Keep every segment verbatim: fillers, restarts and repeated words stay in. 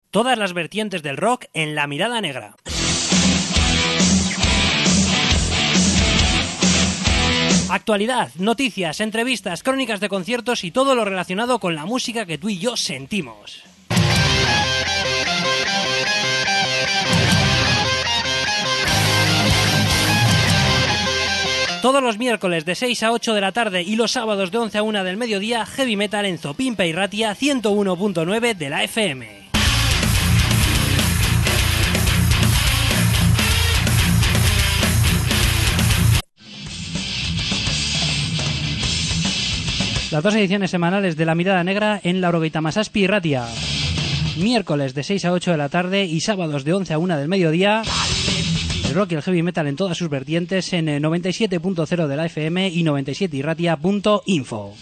Todas las vertientes del rock en La Mirada Negra. Actualidad, noticias, entrevistas, crónicas de conciertos y todo lo relacionado con la música que tú y yo sentimos. Todos los miércoles de seis a ocho de la tarde y los sábados de once a una del mediodía, Heavy Metal en Zopimpa y Ratia ciento uno punto nueve de la F M. Las dos ediciones semanales de La Mirada Negra en Laurogeita Masazpi y Ratia. Miércoles de seis a ocho de la tarde y sábados de once a una del mediodía. El rock y el heavy metal en todas sus vertientes en noventa y siete punto cero de la F M y noventa y siete y ratia punto info.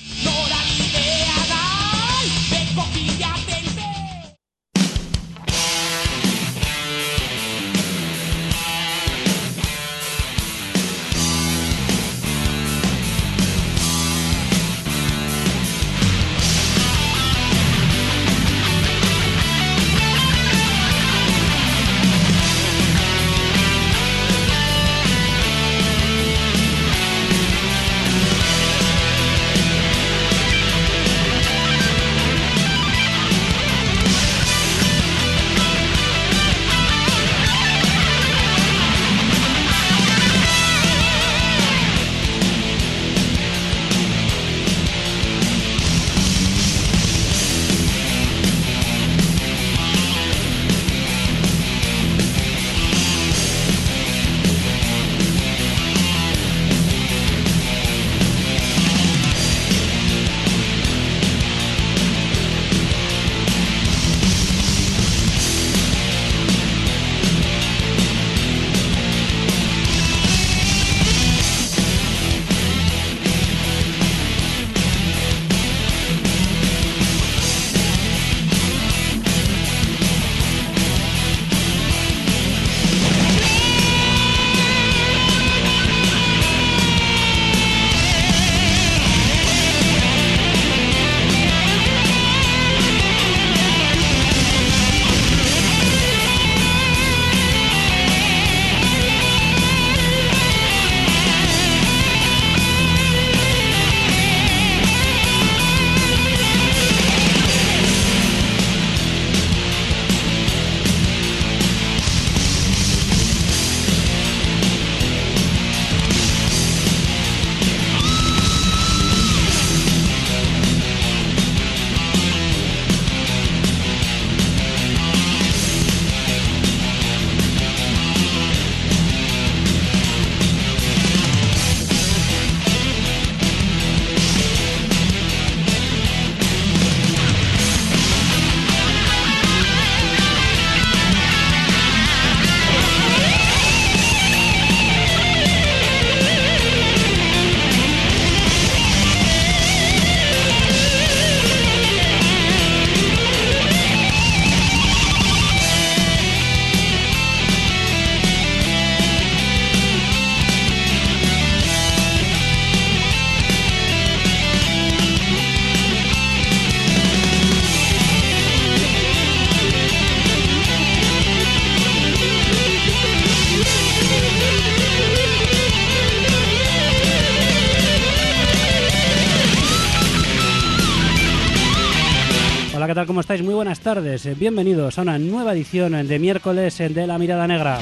¿Qué tal? ¿Cómo estáis? Muy buenas tardes. Bienvenidos a una nueva edición de miércoles de La Mirada Negra.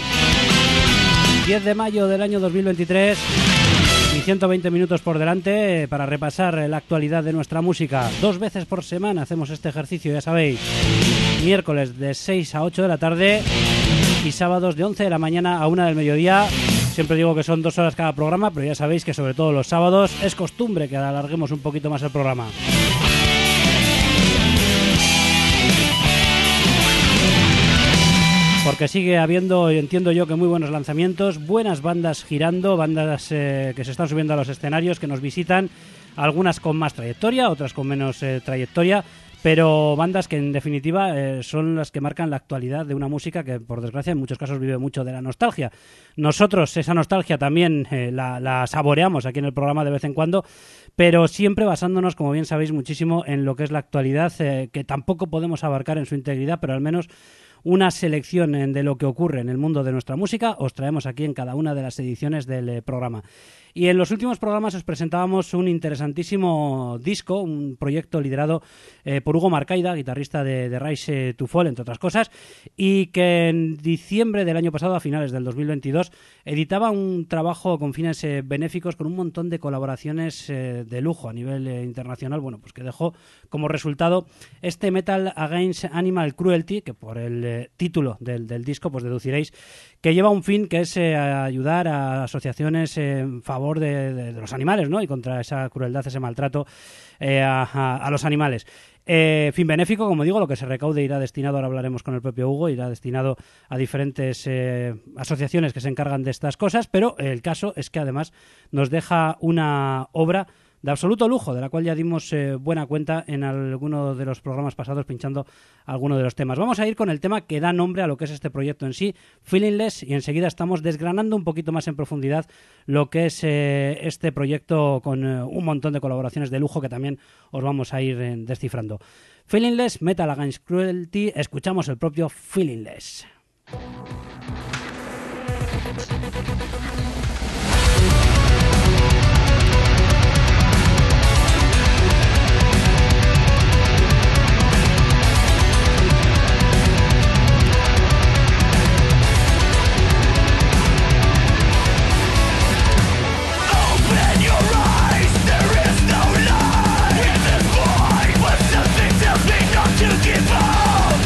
diez de mayo del año dos mil veintitrés y ciento veinte minutos por delante para repasar la actualidad de nuestra música. Dos veces por semana hacemos este ejercicio, ya sabéis. Miércoles de seis a ocho de la tarde y sábados de once de la mañana a una del mediodía. Siempre digo que son dos horas cada programa, pero ya sabéis que sobre todo los sábados es costumbre que alarguemos un poquito más el programa. Porque sigue habiendo, entiendo yo, que muy buenos lanzamientos, buenas bandas girando, bandas eh, que se están subiendo a los escenarios, que nos visitan, algunas con más trayectoria, otras con menos eh, trayectoria, pero bandas que en definitiva eh, son las que marcan la actualidad de una música que por desgracia en muchos casos vive mucho de la nostalgia. Nosotros esa nostalgia también eh, la, la saboreamos aquí en el programa de vez en cuando, pero siempre basándonos, como bien sabéis, muchísimo en lo que es la actualidad, eh, que tampoco podemos abarcar en su integridad, pero al menos una selección de lo que ocurre en el mundo de nuestra música os traemos aquí en cada una de las ediciones del eh, programa. Y en los últimos programas os presentábamos un interesantísimo disco, un proyecto liderado eh, por Hugo Marcaida, guitarrista de, de Rise to Fall, entre otras cosas, y que en diciembre del año pasado, a finales del dos mil veintidós, editaba un trabajo con fines eh, benéficos con un montón de colaboraciones eh, de lujo a nivel eh, internacional, bueno, pues que dejó como resultado este Metal Against Animal Cruelty, que por el eh, título del, del disco pues deduciréis que lleva un fin que es eh, ayudar a asociaciones eh, en favor De, de, de los animales, ¿no? Y contra esa crueldad, ese maltrato eh, a, a, a los animales. Eh, fin benéfico, como digo, lo que se recaude irá destinado, ahora hablaremos con el propio Hugo, irá destinado a diferentes eh, asociaciones que se encargan de estas cosas, pero el caso es que además nos deja una obra de absoluto lujo, de la cual ya dimos eh, buena cuenta en alguno de los programas pasados pinchando alguno de los temas. Vamos a ir con el tema que da nombre a lo que es este proyecto en sí, Feelingless, y enseguida estamos desgranando un poquito más en profundidad lo que es eh, este proyecto con eh, un montón de colaboraciones de lujo que también os vamos a ir eh, descifrando. Feelingless, Metal Against Cruelty, escuchamos el propio Feelingless.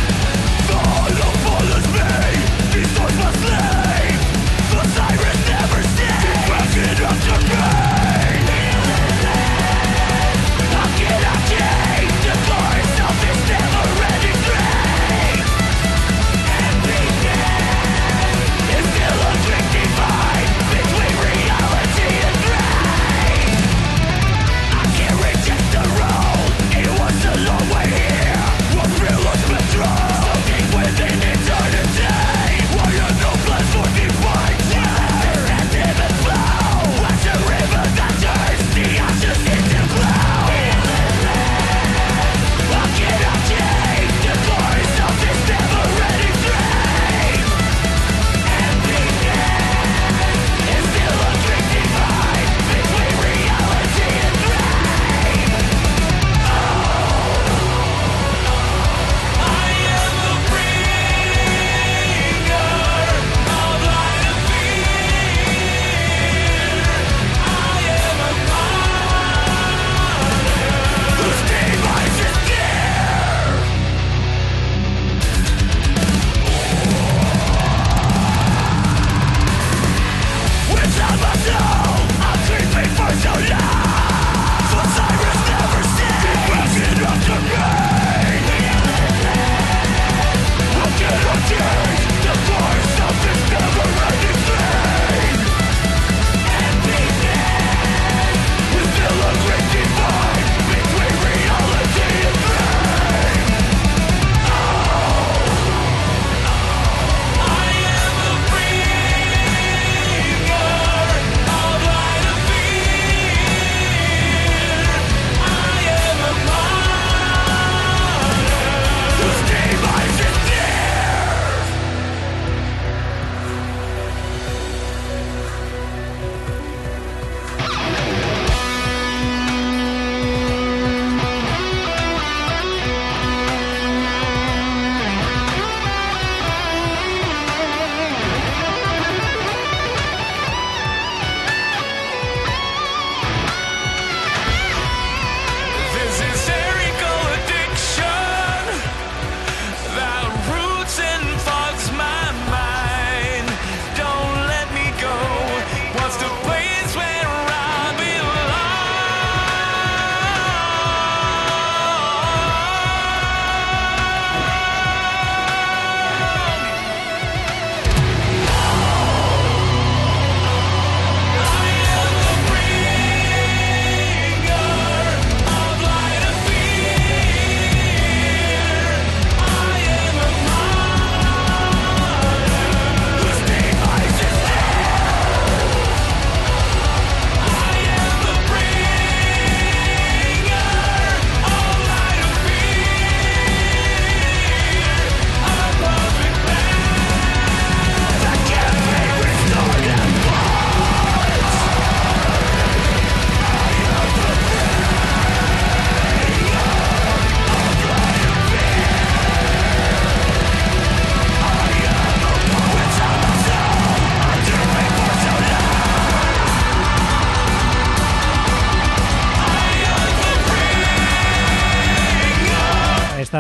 Follows me, these thoughts must leave. The siren never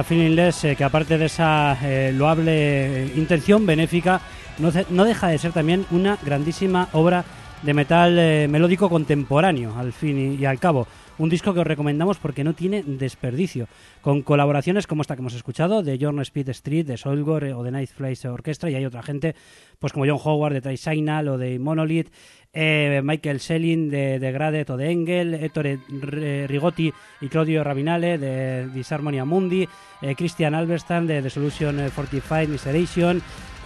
Feelingless, eh, que aparte de esa eh, loable eh, intención benéfica, no, no deja de ser también una grandísima obra de metal eh, melódico contemporáneo, al fin y, y al cabo. Un disco que os recomendamos porque no tiene desperdicio, con colaboraciones como esta que hemos escuchado, de Jorn Speed Street, de Soilgore o de Night Flies Orchestra, y hay otra gente, pues como John Howard de Trisignal o de Monolith, eh, Michael Selling de, de Gradet o de Engel, Ettore Rigotti y Claudio Rabinale de Disharmonia Mundi, eh, Christian Alberstam de The Solution cuarenta y cinco Miseration,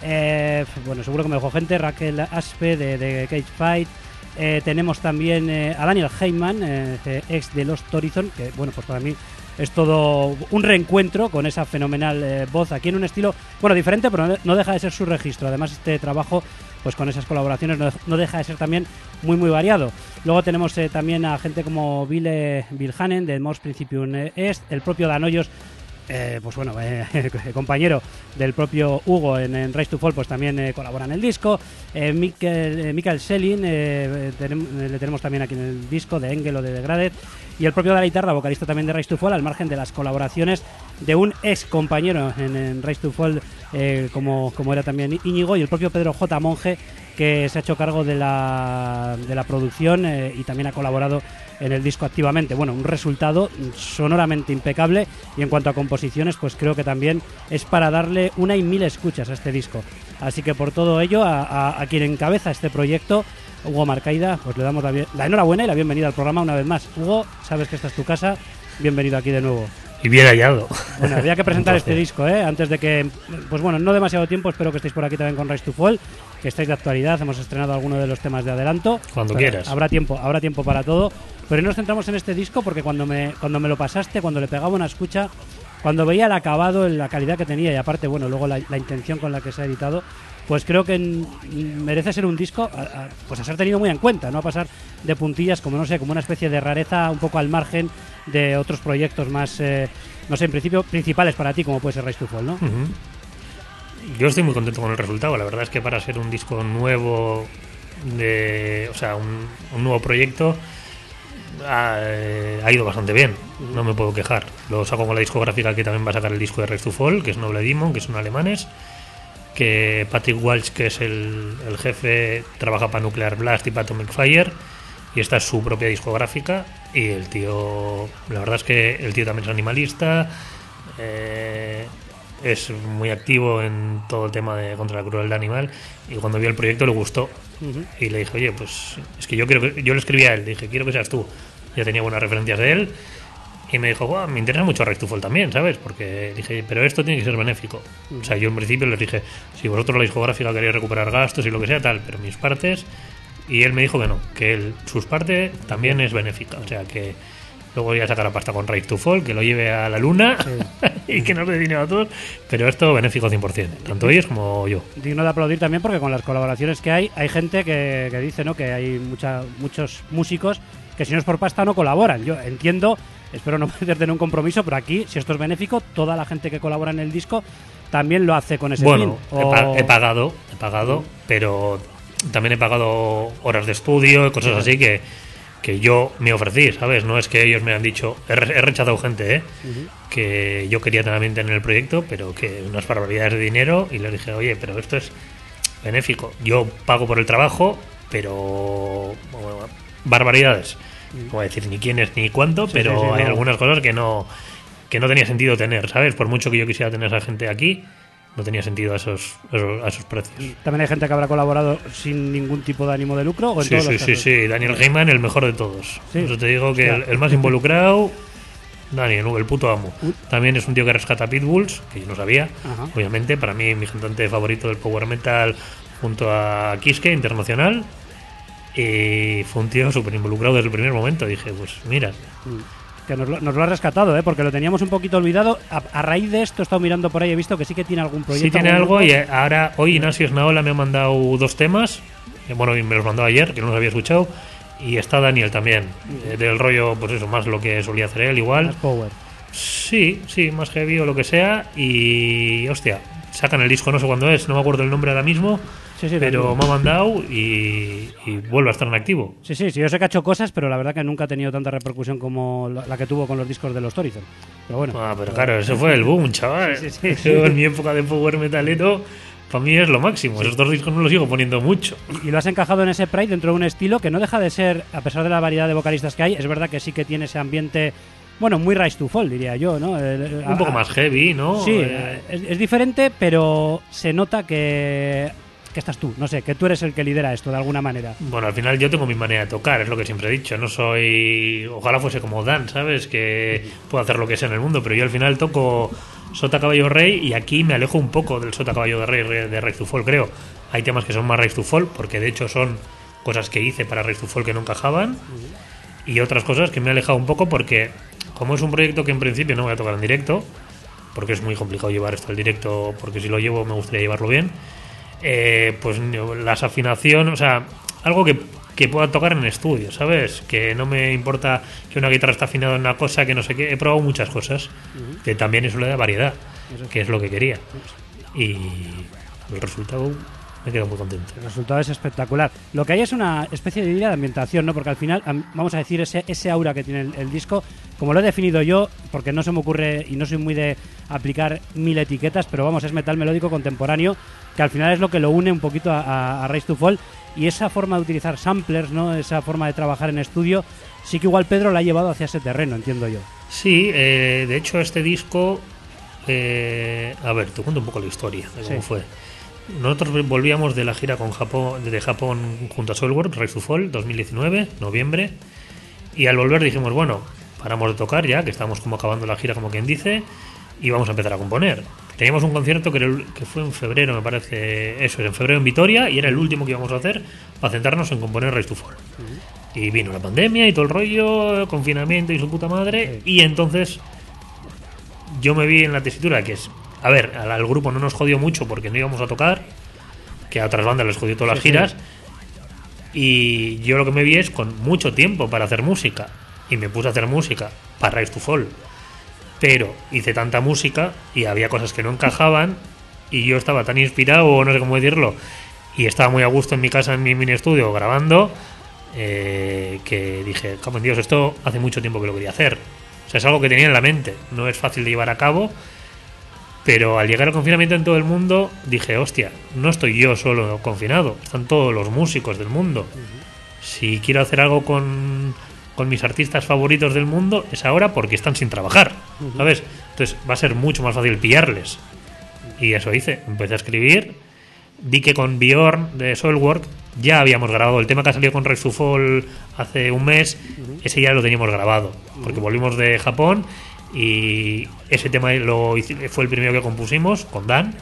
eh, bueno, seguro que me dejó gente, Raquel Aspe de, de Cage Fight. Eh, tenemos también eh, a Daniel Heyman, eh, ex de Lost Horizon, que bueno, pues para mí es todo un reencuentro con esa fenomenal eh, voz aquí en un estilo, bueno, diferente, pero no deja de ser su registro. Además, este trabajo, pues con esas colaboraciones, no, no deja de ser también muy, muy variado. Luego tenemos eh, también a gente como Ville Vilhanen de Mors Principium Est, el propio Dan Hoyos, Eh, pues bueno, eh, compañero del propio Hugo en, en Rise to Fall, pues también eh, colabora en el disco. eh, Michael, eh, Michael Selling eh, tenem, eh, le tenemos también aquí en el disco de Engel o de Degradet, y el propio Dara Itarra, vocalista también de Rise to Fall, al margen de las colaboraciones de un ex compañero en, en Rise to Fall, eh, como, como era también Íñigo, y el propio Pedro J. Monge, que se ha hecho cargo de la, de la producción eh, y también ha colaborado en el disco activamente. Bueno, un resultado sonoramente impecable, y en cuanto a composiciones, pues creo que también es para darle una y mil escuchas a este disco. Así que por todo ello, a, a, a quien encabeza este proyecto, Hugo Marcaida, pues le damos la, la enhorabuena y la bienvenida al programa una vez más. Hugo, sabes que esta es tu casa, bienvenido aquí de nuevo. Y bien hallado. Bueno, había que presentar este disco, ¿eh? Antes de que, pues bueno, no demasiado tiempo, espero que estéis por aquí también con Rise to Fall, que estáis de actualidad, hemos estrenado algunos de los temas de adelanto. Cuando quieras. Habrá tiempo, habrá tiempo para todo, pero hoy nos centramos en este disco porque cuando me, cuando me lo pasaste, cuando le pegaba una escucha, cuando veía el acabado, la calidad que tenía, y aparte, bueno, luego la, la intención con la que se ha editado, pues creo que merece ser un disco a, a, pues a ser tenido muy en cuenta, no a pasar de puntillas, como no sé, como una especie de rareza un poco al margen de otros proyectos más, eh, no sé, en principio principales para ti, como puede ser Rise to Fall, ¿no? Uh-huh. Yo estoy muy contento con el resultado. La verdad es que para ser un disco nuevo, de, o sea, un, un nuevo proyecto, ha, eh, ha ido bastante bien. No me puedo quejar. Lo saco con la discográfica que también va a sacar el disco de Rise to Fall, que es Noble Demon, que son alemanes. Que Patrick Walsh, que es el, el jefe, trabaja para Nuclear Blast y para Atomic Fire, y esta es su propia discográfica. Y el tío, la verdad es que el tío también es animalista, eh, es muy activo en todo el tema de contra la crueldad animal, y cuando vio el proyecto le gustó. Uh-huh. Y le dije, oye, pues es que yo quiero que, yo le escribí a él, le dije, quiero que seas tú. Ya tenía buenas referencias de él. Y me dijo, wow, me interesa mucho Rise to Fall también, ¿sabes? Porque dije, pero esto tiene que ser benéfico. O sea, yo en principio les dije, si vosotros la discográfica queréis recuperar gastos y lo que sea, tal, pero mis partes... Y él me dijo que no, que él, sus partes también es benéfica. O sea, que luego voy a sacar a pasta con Rise to Fall, que lo lleve a la luna, sí. Y que nos dé dinero a todos. Pero esto benéfico cien por ciento, tanto ellos como yo. Digno de aplaudir también porque con las colaboraciones que hay, hay gente que, que dice, ¿no?, que hay mucha, muchos músicos que si no es por pasta no colaboran. Yo entiendo... Espero no meterte en un compromiso, pero aquí, si esto es benéfico, toda la gente que colabora en el disco también lo hace con ese bueno, fin. Bueno, o... he, he pagado, he pagado, sí. Pero también he pagado horas de estudio, cosas sí. así que, que yo me ofrecí, ¿sabes? No es que ellos me han dicho, he, he rechazado gente, ¿eh? Uh-huh. Que yo quería también tener el proyecto, pero que unas barbaridades de dinero, y les dije, oye, pero esto es benéfico. Yo pago por el trabajo, pero bueno, barbaridades. No voy a decir ni quién es ni cuánto, sí, pero sí, sí, hay no. algunas cosas que no que no tenía sentido tener, ¿sabes? Por mucho que yo quisiera tener a esa gente aquí, no tenía sentido a esos, a esos, a esos precios. ¿También hay gente que habrá colaborado sin ningún tipo de ánimo de lucro? ¿O en sí, todos sí, los sí, casos? sí. Daniel Heyman, el mejor de todos. ¿Sí? Eso te digo que el, el más involucrado, Daniel, el puto amo. Uh. También es un tío que rescata pitbulls, que yo no sabía, Ajá. obviamente. Para mí, mi cantante favorito del power metal, junto a Kiske, internacional. Y fue un tío súper involucrado desde el primer momento. Dije, pues mira. Que nos lo, nos lo ha rescatado, ¿eh? Porque lo teníamos un poquito olvidado. A, a raíz de esto he estado mirando por ahí, he visto que sí que tiene algún proyecto. Sí tiene algo, y ahora hoy Ignacio Esnaola me ha mandado dos temas. Bueno, me los mandó ayer, que no los había escuchado. Y está Daniel también, eh, del rollo, pues eso, más lo que solía hacer él, igual. Más power. Sí, sí, más heavy o lo que sea. Y hostia, sacan el disco, no sé cuándo es, no me acuerdo el nombre ahora mismo, sí, sí, pero me ha mandado y, y vuelve a estar en activo. Sí, sí, sí, yo sé que ha hecho cosas, pero la verdad que nunca ha tenido tanta repercusión como la, la que tuvo con los discos de los Horizon. Pero bueno. Ah, pero claro, ese fue el boom, chaval. Sí, sí, sí, sí. En mi época de power metalero, para mí es lo máximo. Sí. Esos dos discos me los sigo poniendo mucho. Y lo has encajado en ese Pride dentro de un estilo que no deja de ser, a pesar de la variedad de vocalistas que hay, es verdad que sí que tiene ese ambiente... Bueno, muy Rise to Fall, diría yo, ¿no? El, un a, poco más heavy, ¿no? Sí, eh, es, es diferente, pero se nota que, que estás tú, no sé, que tú eres el que lidera esto de alguna manera. Bueno, al final yo tengo mi manera de tocar, es lo que siempre he dicho. No soy... Ojalá fuese como Dan, ¿sabes? Que puedo hacer lo que sea en el mundo, pero yo al final toco Sota Caballo Rey y aquí me alejo un poco del Sota Caballo de Rey de Rise to Fall, creo. Hay temas que son más Rise to Fall, porque de hecho son cosas que hice para Rise to Fall que no encajaban, uh-huh. y otras cosas que me he alejado un poco porque... Como es un proyecto que en principio no voy a tocar en directo, porque es muy complicado llevar esto al directo, porque si lo llevo me gustaría llevarlo bien, eh, pues las afinaciones, o sea, algo que, que pueda tocar en estudio, ¿sabes? Que no me importa que una guitarra está afinada en una cosa, que no sé qué, he probado muchas cosas, uh-huh. que también eso le da variedad, uh-huh. que es lo que quería. Y el resultado... Me quedo muy contento. El resultado es espectacular. Lo que hay es una especie de idea de ambientación, ¿no? Porque al final, vamos a decir, ese, ese aura que tiene el, el disco, como lo he definido yo, porque no se me ocurre y no soy muy de aplicar mil etiquetas, pero vamos, es metal melódico contemporáneo, que al final es lo que lo une un poquito a, a, a Rise to Fall, y esa forma de utilizar samplers, ¿no? Esa forma de trabajar en estudio, sí que igual Pedro la ha llevado hacia ese terreno, entiendo yo. Sí, eh, de hecho este disco, eh, a ver, te cuento un poco la historia de cómo sí. fue. Nosotros volvíamos de la gira con Japón, de Japón junto a Soilwork, Rise to Fall, dos mil diecinueve, noviembre, y al volver dijimos, bueno, paramos de tocar ya, que estamos como acabando la gira como quien dice, y vamos a empezar a componer. Teníamos un concierto que, era el, que fue en febrero, me parece, eso, en febrero en Vitoria, y era el último que íbamos a hacer para centrarnos en componer Rise to Fall. Uh-huh. Y vino la pandemia y todo el rollo, confinamiento y su puta madre, sí. Y entonces yo me vi en la tesitura que es... A ver, al, al grupo no nos jodió mucho porque no íbamos a tocar, que a otras bandas les jodió todas las sí, giras, sí. Y yo lo que me vi es con mucho tiempo para hacer música, y me puse a hacer música para Rise to Fall, pero hice tanta música y había cosas que no encajaban, y yo estaba tan inspirado, o no sé cómo decirlo, y estaba muy a gusto en mi casa, en mi mini estudio, grabando, eh, que dije, cabrón, Dios, esto hace mucho tiempo que lo quería hacer. O sea, es algo que tenía en la mente, no es fácil de llevar a cabo. Pero al llegar al confinamiento en todo el mundo, dije, hostia, no estoy yo solo confinado, están todos los músicos del mundo. Uh-huh. Si quiero hacer algo con, con mis artistas favoritos del mundo, es ahora porque están sin trabajar, uh-huh. ¿sabes? Entonces va a ser mucho más fácil pillarles. Y eso hice, empecé a escribir, di que con Bjorn de Soilwork ya habíamos grabado el tema que ha salido con Rise to Fall hace un mes, uh-huh. ese ya lo teníamos grabado, porque uh-huh. volvimos de Japón. Y ese tema lo hice, fue el primero que compusimos con Dan,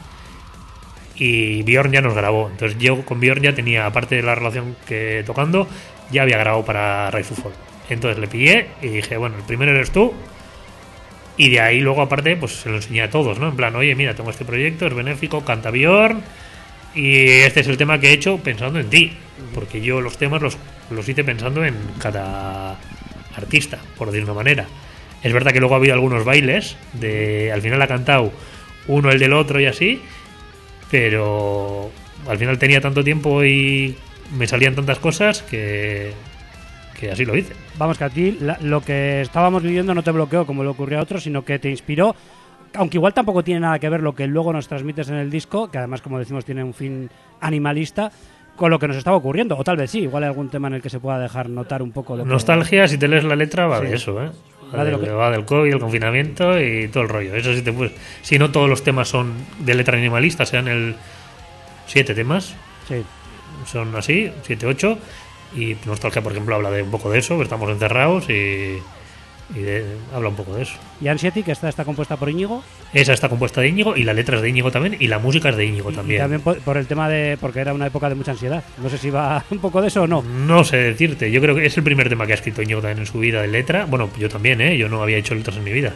y Bjorn ya nos grabó. Entonces yo con Bjorn ya tenía, aparte de la relación que tocando, ya había grabado para Rise to Fall. Entonces le pillé y dije, bueno, el primero eres tú. Y de ahí luego aparte pues se lo enseñé a todos, ¿no? En plan, oye, mira, tengo este proyecto, es benéfico, canta Bjorn, y este es el tema que he hecho pensando en ti, porque yo los temas los, los hice pensando en cada artista, por decir una manera. Es verdad que luego ha habido algunos bailes, de al final ha cantado uno el del otro y así, pero al final tenía tanto tiempo y me salían tantas cosas que, que así lo hice. Vamos, que a ti la, lo que estábamos viviendo no te bloqueó como le ocurrió a otros, sino que te inspiró, aunque igual tampoco tiene nada que ver lo que luego nos transmites en el disco, que además, como decimos, tiene un fin animalista, con lo que nos estaba ocurriendo, o tal vez sí, igual hay algún tema en el que se pueda dejar notar un poco lo Nostalgia, que... si te lees la letra va sí. de eso, ¿eh? Va, de del, que... va del COVID, el confinamiento y todo el rollo. Eso sí te puedes... Si no todos los temas son de letra animalista, sean el siete temas, sí. son así, siete, ocho, y Nostalgia, por ejemplo, habla de un poco de eso, que estamos encerrados y... y de, habla un poco de eso. ¿Y Anxiety, que está, está compuesta por Íñigo? Esa está compuesta de Íñigo, y la letra es de Íñigo también, y la música es de Íñigo y, también. Y también por, por el tema de... porque era una época de mucha ansiedad. No sé si va un poco de eso o no. No sé decirte, yo creo que es el primer tema que ha escrito Íñigo también en su vida de letra. Bueno, yo también, ¿eh? Yo no había hecho letras en mi vida.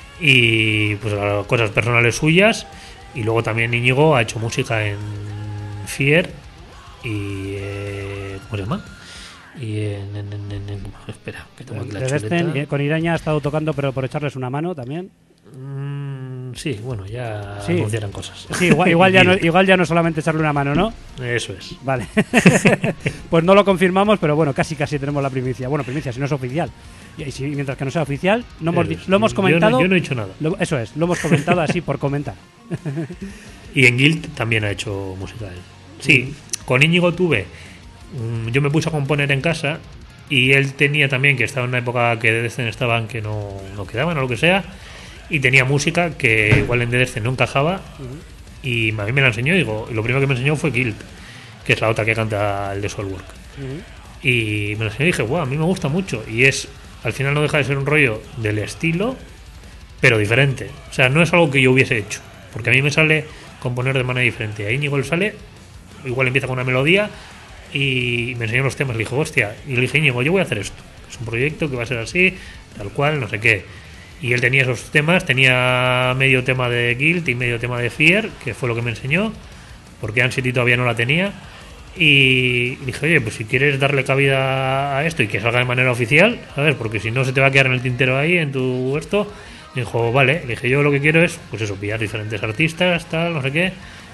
Y pues cosas personales suyas, y luego también Íñigo ha hecho música en Fear y... Eh, ¿cómo se llama? Y en, en, en, en, en espera, que tengo aquí la chuleta. Este, con Iraña ha estado tocando, pero por echarles una mano también. Mm, Sí, bueno, ya sí. anunciarán cosas. Sí, igual, igual, ya no, igual ya no solamente echarle una mano, ¿no? Eso es. Vale. Pues no lo confirmamos, pero bueno, casi casi tenemos la primicia. Bueno, primicia, si no es oficial. Y si, mientras que no sea oficial, no hemos, es. lo hemos comentado. Yo no, yo no he hecho nada. Lo, eso es, lo hemos comentado así por comentar. Y en Guild también ha hecho música él. Sí, mm. Con Íñigo tuve. Um, yo me puse a componer en casa. Y él tenía también, que estaba en una época que de Descent estaban que no, no quedaban o lo que sea, y tenía música que igual en Descent no encajaba, uh-huh. Y a mí me la enseñó, y digo, y lo primero que me enseñó fue Guild, que es la otra que canta el de Soulwork. Uh-huh. Y me la enseñó y dije, wow, a mí me gusta mucho, y es, al final no deja de ser un rollo del estilo, pero diferente. O sea, no es algo que yo hubiese hecho, porque a mí me sale componer de manera diferente. A Íñigo le sale, igual empieza con una melodía, y me enseñó los temas, le dijo, hostia, y le dije, Íñigo, yo voy a hacer esto, es un proyecto que va a ser así, tal cual, no sé qué. Y él tenía esos temas, tenía medio tema de Guild y medio tema de Fear, que fue lo que me enseñó, porque Anxiety todavía no la tenía, y dije, oye, pues si quieres darle cabida a esto y que salga de manera oficial, ¿sabes? Porque si no se te va a quedar en el tintero ahí, en tu esto. Me dijo, vale, le dije, yo lo que quiero es, pues eso, pillar diferentes artistas, tal, no sé qué.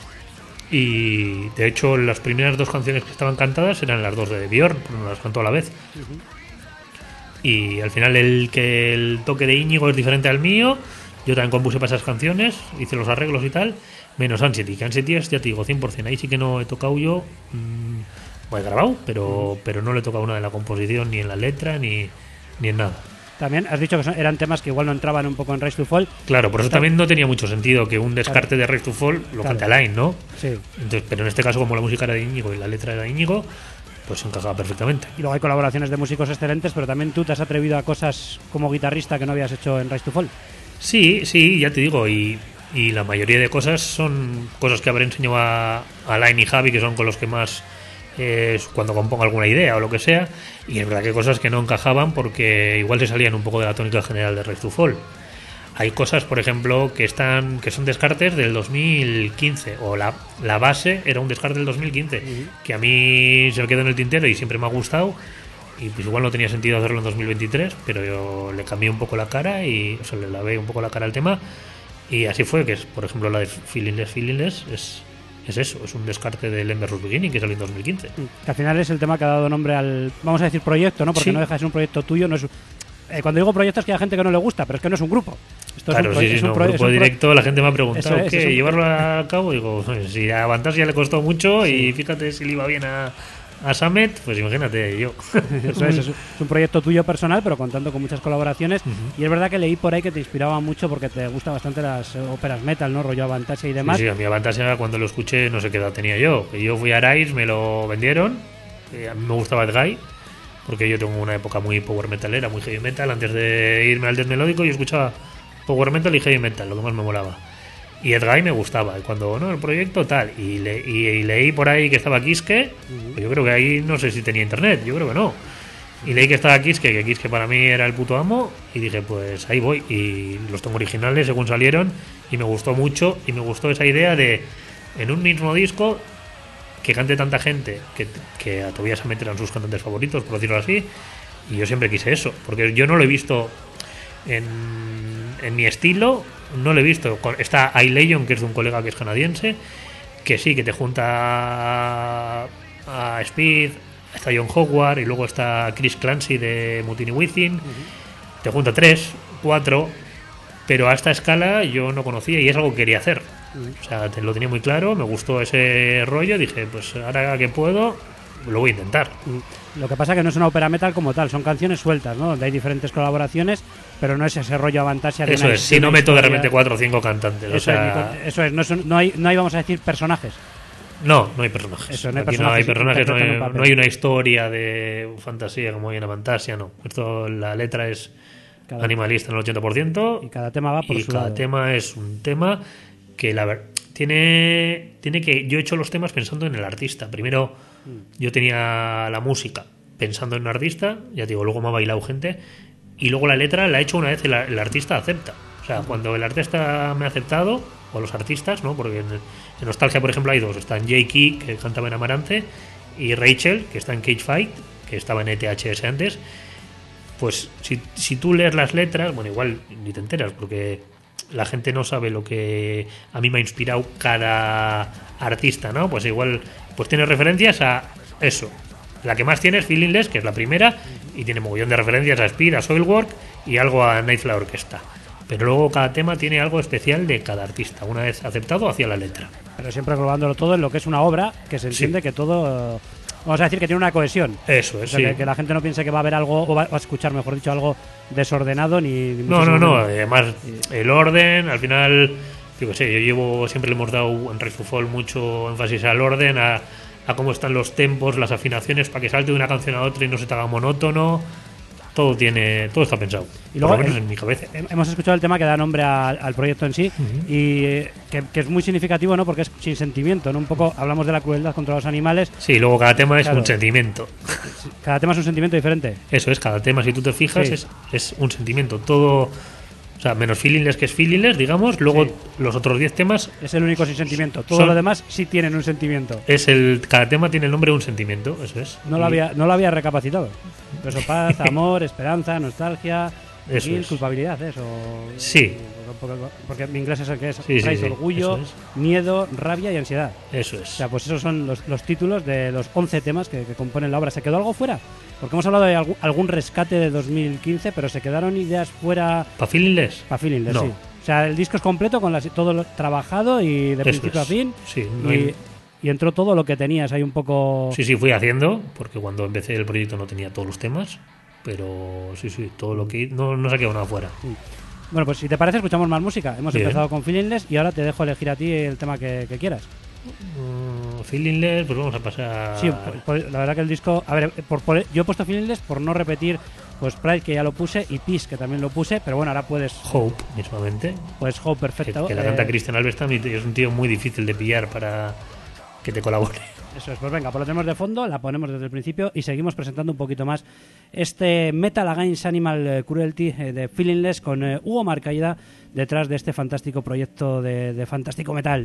Y de hecho las primeras dos canciones que estaban cantadas eran las dos de Björn, no las cantó a la vez. Uh-huh. Y al final el que el toque de Íñigo es diferente al mío. Yo también compuse para esas canciones, hice los arreglos y tal, menos Anxiety, que Anxiety es, ya te digo, cien por ciento. Ahí sí que no he tocado yo, mmm, bueno, he grabado, pero, uh-huh. pero no le he tocado nada de la composición, ni en la letra, ni, ni en nada. También has dicho que son, eran temas que igual no entraban un poco en Rise to Fall. Claro, por eso Está... también no tenía mucho sentido que un descarte claro. de Rise to Fall lo claro. cante Alain, ¿no? Sí. Entonces, pero en este caso, como la música era de Íñigo y la letra era de Íñigo, pues encajaba perfectamente. Y luego hay colaboraciones de músicos excelentes, pero también tú te has atrevido a cosas como guitarrista que no habías hecho en Rise to Fall. Sí, sí, ya te digo, y, y la mayoría de cosas son cosas que habré enseñado a, a Alain y Javi, que son con los que más... Eh, cuando compongo alguna idea o lo que sea, y es verdad que hay cosas que no encajaban porque igual se salían un poco de la tónica general de Rise to Fall. Hay cosas, por ejemplo, que están que son descartes del dos mil quince, o la, la base era un descarte del dos mil quince, uh-huh. que a mí se me quedó en el tintero y siempre me ha gustado, y pues igual no tenía sentido hacerlo en dos mil veintitrés, pero yo le cambié un poco la cara y o sea, le lavé un poco la cara al tema, y así fue, que es, por ejemplo, la de Feelingless Feelingless es Es eso, es un descarte del End vs Beginning que salió en dos mil quince. Que al final es el tema que ha dado nombre al, vamos a decir, proyecto, ¿no? Porque sí. no deja de ser un proyecto tuyo. No es, eh, cuando digo proyecto es que hay gente que no le gusta, pero es que no es un grupo. Esto claro, es un, sí, sí, es un no, pro, grupo es un directo, pro... la gente me ha preguntado eso es, ¿qué? Es un... llevarlo a cabo. Digo, si a Fantasia le costó mucho sí. y fíjate si le iba bien a, a Summit, pues imagínate yo. Eso es, es un proyecto tuyo personal, pero contando con muchas colaboraciones. Uh-huh. Y es verdad que leí por ahí que te inspiraba mucho porque te gustan bastante las óperas metal, ¿no? Rollo Avantasia y demás. Sí, sí, a mí Avantasia cuando lo escuché no sé qué edad tenía yo. Yo fui a Arise, me lo vendieron. A mí me gustaba Ed Guy, porque yo tengo una época muy power metalera, muy heavy metal. Antes de irme al death melódico yo escuchaba power metal y heavy metal, lo que más me molaba. Y Ed Guy me gustaba, y cuando no el proyecto tal, y, le, y, y leí por ahí que estaba Kiske, uh-huh. pues yo creo que ahí no sé si tenía internet, yo creo que no. Y leí que estaba Kiske, que Kiske para mí era el puto amo, y dije, pues ahí voy. Y los tengo originales según salieron, y me gustó mucho, y me gustó esa idea de, en un mismo disco, que cante tanta gente, que, que a Tobias Sammet eran sus cantantes favoritos, por decirlo así, y yo siempre quise eso, porque yo no lo he visto en, en mi estilo. No lo he visto. Está iLegion, que es de un colega que es canadiense, que sí, que te junta a Speed, está John Howard y luego está Chris Clancy de Mutiny Within. Uh-huh. Te junta tres, cuatro, pero a esta escala yo no conocía y es algo que quería hacer. Uh-huh. O sea, te lo tenía muy claro, me gustó ese rollo, dije, pues ahora que puedo, lo voy a intentar. Uh-huh. Lo que pasa es que no es una ópera metal como tal, son canciones sueltas, ¿no? Donde hay diferentes colaboraciones, pero no es ese rollo Avantasia de eso es, si no meto de repente cuatro o cinco cantantes. Eso, o sea... es, eso es, no, es, no, hay, no hay, vamos a decir, personajes. No, no hay personajes. Eso, no hay Aquí personajes, no hay personajes, no hay, un no hay una historia de fantasía como hay en Avantasia, no. Esto, la letra es cada, animalista en el ochenta por ciento. Y cada tema va por y su cada lado. tema es un tema que la verdad tiene, tiene que... Yo he hecho los temas pensando en el artista. Primero mm. yo tenía la música pensando en un artista, ya te digo, luego me ha bailado gente, y luego la letra la he hecho una vez el, el artista acepta. O sea, cuando el artista me ha aceptado, o los artistas, ¿no? Porque en, en Nostalgia, por ejemplo, hay dos. Están Jakey, que cantaba en Amarante, y Rachel, que está en Cage Fight, que estaba en E T H S antes. Pues si, si tú lees las letras, bueno, igual ni te enteras, porque la gente no sabe lo que a mí me ha inspirado cada artista, ¿no? Pues igual, pues tiene referencias a eso. La que más tiene es Feelingless, que es la primera, y tiene mogollón de referencias a Speed, a Soilwork y algo a Nightflower Orchestra. Pero luego cada tema tiene algo especial de cada artista, una vez aceptado hacia la letra. Pero siempre englobándolo todo en lo que es una obra, que se entiende sí. que todo... Vamos a decir que tiene una cohesión. Eso es, o sea, sí. que, que la gente no piense que va a haber algo, o va a escuchar, mejor dicho, algo desordenado, ni... ni no, no, no. Además, sí. el orden, al final, yo qué sé, yo llevo, siempre le hemos dado en Rise to Fall mucho énfasis al orden, a, a cómo están los tempos, las afinaciones, para que salte de una canción a otra y no se te haga monótono. Todo tiene, todo está pensado. Y luego, por lo menos en mi cabeza. Hemos escuchado el tema que da nombre al, al proyecto en sí, uh-huh. y eh, que, que es muy significativo, ¿no? Porque es sin sentimiento, ¿no? Un poco hablamos de la crueldad contra los animales. Sí, luego cada tema es claro. un sentimiento. Cada tema es un sentimiento diferente. Eso es, cada tema, si tú te fijas, sí. es, es un sentimiento. Todo, o sea, menos Feelingless, que es Feelingless, digamos. Luego sí. los otros diez temas es el único sin sentimiento. Todo son, lo demás sí tienen un sentimiento. Es el cada tema tiene el nombre de un sentimiento, eso es. No y... lo había, no lo había recapacitado. Eso, paz, amor, esperanza, nostalgia, eso y es. culpabilidad, eso. Sí. Porque, porque mi inglés es el que es. Sí, Traes sí, sí. orgullo, es. miedo, rabia y ansiedad. Eso es. O sea, pues esos son los, los títulos de los once temas que, que componen la obra. ¿Se quedó algo fuera? Porque hemos hablado de algún, algún rescate de dos mil quince, pero ¿se quedaron ideas fuera? ¿Para Feelingless? Para Feelingless, no. sí. O sea, el disco es completo, con las, todo lo trabajado y de eso principio es. a fin. Sí, no y, hay... y entró todo lo que tenías ahí un poco... Sí, sí, fui haciendo, porque cuando empecé el proyecto no tenía todos los temas, pero sí, sí, todo lo que... No, no se ha quedado nada fuera. Sí. Bueno, pues si te parece, escuchamos más música. Hemos Bien. empezado con Feelingless y ahora te dejo elegir a ti el tema que, que quieras. Uh, Feelingless, pues vamos a pasar... Sí, por, por, la verdad que el disco... A ver, por, por, yo he puesto Feelingless por no repetir pues Pride, que ya lo puse, y Peace, que también lo puse, pero bueno, ahora puedes... Hope, mismamente. Pues Hope, perfecto. Que, que la eh, canta Christian Alvestam y es un tío muy difícil de pillar para que te colabore. Eso es, pues venga, pues lo tenemos de fondo, la ponemos desde el principio y seguimos presentando un poquito más este Metal Against Animal Cruelty eh, de Feelingless con eh, Hugo Marcaida detrás de este fantástico proyecto de, de fantástico metal.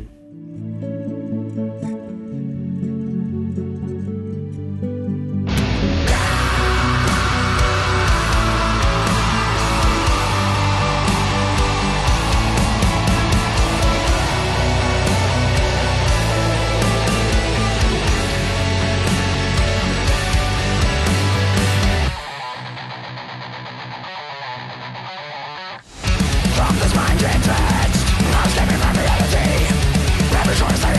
From this mind entrenched, I'm escaping from reality. Every choice I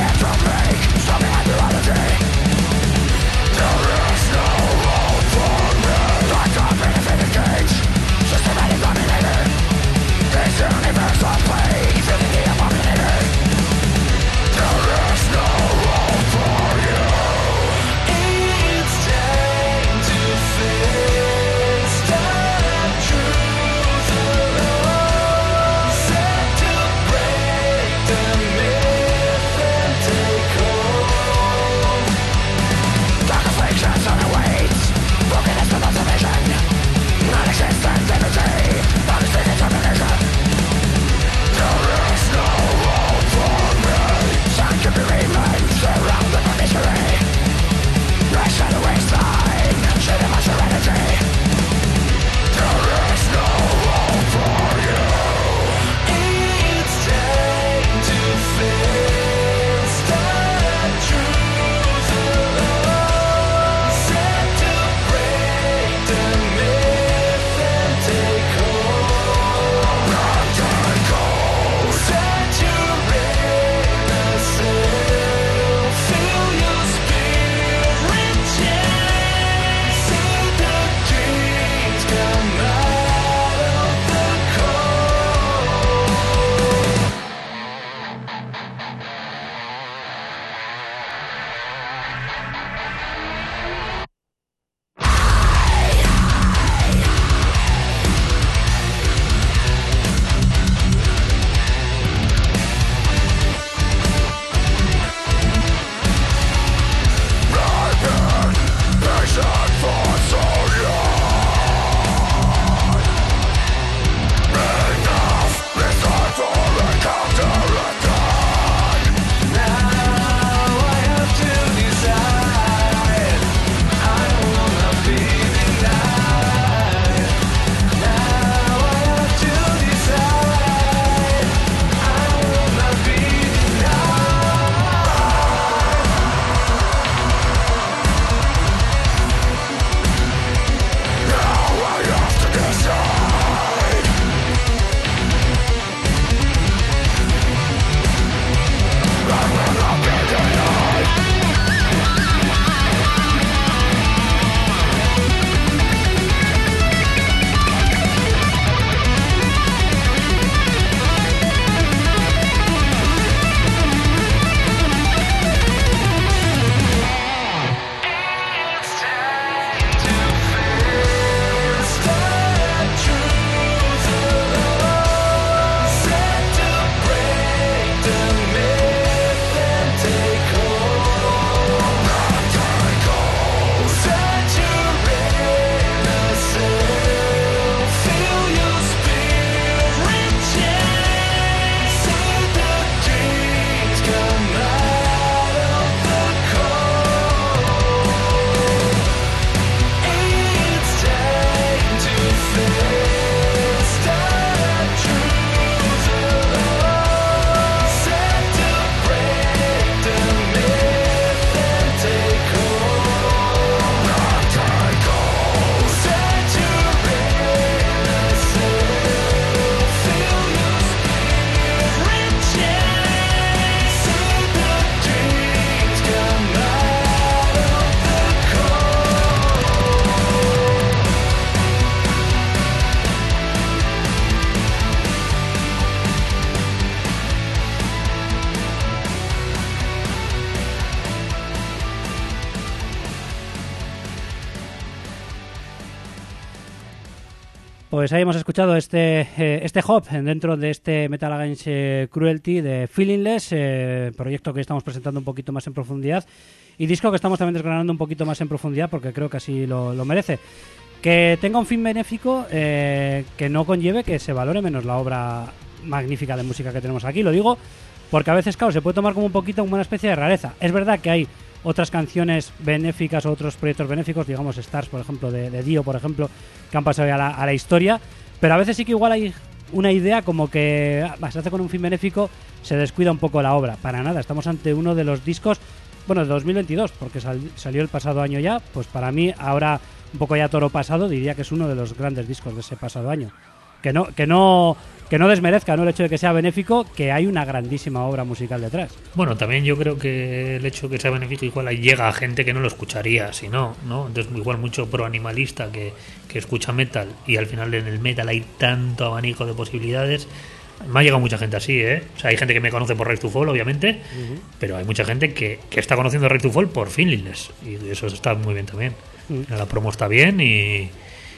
Pues ahí hemos escuchado este eh, este hop dentro de este Metal Against eh, Cruelty de Feelingless, eh, proyecto que estamos presentando un poquito más en profundidad y disco que estamos también desgranando un poquito más en profundidad porque creo que así lo, lo merece. Que tenga un fin benéfico eh, que no conlleve que se valore menos la obra magnífica de música que tenemos aquí. Lo digo porque a veces, claro, se puede tomar como un poquito como una especie de rareza. Es verdad que hay otras canciones benéficas o otros proyectos benéficos, digamos Stars, por ejemplo, de, de Dio, por ejemplo, que han pasado ya a la, a la historia, pero a veces sí que igual hay una idea como que ah, se hace con un fin benéfico, se descuida un poco la obra. Para nada, estamos ante uno de los discos, bueno, de dos mil veintidós, porque sal, salió el pasado año ya, pues para mí, ahora un poco ya toro pasado, diría que es uno de los grandes discos de ese pasado año. Que no, que no, que no desmerezca, ¿no?, el hecho de que sea benéfico, que hay una grandísima obra musical detrás. Bueno, también yo creo que el hecho de que sea benéfico igual llega a gente que no lo escucharía, si no, ¿no? Entonces igual mucho pro animalista que, que escucha metal y al final en el metal hay tanto abanico de posibilidades. Me ha llegado mucha gente así, ¿eh? O sea, hay gente que me conoce por Rise to Fall, obviamente, uh-huh. pero hay mucha gente que, que está conociendo Rise to Fall por Feelingless y eso está muy bien también. Uh-huh. La promo está bien y...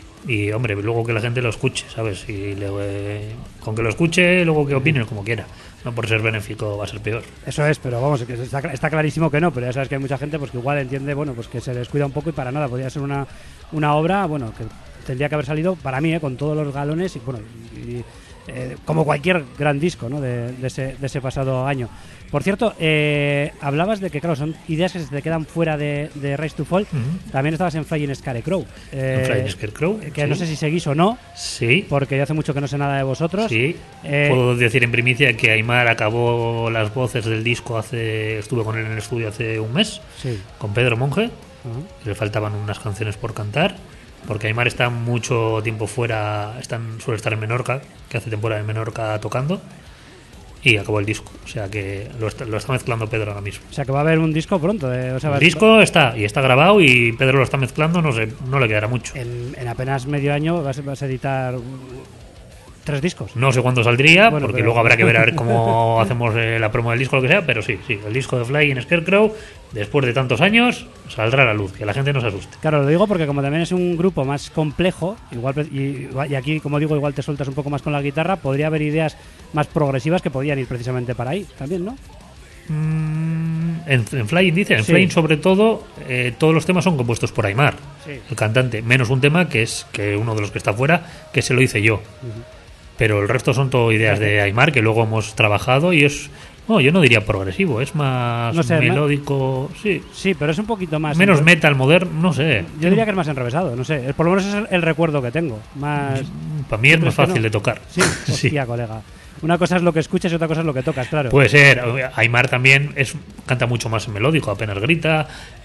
Y, hombre, luego que la gente lo escuche, ¿sabes? Y le, eh, con que lo escuche, luego que opine como quiera. No por ser benéfico va a ser peor. Eso es, pero vamos, que está, está clarísimo que no. Pero ya sabes que hay mucha gente pues que igual entiende, bueno, pues que se descuida un poco y para nada. Podría ser una, una obra, bueno, que tendría que haber salido, para mí, ¿eh?, con todos los galones y, bueno, y, eh, como cualquier gran disco, ¿no?, de, de, ese, de ese pasado año. Por cierto, eh, hablabas de que, claro, son ideas que se te quedan fuera de, de Rise to Fall. Uh-huh. También estabas en Flying Scarecrow. Eh, en Flying Scarecrow, que sí. No sé si seguís o no. Sí. Porque yo hace mucho que no sé nada de vosotros. Sí. Eh, Puedo decir en primicia que Aimar acabó las voces del disco hace... Estuve con él en el estudio hace un mes. Sí. Con Pedro Monge. Uh-huh. Le faltaban unas canciones por cantar. Porque Aimar está mucho tiempo fuera. Están, suele estar en Menorca, que hace temporada en Menorca tocando. Y acabó el disco, o sea que lo está, lo está mezclando Pedro ahora mismo. O sea que va a haber un disco pronto. Eh, o sea, el disco está y está grabado y Pedro lo está mezclando, no sé, no le quedará mucho. En, en apenas medio año vas, vas a editar tres discos. No sé cuándo saldría, bueno, porque pero... luego habrá que ver a ver cómo hacemos eh, la promo del disco o lo que sea, pero sí, sí, el disco de Flying Scarecrow, después de tantos años, saldrá a la luz, que la gente no se asuste. Claro, lo digo porque como también es un grupo más complejo, igual y, y aquí, como digo, igual te sueltas un poco más con la guitarra, podría haber ideas más progresivas que podrían ir precisamente para ahí, también, ¿no? Mm, en, en Flying dice, en sí. Flying sobre todo, eh, todos los temas son compuestos por Aimar, sí. el cantante, menos un tema que es que uno de los que está fuera, que se lo hice yo. Uh-huh. Pero el resto son todo ideas de Aimar que luego hemos trabajado y es, no, yo no diría progresivo, es más no sé, melódico, más, sí. Sí, pero es un poquito más menos enre... metal moderno, no sé. Yo diría que es más enrevesado, no sé, por lo menos es el, el recuerdo que tengo, más para mí es más fácil no? de tocar. Sí, hostia, sí. colega. Una cosa es lo que escuchas y otra cosa es lo que tocas, claro. Puede ser. Aimar también es canta mucho más melódico, apenas grita,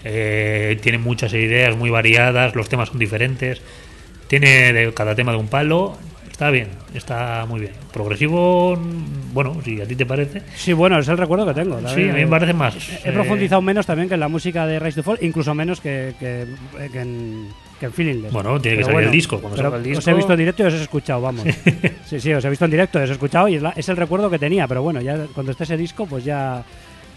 eh, tiene muchas ideas muy variadas, los temas son diferentes, tiene de cada tema de un palo. Está bien, está muy bien. Progresivo, bueno, si a ti te parece. Sí, bueno, es el recuerdo que tengo. Sí, a mí me parece más. He eh... profundizado menos también que en la música de Rise to Fall, incluso menos que, que, que en, que en Feelingless. Bueno, tiene que salir bueno, el disco. Cuando salga el disco. Os he visto en directo y os he escuchado, vamos. sí, sí, os he visto en directo y os he escuchado y es, la, es el recuerdo que tenía, pero bueno, ya cuando esté ese disco, pues ya...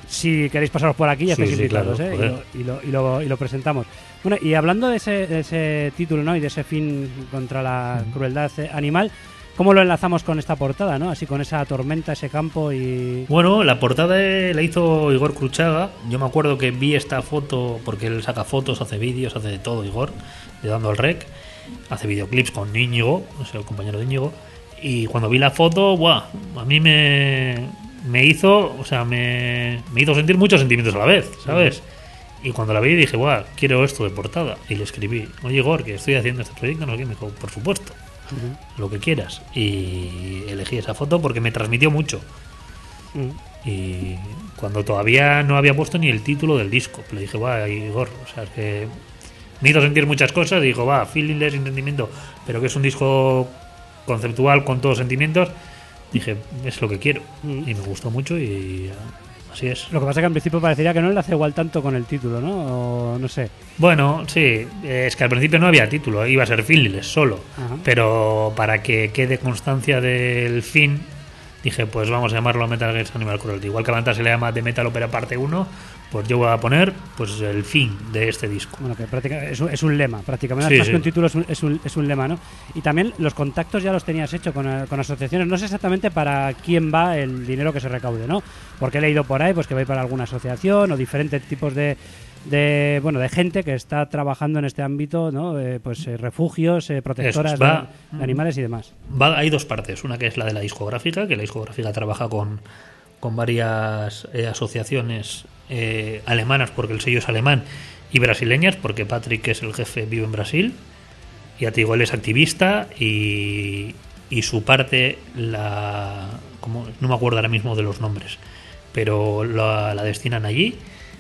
Si queréis pasaros por aquí, ya sí, estáis sí, invitados, claro, ¿eh? y, lo, y, lo, y, lo, y lo presentamos. Bueno, y hablando de ese, de ese título, ¿no?, y de ese fin contra la crueldad animal, ¿cómo lo enlazamos con esta portada, no? Así con esa tormenta, ese campo y... Bueno, la portada la hizo Igor Cruchaga. Yo me acuerdo que vi esta foto, porque él saca fotos, hace vídeos, hace de todo, Igor, de Dando al Rec. Hace videoclips con Íñigo, no sé, el compañero de Íñigo. Y cuando vi la foto, ¡buah! A mí me... me hizo, o sea, me, me hizo sentir muchos sentimientos a la vez, ¿sabes? Uh-huh. Y cuando la vi dije, guau, quiero esto de portada. Y le escribí, oye Igor, que estoy haciendo este proyecto, no sé qué. Me dijo, por supuesto, uh-huh. lo que quieras. Y elegí esa foto porque me transmitió mucho. Uh-huh. Y cuando todavía no había puesto ni el título del disco, le dije, guau, Igor, o sea, es que me hizo sentir muchas cosas. Y dijo, va, Feelingless, entendimiento, pero que es un disco conceptual con todos sentimientos. Dije, es lo que quiero. Mm. Y me gustó mucho y así es. Lo que pasa es que al principio parecería que no le hace igual tanto con el título, ¿no? O no sé. Bueno, sí. Es que al principio no había título. Iba a ser Feelingless solo. Ajá. Pero para que quede constancia del fin, dije, pues vamos a llamarlo Metal Against Animal Cruelty. Igual que a Banta se le llama The Metal Opera parte uno, pues yo voy a poner pues el fin de este disco. Bueno, que prácticamente es un, es un lema, prácticamente Sí, más sí. que un título es un, es, un, es un lema, ¿no? Y también los contactos ya los tenías hecho con, eh, con asociaciones. No sé exactamente para quién va el dinero que se recaude, ¿no? Porque he leído por ahí pues que va a ir para alguna asociación o diferentes tipos de, de bueno de gente que está trabajando en este ámbito, ¿no? Eh, pues eh, refugios, eh, protectoras Eso, va- de, de animales y demás. Va, hay dos partes, una que es la de la discográfica, que la discográfica trabaja con, con varias eh, asociaciones eh, alemanas, porque el sello es alemán, y brasileñas, porque Patrick, que es el jefe, vive en Brasil, y ya te digo, él es activista, y, y su parte, la como, no me acuerdo ahora mismo de los nombres, pero la, la destinan allí,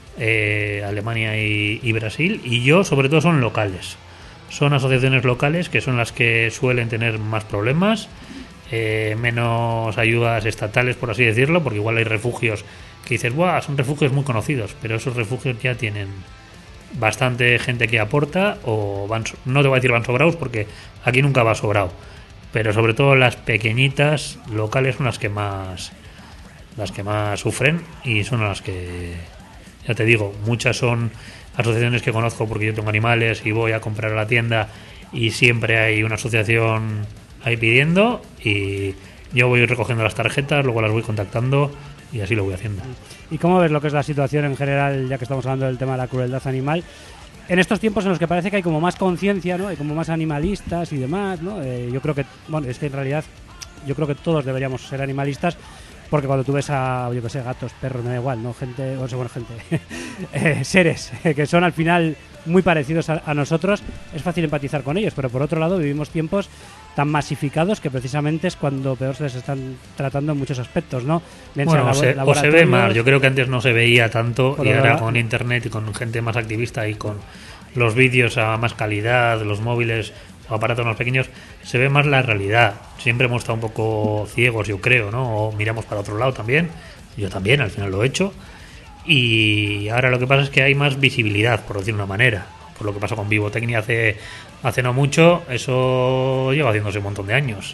eh, Alemania y, y Brasil, y yo sobre todo son locales. Son asociaciones locales que son las que suelen tener más problemas, eh, menos ayudas estatales, por así decirlo, porque igual hay refugios que dices, ¡buah! Son refugios muy conocidos, pero esos refugios ya tienen bastante gente que aporta, o van, so- no te voy a decir van sobrados, porque aquí nunca va sobrado, pero sobre todo las pequeñitas locales son las que más las que más sufren, y son las que, ya te digo, muchas son asociaciones que conozco porque yo tengo animales y voy a comprar a la tienda y siempre hay una asociación ahí pidiendo, y yo voy recogiendo las tarjetas, luego las voy contactando y así lo voy haciendo. ¿Y cómo ves lo que es la situación en general, ya que estamos hablando del tema de la crueldad animal? En estos tiempos en los que parece que hay como más conciencia, ¿no? Hay como más animalistas y demás, ¿no? Eh, yo creo que, bueno, es que en realidad yo creo que todos deberíamos ser animalistas, porque cuando tú ves a, yo que sé, gatos, perros, me da igual, ¿no? Gente, o sea, bueno, gente, eh, seres eh, que son al final muy parecidos a, a nosotros, es fácil empatizar con ellos, pero por otro lado vivimos tiempos tan masificados que precisamente es cuando peor se les están tratando en muchos aspectos, ¿no? Bien Bueno, sea o se, o se ve laboratorios, más. Yo creo que antes no se veía tanto, Por y lo ahora de- con internet y con gente más activista y con los vídeos a más calidad, los móviles o aparatos más pequeños, se ve más la realidad. Siempre hemos estado un poco ciegos, yo creo, ¿no? O miramos para otro lado también. Yo también, al final lo he hecho. Y ahora lo que pasa es que hay más visibilidad, por decir una manera. Por lo que pasó con Vivotecnia hace, hace no mucho, eso lleva haciéndose un montón de años.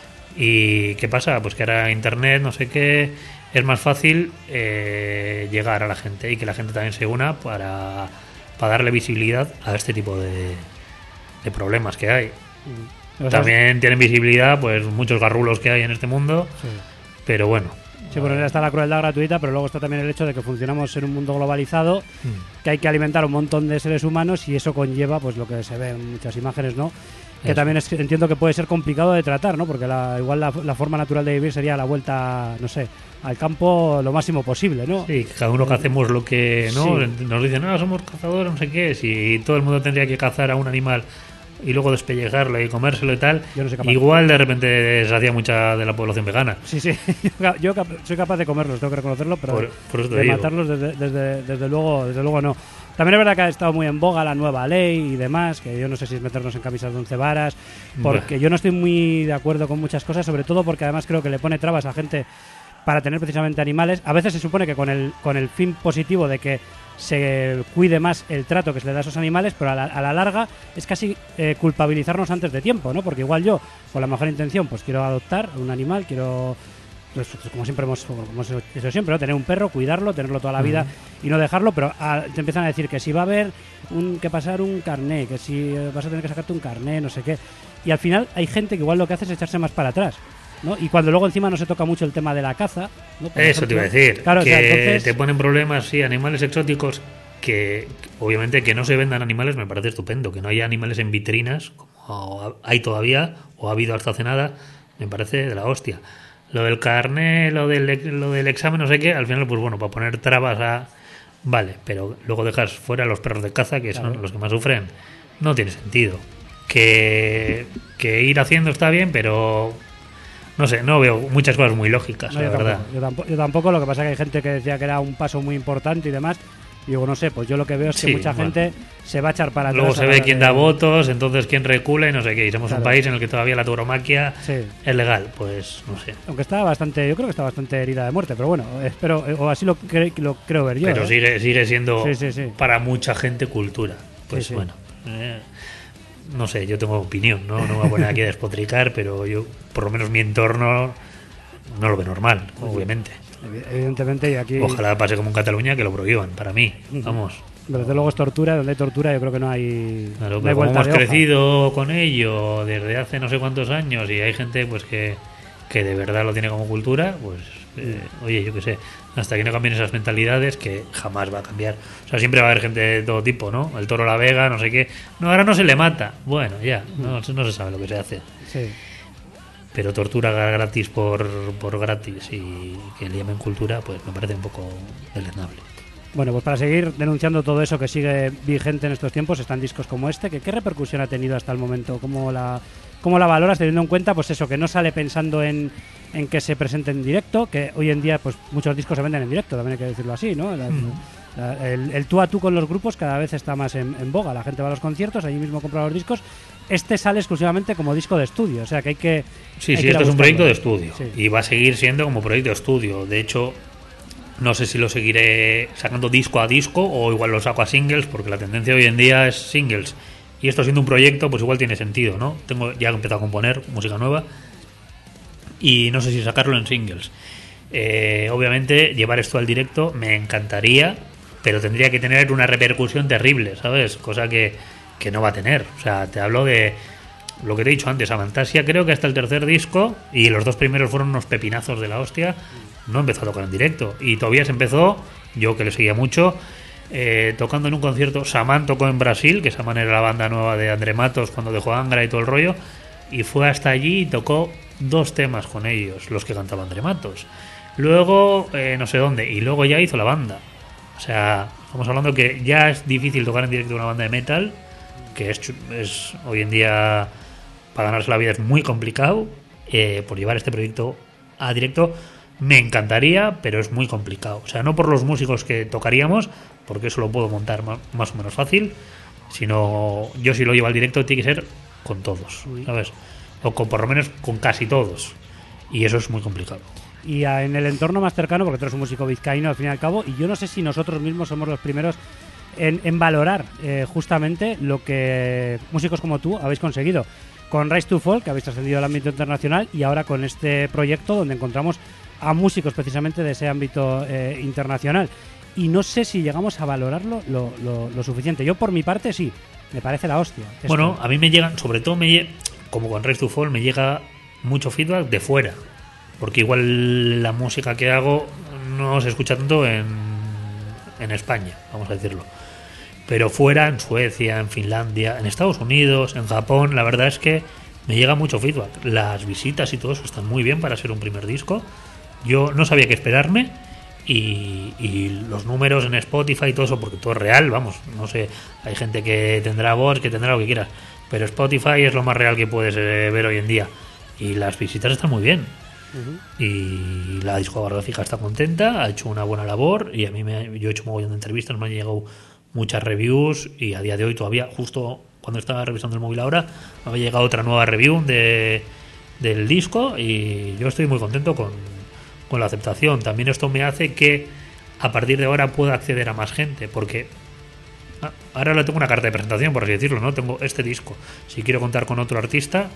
¿Y qué pasa? Pues que ahora internet, no sé qué, es más fácil eh, llegar a la gente, y que la gente también se una para, para darle visibilidad a este tipo de, de problemas que hay. o sea, También tienen visibilidad pues muchos garrulos que hay en este mundo, sí. pero bueno. Sí, bueno, está la crueldad gratuita, pero luego está también el hecho de que funcionamos en un mundo globalizado, Mm. que hay que alimentar a un montón de seres humanos, y eso conlleva pues lo que se ve en muchas imágenes, ¿no? Que Eso. también es, entiendo que puede ser complicado de tratar, ¿no? Porque la, igual la, la forma natural de vivir sería la vuelta, no sé, al campo lo máximo posible, ¿no? Sí, cada uno que hacemos lo que no Sí. nos dicen, no, somos cazadores, no sé qué, si todo el mundo tendría que cazar a un animal y luego despellejarlo y comérselo y tal, Yo no soy capaz. igual de repente se hacía mucha de la población vegana. Sí, sí, yo, yo cap- soy capaz de comerlos, tengo que reconocerlo, pero Por- por eso te de digo. matarlos desde, desde, desde luego desde luego no. También es verdad que ha estado muy en boga la nueva ley y demás, que yo no sé si es meternos en camisas de once varas, porque Buah. yo no estoy muy de acuerdo con muchas cosas, sobre todo porque además creo que le pone trabas a gente para tener precisamente animales. A veces se supone que con el, con el fin positivo de que se cuide más el trato que se le da a esos animales, pero a la, a la larga es casi eh, culpabilizarnos antes de tiempo, ¿no? Porque igual yo, con la mejor intención, pues quiero adoptar un animal, quiero, pues, como siempre hemos, como hemos hecho siempre, ¿no? Tener un perro, cuidarlo, tenerlo toda la vida y no dejarlo, pero a- te empiezan a decir que si va a haber un, que pasar un carné, que si eh, vas a tener que sacarte un carné, no sé qué. Y al final hay gente que igual lo que hace es echarse más para atrás, ¿no? Y cuando luego encima no se toca mucho el tema de la caza, ¿no? Por Eso te iba a ejemplo. decir, Claro, o que sea, entonces- te ponen problemas, sí, animales exóticos, que que obviamente que no se vendan animales me parece estupendo, que no haya animales en vitrinas, como hay todavía, o ha habido hasta hace nada, me parece de la hostia. Lo del carné, lo del, lo del examen, no sé qué, al final, pues bueno, para poner trabas a... Vale, pero luego dejas fuera a los perros de caza, que Claro. son los que más sufren. No tiene sentido. Que, que ir haciendo está bien, pero... No sé, no veo muchas cosas muy lógicas, No, la yo, verdad. tampoco, yo, tampoco, yo tampoco, lo que pasa es que hay gente que decía que era un paso muy importante y demás. Y digo, no sé, pues yo lo que veo es que Sí, mucha bueno. gente se va a echar para atrás. Luego a se la ve hora quién de- da votos, entonces quién recula y no sé qué. Y somos Claro. un país en el que todavía la tauromaquia Sí. es legal, pues no sé. Aunque está bastante, yo creo que está bastante herida de muerte, pero bueno, espero, eh, o así lo, cre- lo creo ver yo. Pero ¿eh? sigue, sigue siendo Sí, sí, sí. para mucha gente cultura. Pues Sí, sí. bueno, eh, no sé, yo tengo opinión, ¿no? No me voy a poner aquí a despotricar, pero yo, por lo menos mi entorno, no lo ve normal, obviamente. Evidentemente, y aquí... Ojalá pase como en Cataluña, que lo prohíban, para mí, vamos. Pero desde luego es tortura, donde hay tortura yo creo que no hay... Claro, no hay pero como hemos de hoja. crecido con ello desde hace no sé cuántos años y hay gente pues que, que de verdad lo tiene como cultura, pues eh, oye, yo qué sé, hasta que no cambien esas mentalidades, que jamás va a cambiar. O sea, siempre va a haber gente de todo tipo, ¿no? El Toro La Vega, no sé qué. No, ahora no se le mata. Bueno, ya, no, no se sabe lo que se hace. Sí. Pero tortura gratis por, por gratis y que le llamen cultura, pues me parece un poco deleznable. Bueno, pues para seguir denunciando todo eso que sigue vigente en estos tiempos, están discos como este. que ¿Qué repercusión ha tenido hasta el momento? ¿Cómo la, cómo la valoras, teniendo en cuenta pues eso, que no sale pensando en, en que se presente en directo, que hoy en día pues muchos discos se venden en directo, también hay que decirlo así, ¿no? La, mm. la, el, el tú a tú con los grupos cada vez está más en, en boga. La gente va a los conciertos, allí mismo compra los discos. Este sale exclusivamente como disco de estudio, o sea que hay que... Sí, hay sí, que esto es un proyecto de estudio, sí. Y va a seguir siendo como proyecto de estudio. De hecho, no sé si lo seguiré sacando disco a disco o igual lo saco a singles, porque la tendencia hoy en día es singles. Y esto siendo un proyecto, pues igual tiene sentido, ¿no? Tengo ya empezado a componer música nueva y no sé si sacarlo en singles. Eh, obviamente, llevar esto al directo me encantaría, pero tendría que tener una repercusión terrible, ¿sabes? Cosa que, que no va a tener. O sea, te hablo de lo que te he dicho antes, Avantasia, creo que hasta el tercer disco, y los dos primeros fueron unos pepinazos de la hostia, no empezó a tocar en directo. Y todavía se empezó, yo que le seguía mucho, eh, tocando en un concierto. Saman tocó en Brasil, que Saman era la banda nueva de André Matos cuando dejó Angra y todo el rollo, y fue hasta allí y tocó dos temas con ellos, los que cantaba André Matos. Luego, eh, no sé dónde, y luego ya hizo la banda. O sea, estamos hablando que ya es difícil tocar en directo una banda de metal, que es, es hoy en día, para ganarse la vida es muy complicado. Eh, por llevar este proyecto a directo me encantaría, pero es muy complicado. O sea, no por los músicos que tocaríamos, porque eso lo puedo montar más, más o menos fácil, sino yo si lo llevo al directo tiene que ser con todos, ¿sabes? O con por lo menos con casi todos, y eso es muy complicado. Y a, en el entorno más cercano, porque tú eres un músico vizcaíno al fin y al cabo, y yo no sé si nosotros mismos somos los primeros en, en valorar eh, justamente lo que músicos como tú habéis conseguido con Rise to Fall, que habéis trascendido al ámbito internacional, y ahora con este proyecto donde encontramos a músicos precisamente de ese ámbito eh, internacional. Y no sé si llegamos a valorarlo lo, lo, lo suficiente. Yo por mi parte sí, me parece la hostia. Esto. Bueno, a mí me llegan, sobre todo me llega, como con Rise to Fall, me llega mucho feedback de fuera, porque igual la música que hago no se escucha tanto en, en España, vamos a decirlo, pero fuera, en Suecia, en Finlandia, en Estados Unidos, en Japón, la verdad es que me llega mucho feedback. Las visitas y todo eso están muy bien para ser un primer disco. Yo no sabía qué esperarme, y, y los números en Spotify y todo eso, porque todo es real, vamos, no sé, hay gente que tendrá voz, que tendrá lo que quieras, pero Spotify es lo más real que puedes eh, ver hoy en día, y las visitas están muy bien. Uh-huh. Y la discográfica está contenta, ha hecho una buena labor, y a mí me, yo he hecho un montón de entrevistas, me han llegado muchas reviews, y a día de hoy todavía, justo cuando estaba revisando el móvil ahora, me había llegado otra nueva review de, del disco, y yo estoy muy contento con, con la aceptación. También esto me hace que a partir de ahora pueda acceder a más gente, porque ahora le tengo una carta de presentación, por así decirlo, ¿no? Tengo este disco, si quiero contar con otro artista,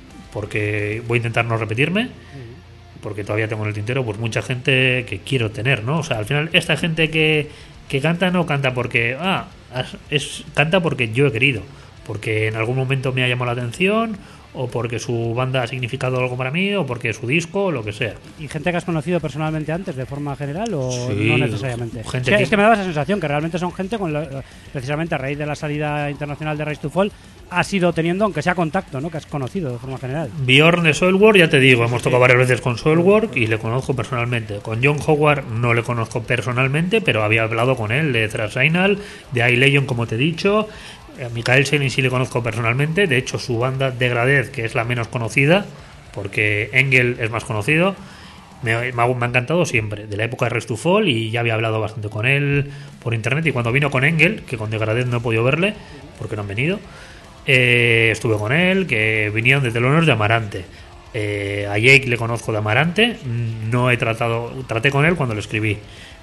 porque voy a intentar no repetirme, porque todavía tengo en el tintero pues mucha gente que quiero tener, ¿no? O sea, al final esta gente que, que canta no canta porque ah, es canta porque yo he querido, porque en algún momento me ha llamado la atención, o porque su banda ha significado algo para mí, o porque su disco, o lo que sea. ¿Y gente que has conocido personalmente antes, de forma general, o sí, no necesariamente? Gente o sea, que... Es que me daba esa sensación, que realmente son gente, con lo, precisamente a raíz de la salida internacional de Rise to Fall, has ido teniendo, aunque sea contacto, ¿no? Que has conocido de forma general. Bjorn de Soilwork, ya te digo, hemos tocado varias veces con Soilwork y le conozco personalmente. Con John Howard no le conozco personalmente, pero había hablado con él de Thrash Signal, de iLegion, como te he dicho. A Michael Selin sí le conozco personalmente, de hecho su banda Degradez, que es la menos conocida, porque Engel es más conocido, me, me, ha, me ha encantado siempre, de la época de Rise to Fall, y ya había hablado bastante con él por internet, y cuando vino con Engel, que con Degradez no he podido verle, porque no han venido, eh, estuve con él, que vinieron desde Teloneros de Amarante. Eh, a Jake le conozco de Amarante, no he tratado, traté con él cuando lo escribí.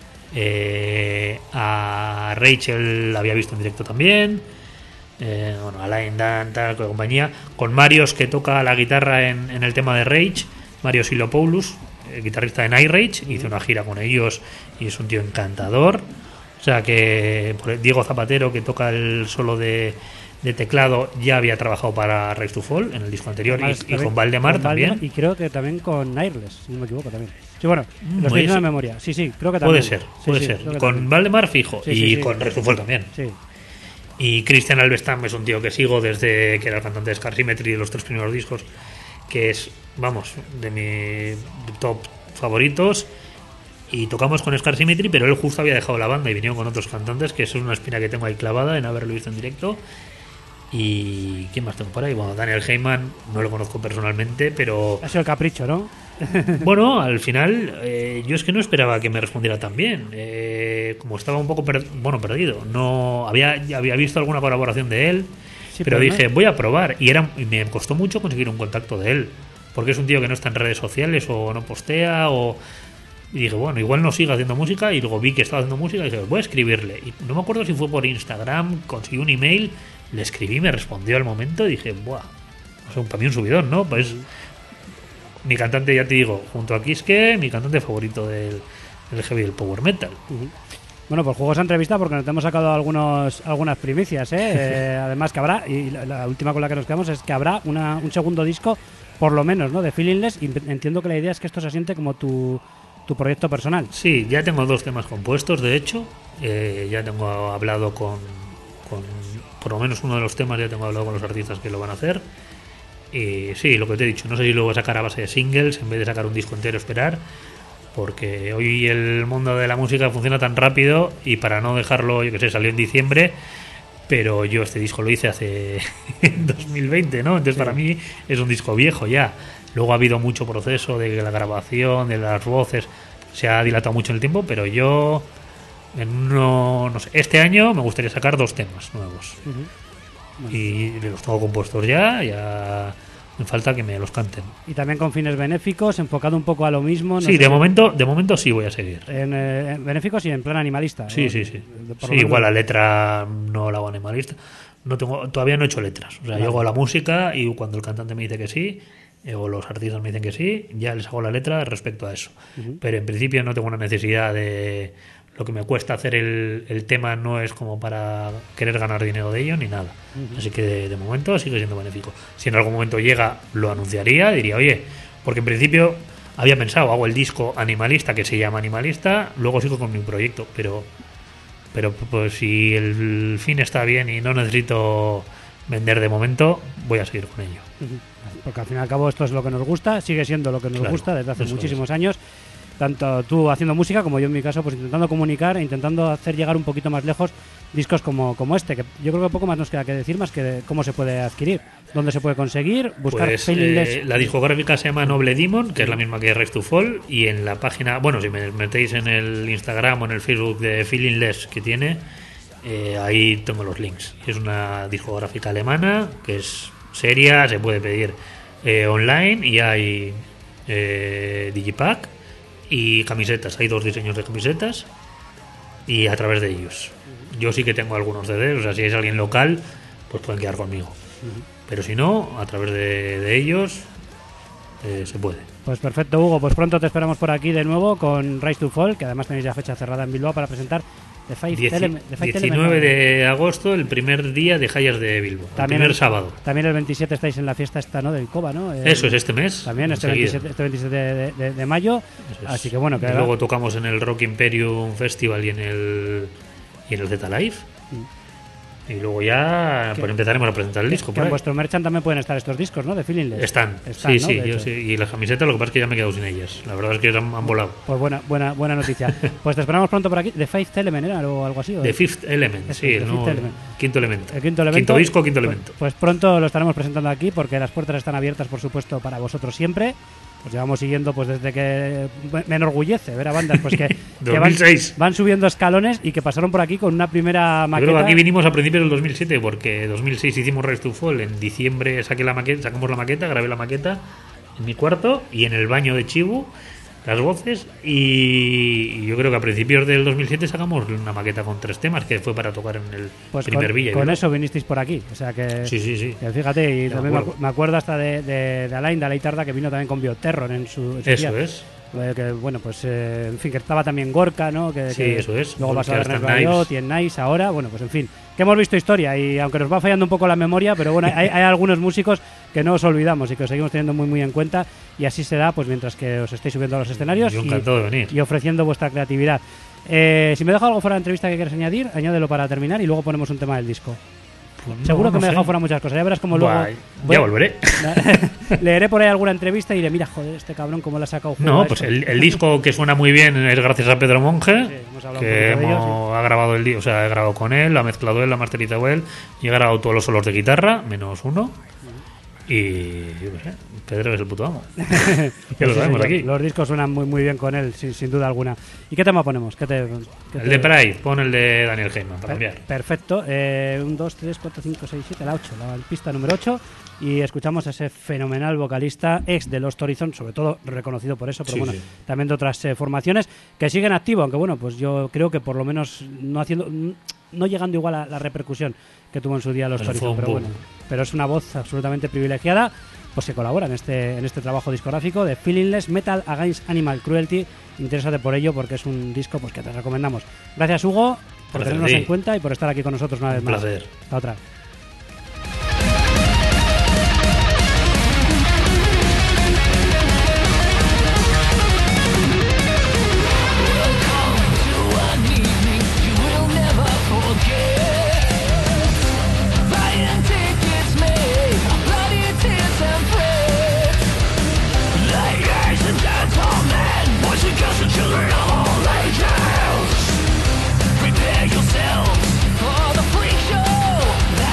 Eh, a Rachel la había visto en directo también. Eh, bueno, Alain Dan, tal, compañía, con Marios, que toca la guitarra en, en el tema de Rage, Marios Silopoulos, el guitarrista de Night Rage, hice una gira con ellos y es un tío encantador. O sea que por Diego Zapatero, que toca el solo de, de teclado, ya había trabajado para Rise to Fall en el disco anterior. Además, y, y con Valdemar con también. Valdemar, y creo que también con Airless, si no me equivoco también. Sí, bueno, lo estoy diciendo de memoria. Sí, sí, creo que también. Puede ser, sí, puede sí, ser. Con también. Valdemar fijo sí, y sí, sí. con Rise to Fall también. Sí. Y Christian Alvestam es un tío que sigo desde que era el cantante de Scar Symmetry de los tres primeros discos, que es, vamos, de mis top favoritos. Y tocamos con Scar Symmetry, pero él justo había dejado la banda y vinieron con otros cantantes, que eso es una espina que tengo ahí clavada en haberlo visto en directo. Y ¿quién más tengo por ahí? Bueno, Daniel Heyman no lo conozco personalmente, pero ha sido el capricho, ¿no? Bueno, al final eh, yo es que no esperaba que me respondiera tan bien. Eh, como estaba un poco per- bueno perdido, no había había visto alguna colaboración de él, sí, pero, pero dije no. voy a probar y era y me costó mucho conseguir un contacto de él, porque es un tío que no está en redes sociales o no postea o y dije, bueno, igual no siga haciendo música, y luego vi que estaba haciendo música y dije, voy a escribirle. Y no me acuerdo si fue por Instagram, conseguí un email, le escribí, me respondió al momento y dije, buah, o sea, para mí un subidón, ¿no? Pues mi cantante, ya te digo, junto a Kiske, mi cantante favorito del, del heavy, del power metal. Uh-huh. Bueno, pues juegos a entrevista porque nos hemos sacado algunos algunas primicias, ¿eh? eh además que habrá, y la, la última con la que nos quedamos es que habrá una, un segundo disco, por lo menos, ¿no? De Feelingless, y entiendo que la idea es que esto se asiente como tu... tu proyecto personal. Sí, ya tengo dos temas compuestos, de hecho. Eh, ya tengo hablado con, con, por lo menos uno de los temas, ya tengo hablado con los artistas que lo van a hacer. Y sí, lo que te he dicho, no sé si luego sacar a base de singles, en vez de sacar un disco entero, esperar, porque hoy el mundo de la música funciona tan rápido y para no dejarlo, yo que sé, salió en diciembre, pero yo este disco lo hice hace dos mil veinte, ¿no? Entonces sí. Para mí es un disco viejo ya. Luego ha habido mucho proceso de la grabación, de las voces, se ha dilatado mucho en el tiempo, pero yo en no, no sé, este año me gustaría sacar dos temas nuevos. Uh-huh. Bueno. Y los tengo compuestos ya, ya me falta que me los canten. Y también con fines benéficos, enfocado un poco a lo mismo. No sí, sé de si... momento, de momento sí voy a seguir. En, eh, en benéficos y en plan animalista. Sí, ¿no? sí, sí. Por sí igual la letra no la hago animalista. No tengo, todavía no he hecho letras. O sea, vale. Yo hago la música y cuando el cantante me dice que sí, o los artistas me dicen que sí, ya les hago la letra respecto a eso. Uh-huh. Pero en principio no tengo una necesidad de... Lo que me cuesta hacer el, el tema no es como para querer ganar dinero de ello ni nada. Uh-huh. Así que de, de momento sigue siendo benéfico. Si en algún momento llega, lo anunciaría, diría, oye, porque en principio había pensado, hago el disco animalista que se llama Animalista, luego sigo con mi proyecto, pero pero pues si el fin está bien y no necesito vender de momento, voy a seguir con ello. Uh-huh. Porque al fin y al cabo esto es lo que nos gusta, sigue siendo lo que nos claro, gusta desde hace muchísimos es. años, tanto tú haciendo música como yo en mi caso, pues intentando comunicar e intentando hacer llegar un poquito más lejos discos como, como este, que yo creo que poco más nos queda que decir, más que de cómo se puede adquirir, dónde se puede conseguir, buscar pues, eh, la discográfica se llama Noble Demon, que es la misma que Rise to Fall, y en la página, bueno, si me metéis en el Instagram o en el Facebook de Feelingless que tiene, eh, ahí tengo los links. Es una discográfica alemana que es seria, se puede pedir eh, online y hay eh, digipack y camisetas, hay dos diseños de camisetas y a través de ellos. Yo sí que tengo algunos C Ds, o sea, si es alguien local, pues pueden quedar conmigo. Uh-huh. Pero si no, a través de, de ellos eh, se puede. Pues perfecto, Hugo, pues pronto te esperamos por aquí de nuevo con Rise to Fall, que además tenéis ya fecha cerrada en Bilbao para presentar The Five Dieci- Element, The Five diecinueve Element. de agosto, el primer día de Hayas de Bilbao, el primer el, sábado. También el veintisiete estáis en la fiesta esta, ¿no? Del Cova, ¿no? El, Eso es este mes. También este veintisiete, este veintisiete de, de, de mayo. Así que bueno. Que y luego tocamos en el Rock Imperium Festival y en el y en el Z Live. Mm. Y luego ya pues empezaremos a presentar el disco. Que en vuestro merchant también pueden estar estos discos, ¿no? De Feelingless. Están, Están, sí, ¿no? sí, yo sí. Y las camisetas, lo que pasa es que ya me he quedado sin ellas. La verdad es que han, han volado. Pues buena buena buena noticia. Pues te esperamos pronto por aquí. The Fifth Element era o algo así. ¿o? The Fifth Element, Eso, sí. The No, Fifth Element. Quinto elemento. El quinto elemento. Quinto disco, quinto elemento. Pues, pues pronto lo estaremos presentando aquí porque las puertas están abiertas, por supuesto, para vosotros siempre. Pues llevamos siguiendo pues desde que me enorgullece ver a bandas pues que, que van, van subiendo escalones y que pasaron por aquí con una primera maqueta. Yo creo que aquí vinimos a principios del dos mil siete porque en dos mil seis hicimos Rise to Fall, en diciembre saqué la maqueta, sacamos la maqueta, grabé la maqueta en mi cuarto y en el baño de Chibu las voces y yo creo que a principios del dos mil siete sacamos una maqueta con tres temas que fue para tocar en el pues primer con, Villa. Con ¿no? Eso vinisteis por aquí, o sea que sí, sí, sí. Que fíjate, y de también acuerdo. me acuerdo hasta de, de, de Alain, de Alain Tarda, que vino también con Bioterror en su, en su Eso día. es. eh, que bueno, pues eh, en fin, que estaba también Gorka, ¿no? Que, Sí, que eso es. luego Gorka, vas a ver está en Bayot Knives. y en Nice ahora, bueno, pues en fin, que hemos visto historia y aunque nos va fallando un poco la memoria, pero bueno, hay, hay algunos músicos que no os olvidamos y que os seguimos teniendo muy muy en cuenta y así será pues mientras que os estéis subiendo a los escenarios Yo y, encantado de venir. y ofreciendo vuestra creatividad. Eh, si me dejo algo fuera de la entrevista que quieres añadir, añádelo para terminar y luego ponemos un tema del disco. Pues no, Seguro que no me he sé. dejado fuera muchas cosas, ya verás como luego... Buah, voy- ya volveré. Leeré por ahí alguna entrevista y diré, mira, joder, este cabrón cómo le ha sacado juego No, a pues esto. el, el disco que suena muy bien es gracias a Pedro Monje, Sí, hemos hablado que un poquito de ello, hemos, ha grabado el di- o sea, ha grabado con él, lo ha mezclado él, lo ha masterizado él, y ha grabado todos los solos de guitarra, menos uno. Y yo qué sé, Pedro es el puto amo. Ya Sí, lo sabemos sí, aquí. Los discos suenan muy muy bien con él, sin, sin duda alguna. ¿Y qué tema ponemos? ¿Qué te, qué El te- de Pride, pon el de Daniel Heyman para Per- cambiar. Perfecto. Eh, un, dos, tres, cuatro, cinco, seis, siete, la ocho, la pista número ocho. Y escuchamos a ese fenomenal vocalista, ex de Lost Horizon, sobre todo reconocido por eso, pero Sí, bueno, sí. también de otras eh, formaciones que siguen activo, aunque bueno, pues yo creo que por lo menos no haciendo, no llegando igual a la repercusión que tuvo en su día Lost Pero fue Horizon, un pero boom. bueno, pero es una voz absolutamente privilegiada, pues que colabora en este en este trabajo discográfico de Feelingless Metal Against Animal Cruelty. Interésate por ello porque es un disco pues que te recomendamos. Gracias, Hugo, por Gracias a tenernos ti. en cuenta y por estar aquí con nosotros una vez Un más. placer. Hasta otra. Prepare yourselves for the freak show.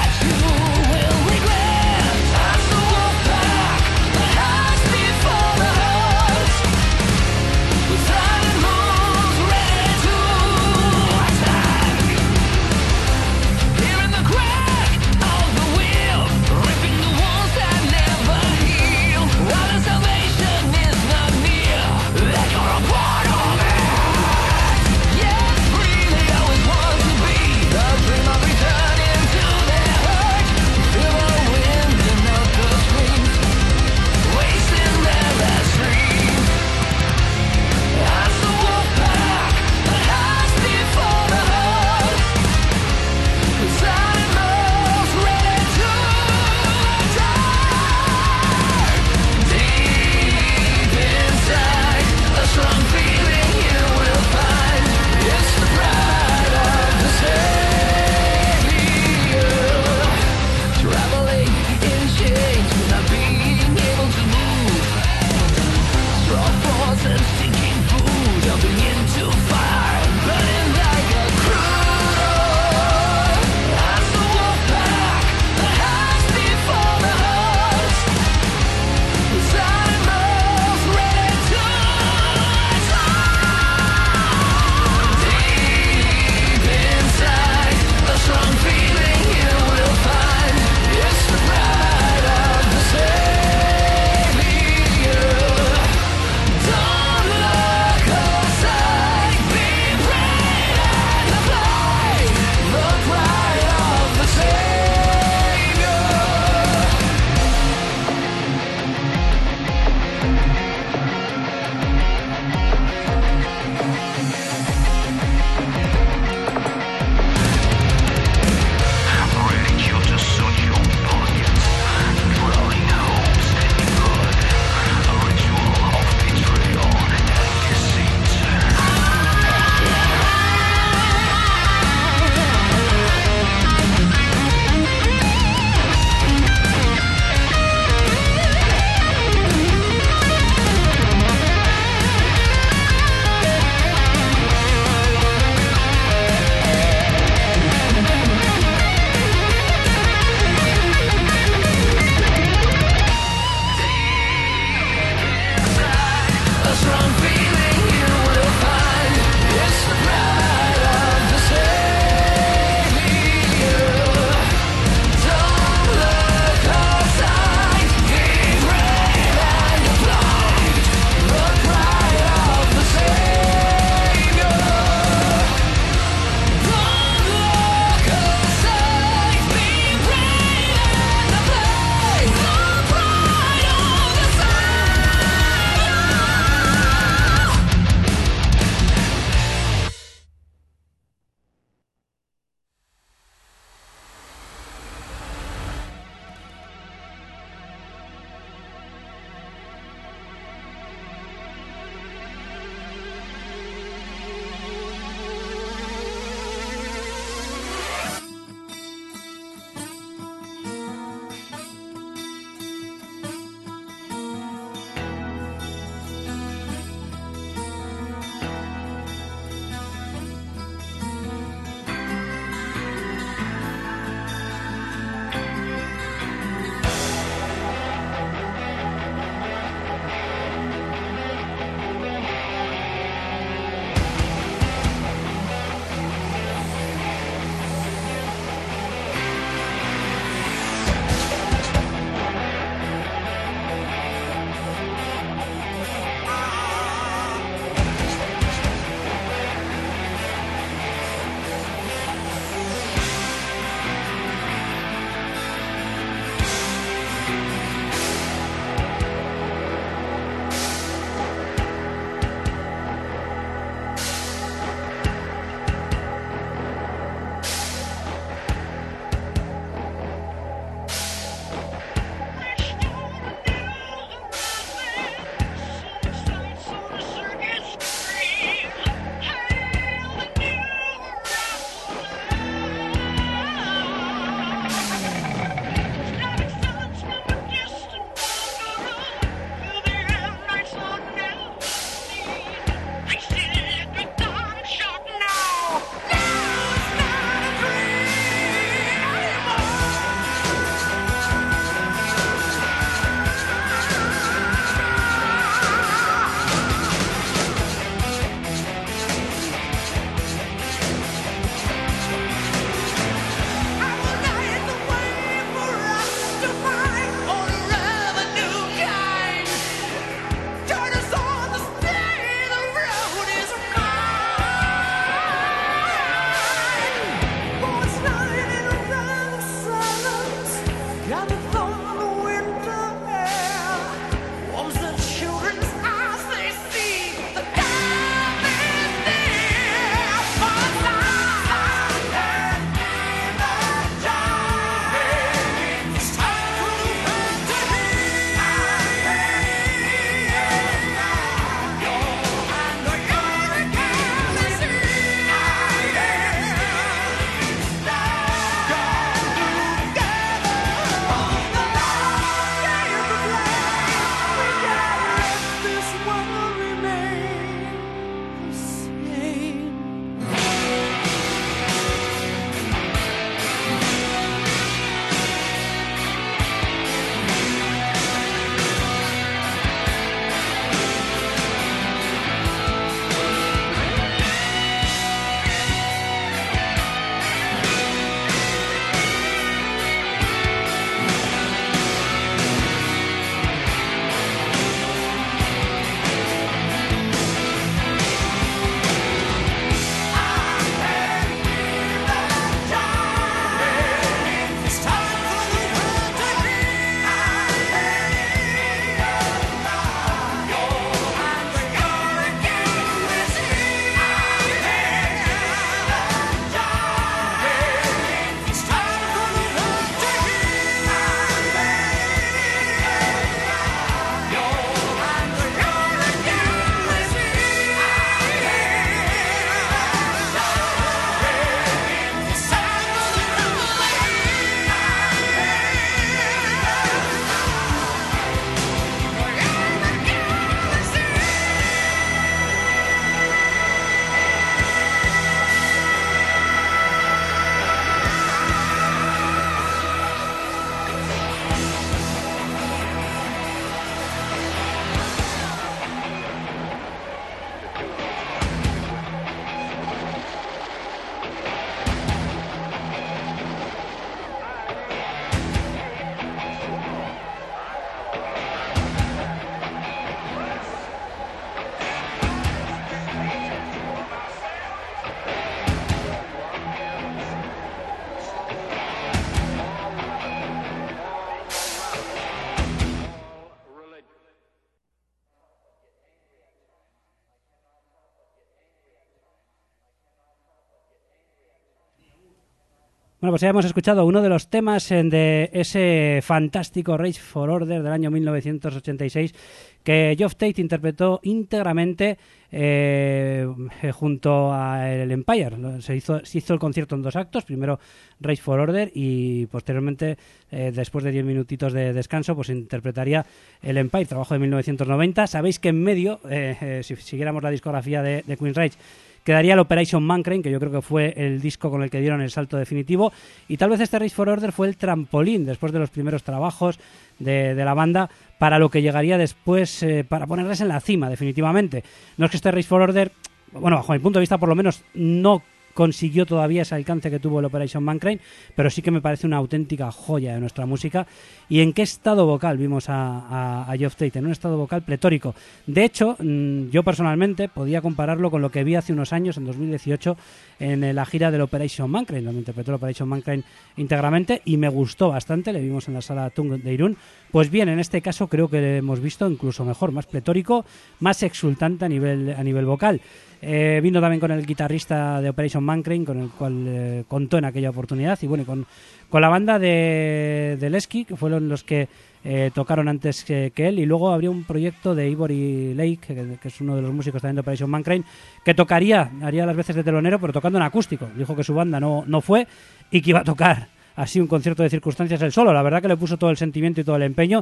Bueno, pues ya hemos escuchado uno de los temas de ese fantástico Rage for Order del año mil novecientos ochenta y seis que Geoff Tate interpretó íntegramente eh, junto a el Empire. Se hizo, se hizo el concierto en dos actos, primero Rage for Order y posteriormente, eh, después de diez minutitos de descanso, pues interpretaría el Empire, trabajo de mil novecientos noventa. Sabéis que en medio, eh, eh, si siguiéramos la discografía de, de Queen's Rage, quedaría el Operation Mankraine, que yo creo que fue el disco con el que dieron el salto definitivo, y tal vez este Rage for Order fue el trampolín después de los primeros trabajos de, de la banda para lo que llegaría después, eh, para ponerles en la cima definitivamente. No es que este Rage for Order, bueno, bajo mi punto de vista por lo menos, no consiguió todavía ese alcance que tuvo el Operation Mankraine, pero sí que me parece una auténtica joya de nuestra música. ¿Y en qué estado vocal vimos a, a, a Geoff Tate? En un estado vocal pletórico. De hecho, mmm, yo personalmente podía compararlo con lo que vi hace unos años, en dos mil dieciocho, en la gira del Operation Mankraine, donde interpretó el Operation Mankraine íntegramente y me gustó bastante. Le vimos en la sala Tung de Irún. Pues bien, en este caso creo que le hemos visto incluso mejor, más pletórico, más exultante a nivel, a nivel vocal. Eh, vino también con el guitarrista de Operation Mankraine, con el cual eh, contó en aquella oportunidad, y bueno, con, con la banda de, de Lesky, que fueron los que eh, tocaron antes que, que él, y luego habría un proyecto de Ivory Lake, que, que es uno de los músicos también de Operation Mankraine, que tocaría, haría las veces de telonero, pero tocando en acústico. Dijo que su banda no, no fue y que iba a tocar así un concierto de circunstancias él solo. La verdad que le puso todo el sentimiento y todo el empeño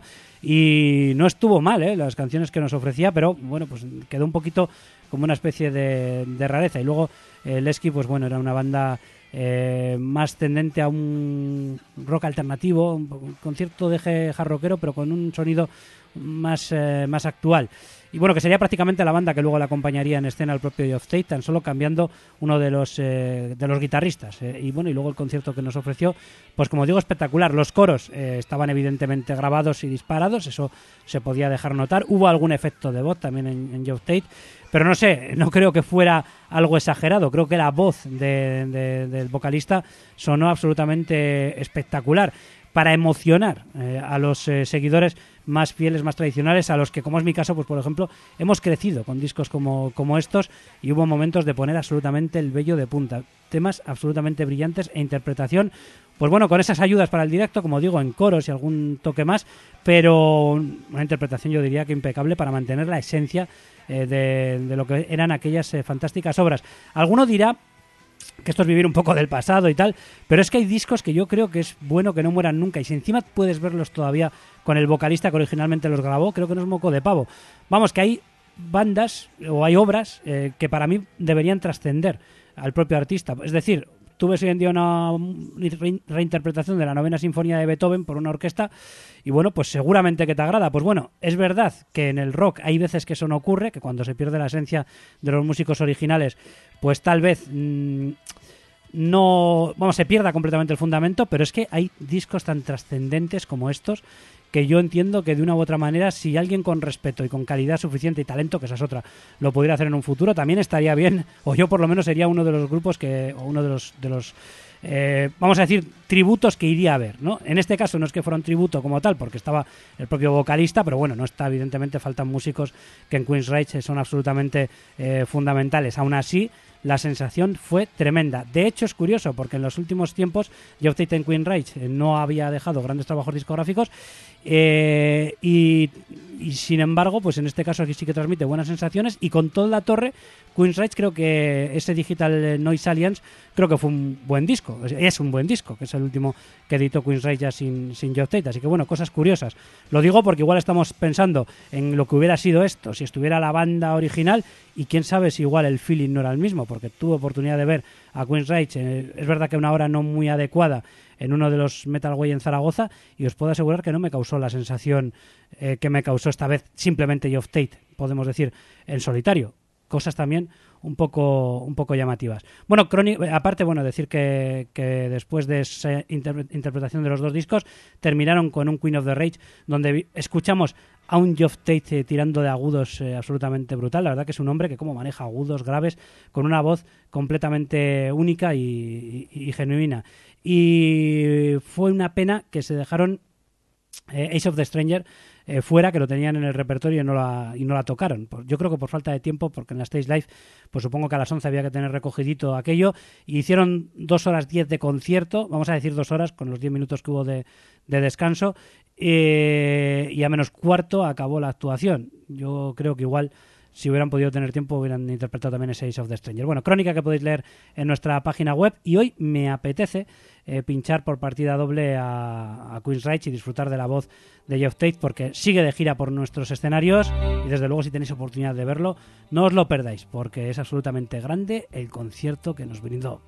y no estuvo mal, ¿eh? Las canciones que nos ofrecía, pero bueno, pues quedó un poquito como una especie de, de rareza. Y luego eh, Lesky, pues bueno, era una banda eh, más tendente a un rock alternativo, un concierto de eje hard rockero, pero con un sonido más, eh, más actual. Y bueno, que sería prácticamente la banda que luego le acompañaría en escena al propio Geoff Tate, tan solo cambiando uno de los eh, de los guitarristas. Eh, y bueno, y luego el concierto que nos ofreció, pues como digo, espectacular. Los coros eh, estaban evidentemente grabados y disparados, eso se podía dejar notar. Hubo algún efecto de voz también en, en Geoff Tate, pero no sé, no creo que fuera algo exagerado. Creo que la voz de, de, del vocalista sonó absolutamente espectacular para emocionar eh, a los eh, seguidores más fieles, más tradicionales, a los que, como es mi caso, pues por ejemplo, hemos crecido con discos como, como estos, y hubo momentos de poner absolutamente el vello de punta. Temas absolutamente brillantes e interpretación, pues bueno, con esas ayudas para el directo, como digo, en coros y algún toque más, pero una interpretación yo diría que impecable para mantener la esencia eh, de, de lo que eran aquellas eh, fantásticas obras. Alguno dirá que esto es vivir un poco del pasado y tal, pero es que hay discos que yo creo que es bueno que no mueran nunca, y si encima puedes verlos todavía con el vocalista que originalmente los grabó, creo que no es moco de pavo. Vamos, que hay bandas o hay obras eh, que para mí deberían trascender al propio artista. Es decir, tú ves hoy en día una reinterpretación de la novena sinfonía de Beethoven por una orquesta y bueno, pues seguramente que te agrada. Pues bueno, es verdad que en el rock hay veces que eso no ocurre, que cuando se pierde la esencia de los músicos originales, pues tal vez mmm, no, vamos, se pierda completamente el fundamento, pero es que hay discos tan trascendentes como estos que yo entiendo que de una u otra manera, si alguien con respeto y con calidad suficiente y talento, que esa es otra, lo pudiera hacer en un futuro, también estaría bien, o yo por lo menos sería uno de los grupos que, o uno de los, de los eh, vamos a decir, tributos que iría a ver, ¿no? En este caso no es que fuera un tributo como tal, porque estaba el propio vocalista, pero bueno, no está, evidentemente faltan músicos que en Queen's Rage son absolutamente eh, fundamentales. Aún así, la sensación fue tremenda. De hecho, es curioso, porque en los últimos tiempos Geoff Tate en Queen's Rage no había dejado grandes trabajos discográficos, eh, y, y sin embargo, pues en este caso aquí sí que transmite buenas sensaciones, y con toda la torre, Queen's Rage, creo que ese Digital Noise Alliance creo que fue un buen disco, es un buen disco, que es el último que editó Queen's Rage ya sin, sin Geoff Tate. Así que bueno, cosas curiosas. Lo digo porque igual estamos pensando en lo que hubiera sido esto si estuviera la banda original, y quién sabe si igual el feeling no era el mismo, porque tuve oportunidad de ver a Queen's Rage, eh, es verdad que una hora no muy adecuada en uno de los Metal Way en Zaragoza, y os puedo asegurar que no me causó la sensación eh, que me causó esta vez simplemente Geoff Tate, podemos decir, en solitario. Cosas también un poco un poco llamativas. Bueno, Chronic, aparte, bueno, decir que, que después de esa inter- interpretación de los dos discos, terminaron con un Queen of the Rage, donde vi- escuchamos a un Geoff Tate eh, tirando de agudos eh, absolutamente brutal. La verdad que es un hombre que como maneja agudos, graves, con una voz completamente única y, y, y genuina. Y fue una pena que se dejaron eh, Ace of the Stranger eh, fuera, que lo tenían en el repertorio y no la, y no la tocaron. Yo creo que por falta de tiempo, porque en la Stage Live, pues supongo que a las once había que tener recogidito aquello, y hicieron dos horas diez de concierto, vamos a decir dos horas, con los diez minutos que hubo de, de descanso, eh, y a menos cuarto acabó la actuación. Yo creo que igual, si hubieran podido tener tiempo, hubieran interpretado también ese Ace of the Stranger. Bueno, crónica que podéis leer en nuestra página web, y hoy me apetece eh, pinchar por partida doble a, a Queensryche y disfrutar de la voz de Geoff Tate, porque sigue de gira por nuestros escenarios, y desde luego, si tenéis oportunidad de verlo, no os lo perdáis, porque es absolutamente grande el concierto que nos brindó.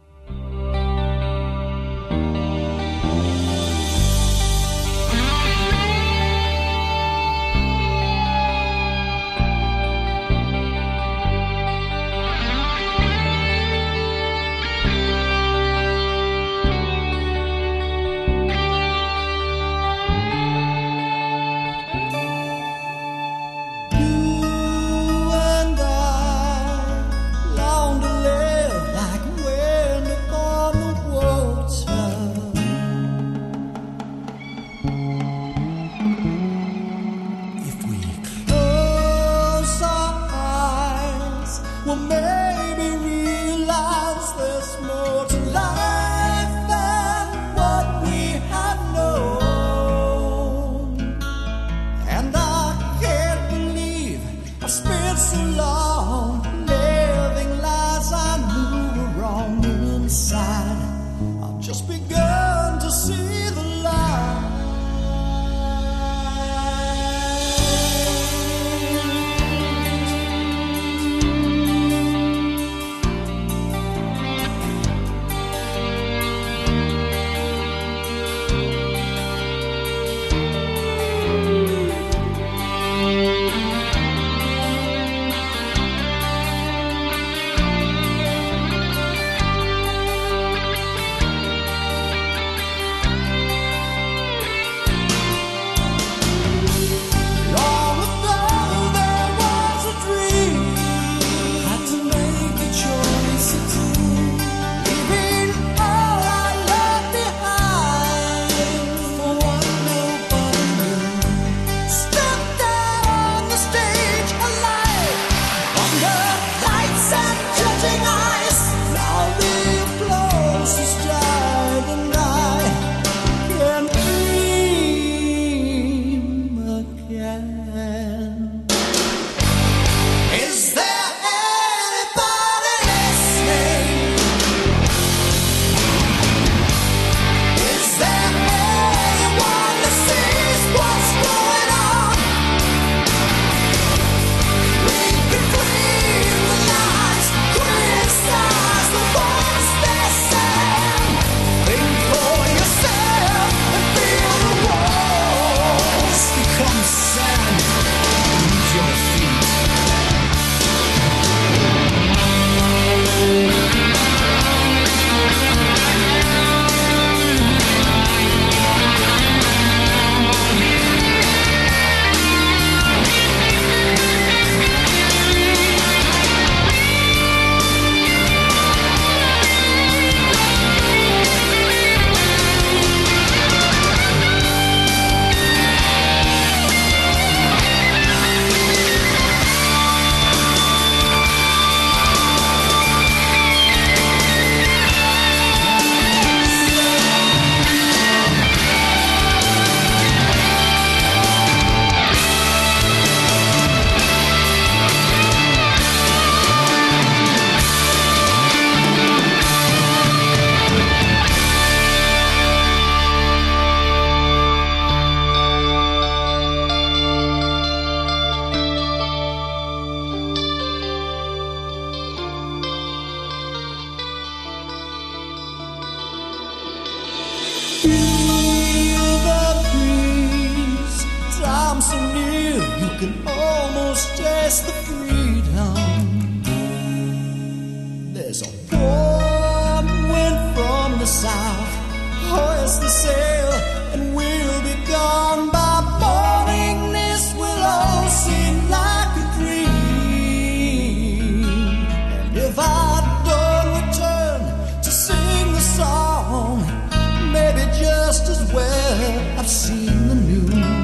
Just as well I've seen the news.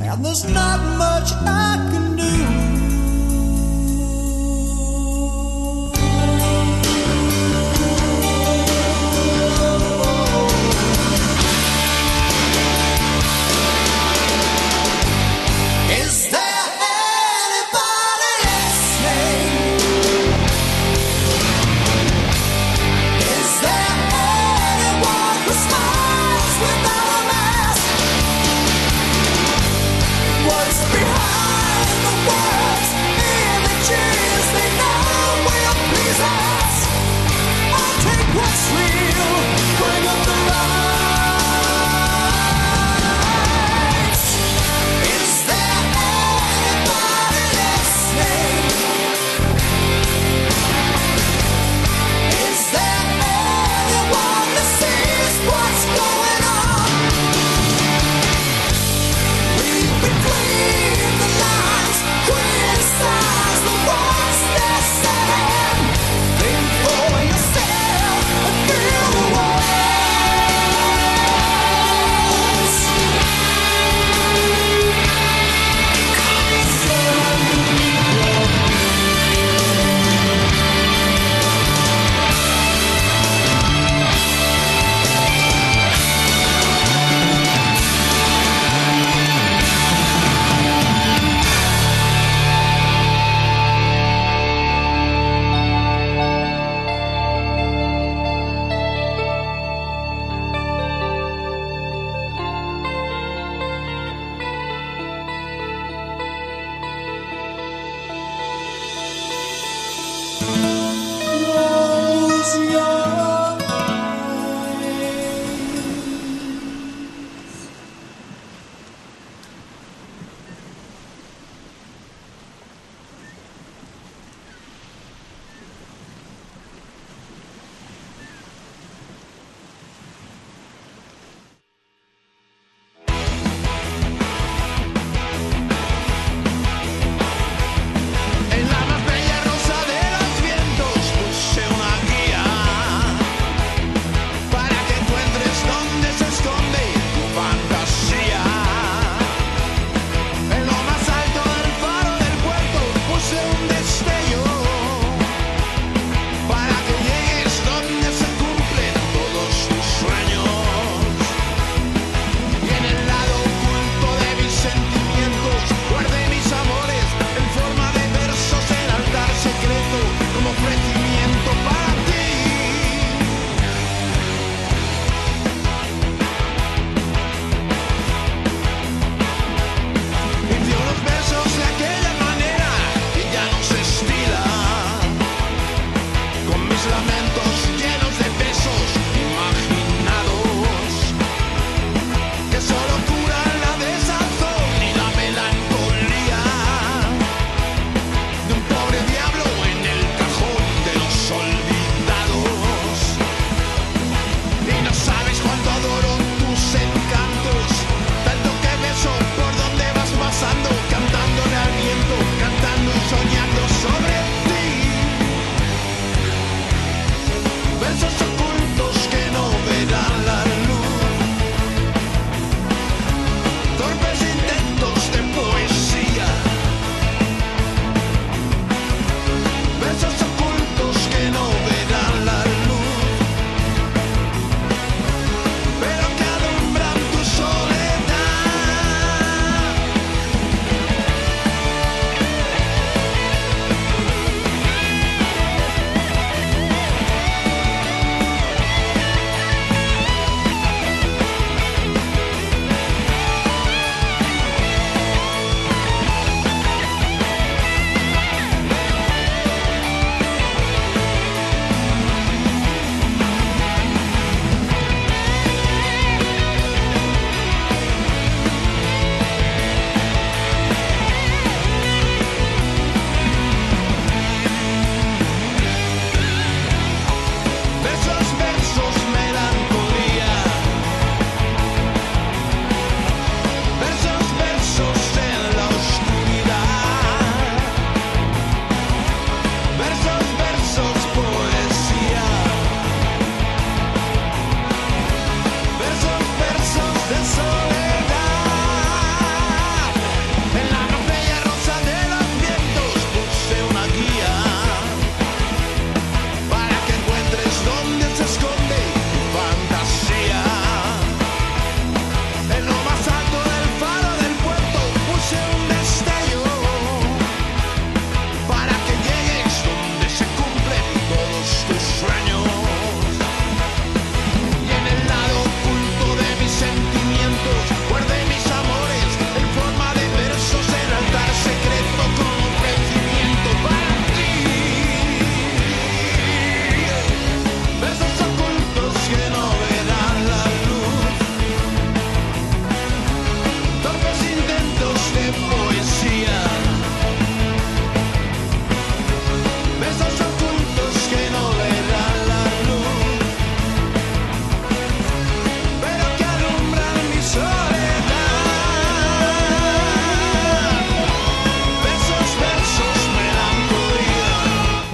and there's not much I can do. Behind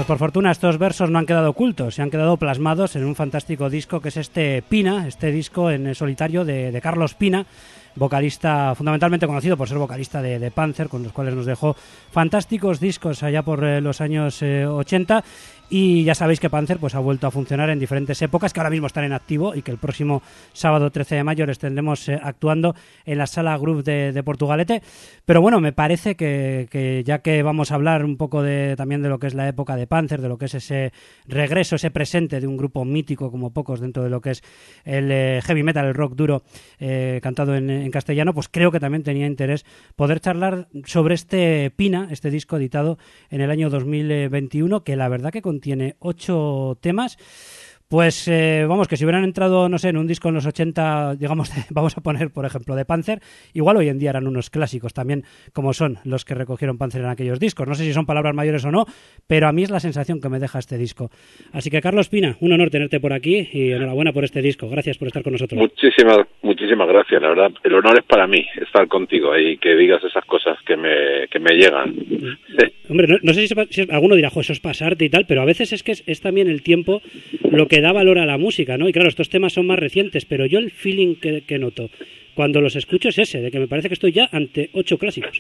Pues por fortuna estos versos no han quedado ocultos, se han quedado plasmados en un fantástico disco que es este Pina, este disco en solitario de, de Carlos Pina, vocalista fundamentalmente conocido por ser vocalista de, de Panzer, con los cuales nos dejó fantásticos discos allá por eh, los años eh, ochenta. Y ya sabéis que Panzer pues ha vuelto a funcionar en diferentes épocas, que ahora mismo están en activo y que el próximo sábado trece de mayo les tendremos eh, actuando en la Sala Groove de, de Portugalete. Pero bueno, me parece que, que ya que vamos a hablar un poco de, también de lo que es la época de Panzer, de lo que es ese regreso, ese presente de un grupo mítico como pocos dentro de lo que es el eh, heavy metal, el rock duro eh, cantado en, en castellano, pues creo que también tenía interés poder charlar sobre este Pina, este disco editado en el año dos mil veintiuno, que la verdad que con tiene ocho temas. Pues eh, vamos, que si hubieran entrado, no sé, en un disco en los ochenta, digamos, vamos a poner, por ejemplo, de Panzer, igual hoy en día eran unos clásicos también, como son los que recogieron Panzer en aquellos discos. No sé si son palabras mayores o no, pero a mí es la sensación que me deja este disco. Así que, Carlos Pina, un honor tenerte por aquí y enhorabuena por este disco. Gracias por estar con nosotros. Muchísimas, muchísimas gracias, la verdad. El honor es para mí estar contigo y que digas esas cosas que me, que me llegan. Sí. Hombre, no, no sé si, si alguno dirá, jo, eso es pasarte y tal, pero a veces es que es, es también el tiempo lo que da valor a la música, ¿no? Y claro, estos temas son más recientes, pero yo el feeling que, que noto cuando los escucho es ese, de que me parece que estoy ya ante ocho clásicos.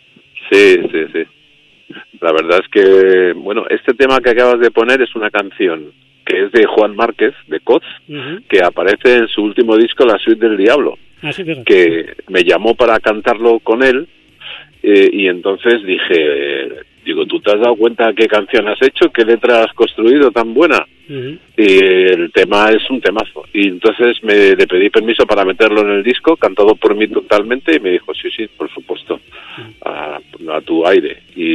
Sí, sí, sí. La verdad es que, bueno, este tema que acabas de poner es una canción que es de Juan Márquez, de Coz, uh-huh. que aparece en su último disco, La Suite del Diablo, ah, sí, fíjate. Que me llamó para cantarlo con él, eh, y entonces dije, digo, ¿tú te has dado cuenta qué canción has hecho? ¿Qué letra has construido tan buena? Uh-huh. Y el tema es un temazo. Y entonces me le pedí permiso para meterlo en el disco, cantado por mí totalmente, y me dijo, sí, sí, por supuesto, uh-huh. a, a tu aire.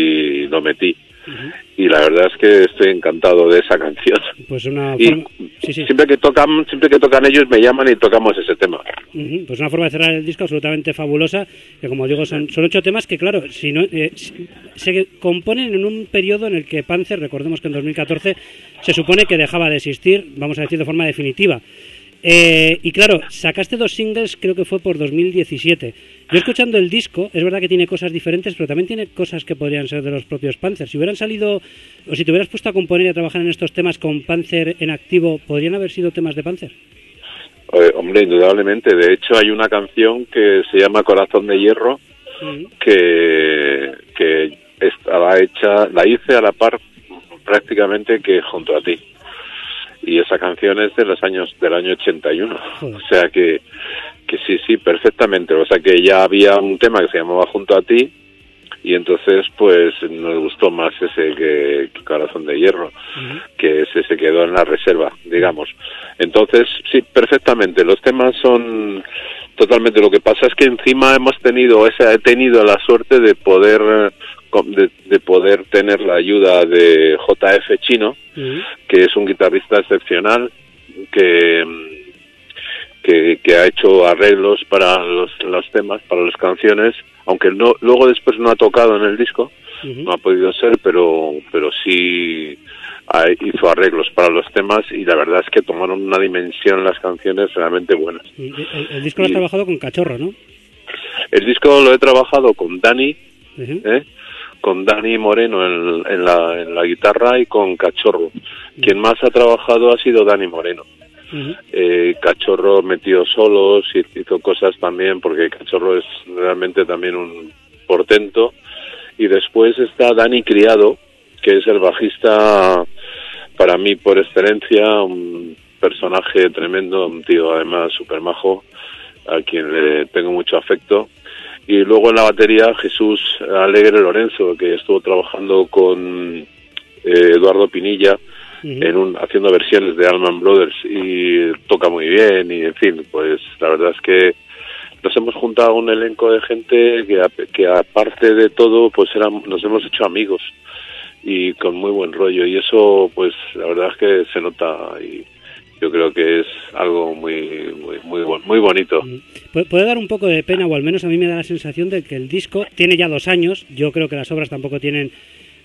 Y lo metí. Uh-huh. Y la verdad es que estoy encantado de esa canción. Pues una y forma... sí, sí. siempre que tocan, siempre que tocan ellos me llaman y tocamos ese tema. Uh-huh. Pues una forma de cerrar el disco absolutamente fabulosa, que como digo son, son ocho temas que claro, si no eh, se componen en un periodo en el que Panzer, recordemos que en dos mil catorce se supone que dejaba de existir, vamos a decir de forma definitiva. Eh, y claro, sacaste dos singles, creo que fue por dos mil diecisiete. Yo escuchando el disco, es verdad que tiene cosas diferentes, pero también tiene cosas que podrían ser de los propios Panzer. Si hubieran salido, o si te hubieras puesto a componer y a trabajar en estos temas con Panzer en activo, ¿podrían haber sido temas de Panzer? Eh, hombre, indudablemente. De hecho, hay una canción que se llama Corazón de Hierro, uh-huh. que, que estaba hecha, la hice a la par prácticamente que Junto a ti. Y esa canción es de los años del año ochenta y uno. Joder. O sea que que sí, sí, perfectamente. O sea que ya había un tema que se llamaba Junto a ti y entonces pues nos gustó más ese que, que Corazón de Hierro, uh-huh. que ese se quedó en la reserva, digamos. Entonces, sí, perfectamente. Los temas son totalmente. Lo que pasa es que encima hemos tenido, esa, he tenido la suerte de poder... De, de poder tener la ayuda de J F Chino, uh-huh. que es un guitarrista excepcional, que, que que ha hecho arreglos para los, los temas, para las canciones, aunque no luego después no ha tocado en el disco, uh-huh. no ha podido ser, pero pero sí ha, hizo arreglos para los temas y la verdad es que tomaron una dimensión las canciones realmente buenas. El, el, el disco lo has y, trabajado con Cachorro, ¿no? El disco lo he trabajado con Dani, uh-huh. ¿eh? con Dani Moreno en, en, la, en la guitarra y con Cachorro. Uh-huh. Quien más ha trabajado ha sido Dani Moreno. Uh-huh. Eh, Cachorro metió solos y hizo cosas también, porque Cachorro es realmente también un portento. Y después está Dani Criado, que es el bajista para mí por excelencia, un personaje tremendo, un tío además súper majo, a quien le tengo mucho afecto. Y luego en la batería Jesús Alegre Lorenzo, que estuvo trabajando con eh, Eduardo Pinilla uh-huh. en un, haciendo versiones de Allman Brothers y toca muy bien y en fin, pues la verdad es que nos hemos juntado un elenco de gente que, que aparte de todo pues eran, nos hemos hecho amigos y con muy buen rollo y eso pues la verdad es que se nota y yo creo que es algo muy muy muy muy bonito. Puede dar un poco de pena, o al menos a mí me da la sensación de que el disco tiene ya dos años. Yo creo que las obras tampoco tienen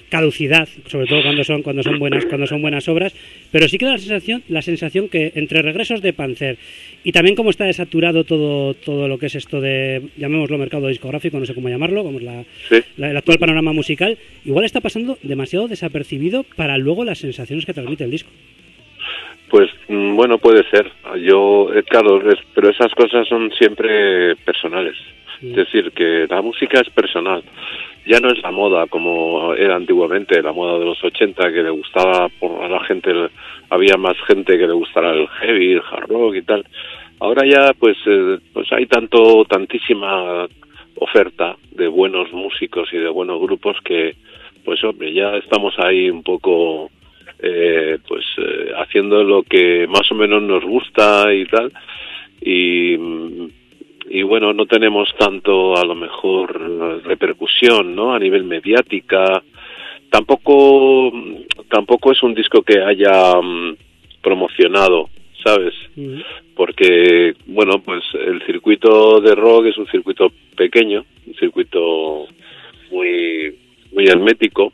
caducidad, sobre todo cuando son cuando son buenas cuando son buenas obras, pero sí que da la sensación la sensación que entre regresos de Panzer y también como está desaturado todo todo lo que es esto de, llamémoslo, mercado discográfico, no sé cómo llamarlo, como es la, sí. la el actual panorama musical, igual está pasando demasiado desapercibido para luego las sensaciones que transmite el disco. Pues bueno, puede ser. Yo, eh, claro, es, pero esas cosas son siempre personales. Sí. Es decir, que la música es personal. Ya no es la moda como era antiguamente, la moda de los ochenta, que le gustaba por a la gente, había más gente que le gustara el heavy, el hard rock y tal. Ahora ya pues eh, pues hay tanto tantísima oferta de buenos músicos y de buenos grupos que pues hombre, ya estamos ahí un poco eh, pues eh, haciendo lo que más o menos nos gusta y tal, y y bueno, no tenemos tanto a lo mejor repercusión, ¿no? A nivel mediática. Tampoco tampoco es un disco que haya um, promocionado, ¿sabes? Uh-huh. Porque bueno, pues el circuito de rock es un circuito pequeño, un circuito muy muy hermético,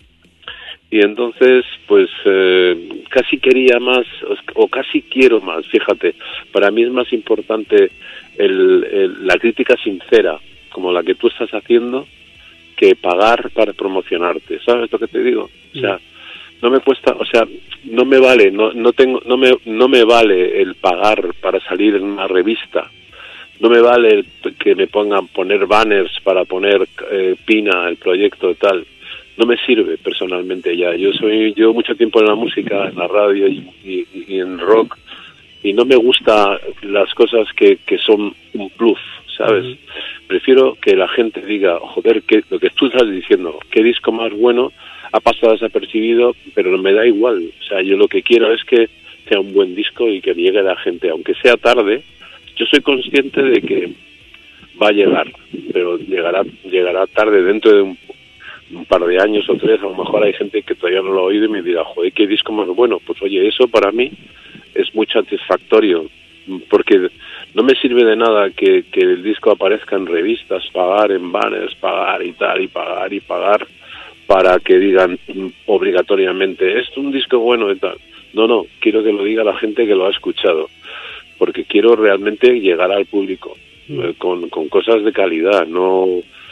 y entonces pues eh, casi quería más o casi quiero más, fíjate, para mí es más importante el, el, la crítica sincera como la que tú estás haciendo que pagar para promocionarte, ¿sabes lo que te digo? O sea, no me cuesta, o sea, no me vale, no no tengo no me no me vale el pagar para salir en una revista. No me vale el que me pongan poner banners para poner eh, Pina el proyecto y tal. No me sirve personalmente ya. Yo soy llevo mucho tiempo en la música, en la radio y, y, y en rock, y no me gusta las cosas que, que son un plus, ¿sabes? Uh-huh. Prefiero que la gente diga, joder, que lo que tú estás diciendo, qué disco más bueno, ha pasado desapercibido, pero me da igual. O sea, yo lo que quiero es que sea un buen disco y que llegue a la gente, aunque sea tarde. Yo soy consciente de que va a llegar, pero llegará llegará tarde, dentro de un, un par de años o tres. A lo mejor hay gente que todavía no lo ha oído y me dirá, joder, qué disco más bueno. Pues oye, eso para mí es muy satisfactorio, porque no me sirve de nada que, que el disco aparezca en revistas, pagar en banners, pagar y tal, y pagar y pagar, para que digan obligatoriamente, es un disco bueno y tal. No, no, quiero que lo diga la gente que lo ha escuchado, porque quiero realmente llegar al público eh, con, con cosas de calidad, no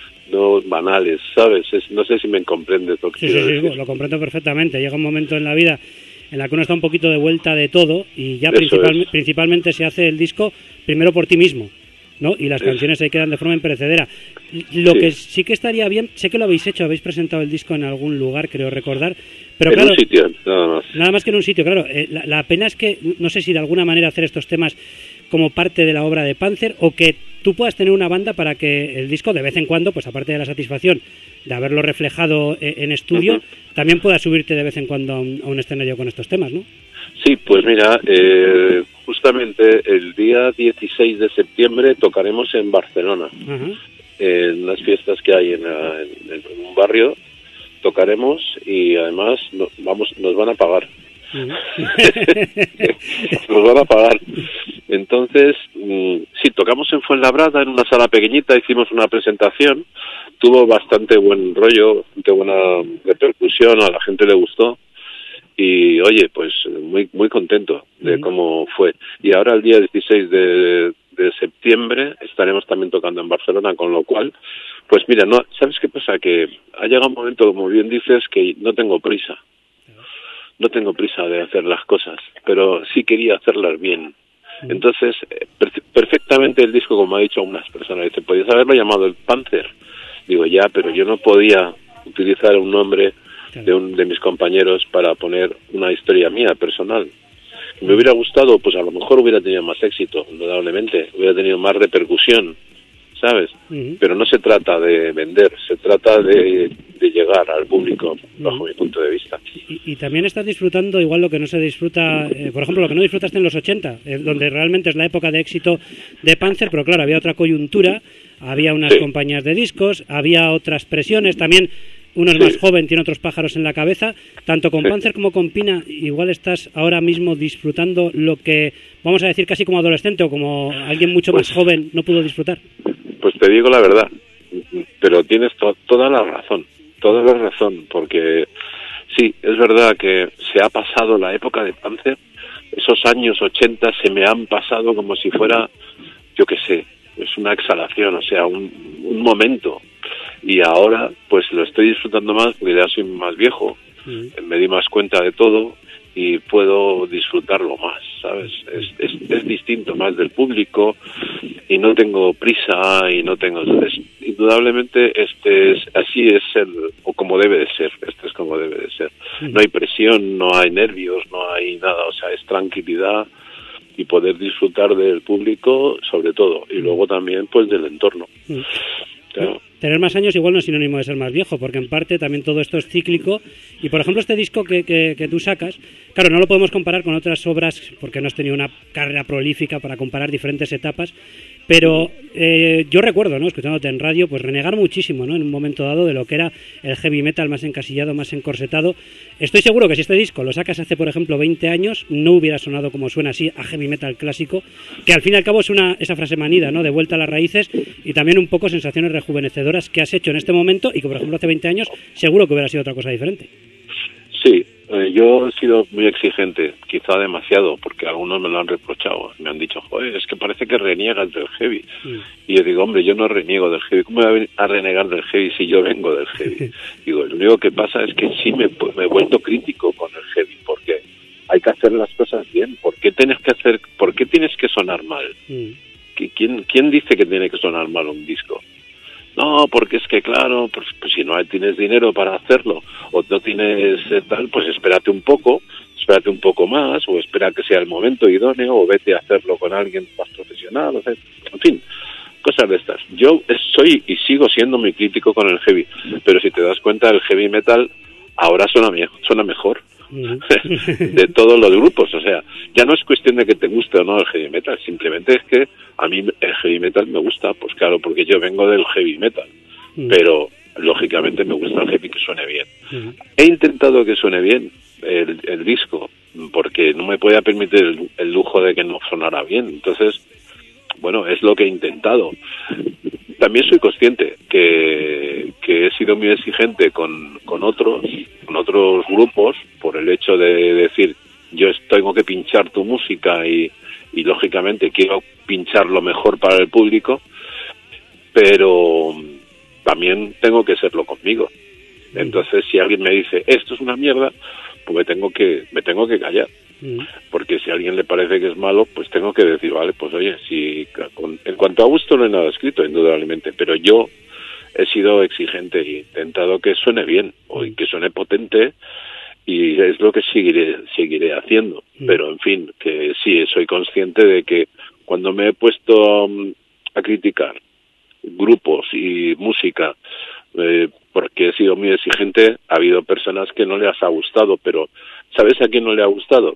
no banales, ¿sabes? Es, no sé si me comprendes lo que sí, quiero sí, decir. Sí, lo comprendo perfectamente. Llega un momento en la vida en la que uno está un poquito de vuelta de todo y ya principal, es. principalmente se hace el disco primero por ti mismo, ¿no? Y las es. canciones se quedan de forma imperecedera. Lo sí. que sí que estaría bien, sé que lo habéis hecho, habéis presentado el disco en algún lugar, creo recordar, pero en claro, un sitio, nada más. Nada más que en un sitio, claro. Eh, la, la pena es que, no sé si de alguna manera hacer estos temas como parte de la obra de Panzer, o que tú puedas tener una banda para que el disco de vez en cuando, pues aparte de la satisfacción de haberlo reflejado en estudio, uh-huh. también pueda subirte de vez en cuando a un, a un escenario con estos temas, ¿no? Sí, pues mira, eh, justamente el día dieciséis de septiembre tocaremos en Barcelona, uh-huh. en las fiestas que hay en, la, en, en un barrio, tocaremos y además no, vamos, nos van a pagar. Uh-huh. Nos van a pagar. Entonces, mmm, sí, tocamos en Fuenlabrada, en una sala pequeñita, hicimos una presentación, tuvo bastante buen rollo, bastante buena repercusión, a la gente le gustó. Y oye, pues muy muy contento de cómo fue. Y ahora el día dieciséis de, de septiembre estaremos también tocando en Barcelona, con lo cual, pues mira, no, ¿sabes qué pasa? Que ha llegado un momento, como bien dices, que no tengo prisa. No tengo prisa de hacer las cosas, pero sí quería hacerlas bien. Entonces, per- perfectamente el disco, como ha dicho unas personas, dice, podías haberlo llamado el Panzer. Digo, ya, pero yo no podía utilizar un nombre de un de mis compañeros para poner una historia mía, personal. Me hubiera gustado, pues a lo mejor hubiera tenido más éxito, indudablemente, hubiera tenido más repercusión, ¿sabes? Uh-huh. Pero no se trata de vender, se trata de, de llegar al público, bajo uh-huh. mi punto de vista. Y, y también estás disfrutando igual lo que no se disfruta, eh, por ejemplo, lo que no disfrutaste en los ochenta, eh, donde realmente es la época de éxito de Panzer, pero claro, había otra coyuntura, había unas sí. compañías de discos, había otras presiones, también uno es sí. más joven, tiene otros pájaros en la cabeza. Tanto con sí. Panzer como con Pina, igual estás ahora mismo disfrutando lo que, vamos a decir, casi como adolescente o como alguien mucho pues, más joven no pudo disfrutar. Pues te digo la verdad, pero tienes to- toda la razón, toda la razón, porque Sí, es verdad que se ha pasado la época de Panzer. Esos años ochenta se me han pasado como si fuera, yo qué sé, es una exhalación, o sea, un, un momento. Y ahora, pues lo estoy disfrutando más porque ya soy más viejo, mm. me di más cuenta de todo y puedo disfrutarlo más, ¿sabes? Es, es, es distinto más del público y no tengo prisa y no tengo... Es, indudablemente este es, así es el, o como debe de ser, este es como debe de ser. No hay presión, no hay nervios, no hay nada, o sea, es tranquilidad y poder disfrutar del público sobre todo y luego también pues del entorno. Claro. Tener más años igual no es sinónimo de ser más viejo, porque en parte también todo esto es cíclico. Y por ejemplo este disco que, que, que tú sacas, claro, no lo podemos comparar con otras obras porque no has tenido una carrera prolífica para comparar diferentes etapas, pero eh, yo recuerdo, ¿no?, escuchándote en radio, pues renegar muchísimo, ¿no?, en un momento dado de lo que era el heavy metal más encasillado, más encorsetado. Estoy seguro que si este disco lo sacas hace, por ejemplo, veinte años, no hubiera sonado como suena así a heavy metal clásico, que al fin y al cabo es una esa frase manida, ¿no?, de vuelta a las raíces y también un poco sensaciones rejuvenecedoras que has hecho en este momento y que, por ejemplo, hace veinte años seguro que hubiera sido otra cosa diferente. Sí, eh, yo he sido muy exigente, quizá demasiado, porque algunos me lo han reprochado. Me han dicho, joder, es que parece que reniegas del heavy. Mm. Y yo digo, hombre, yo no reniego del heavy. ¿Cómo voy a renegar del heavy si yo vengo del heavy? Digo, lo único que pasa es que sí me, me he vuelto crítico con el heavy, porque hay que hacer las cosas bien. ¿Por qué tienes que hacer, por qué tienes que sonar mal? Mm. ¿Quién, ¿Quién dice que tiene que sonar mal un disco? No, porque es que claro, pues, pues si no tienes dinero para hacerlo o no tienes eh, tal, pues espérate un poco, espérate un poco más o espera que sea el momento idóneo o vete a hacerlo con alguien más profesional, o sea, en fin, cosas de estas. Yo soy y sigo siendo muy crítico con el heavy, pero si te das cuenta el heavy metal ahora suena, suena mejor. De todos los grupos, o sea, ya no es cuestión de que te guste o no el heavy metal, simplemente es que a mí el heavy metal me gusta, pues claro, porque yo vengo del heavy metal, mm. pero lógicamente me gusta el heavy que suene bien. Mm. He intentado que suene bien el, el disco, porque no me podía permitir el, el lujo de que no sonara bien, entonces, bueno, es lo que he intentado. También soy consciente que, que he sido muy exigente con, con otros, con otros grupos, por el hecho de decir, yo tengo que pinchar tu música y, y lógicamente quiero pinchar lo mejor para el público, pero también tengo que serlo conmigo. Entonces, si alguien me dice, esto es una mierda, pues me tengo que, me tengo que callar. Porque si a alguien le parece que es malo, pues tengo que decir, vale, pues oye, si con, en cuanto a gusto no hay nada escrito, indudablemente, pero yo he sido exigente y he intentado que suene bien o que suene potente y es lo que seguiré seguiré haciendo. Pero en fin, que sí, soy consciente de que cuando me he puesto um, a criticar grupos y música, eh, porque he sido muy exigente, ha habido personas que no les ha gustado, pero ¿sabes a quién no le ha gustado?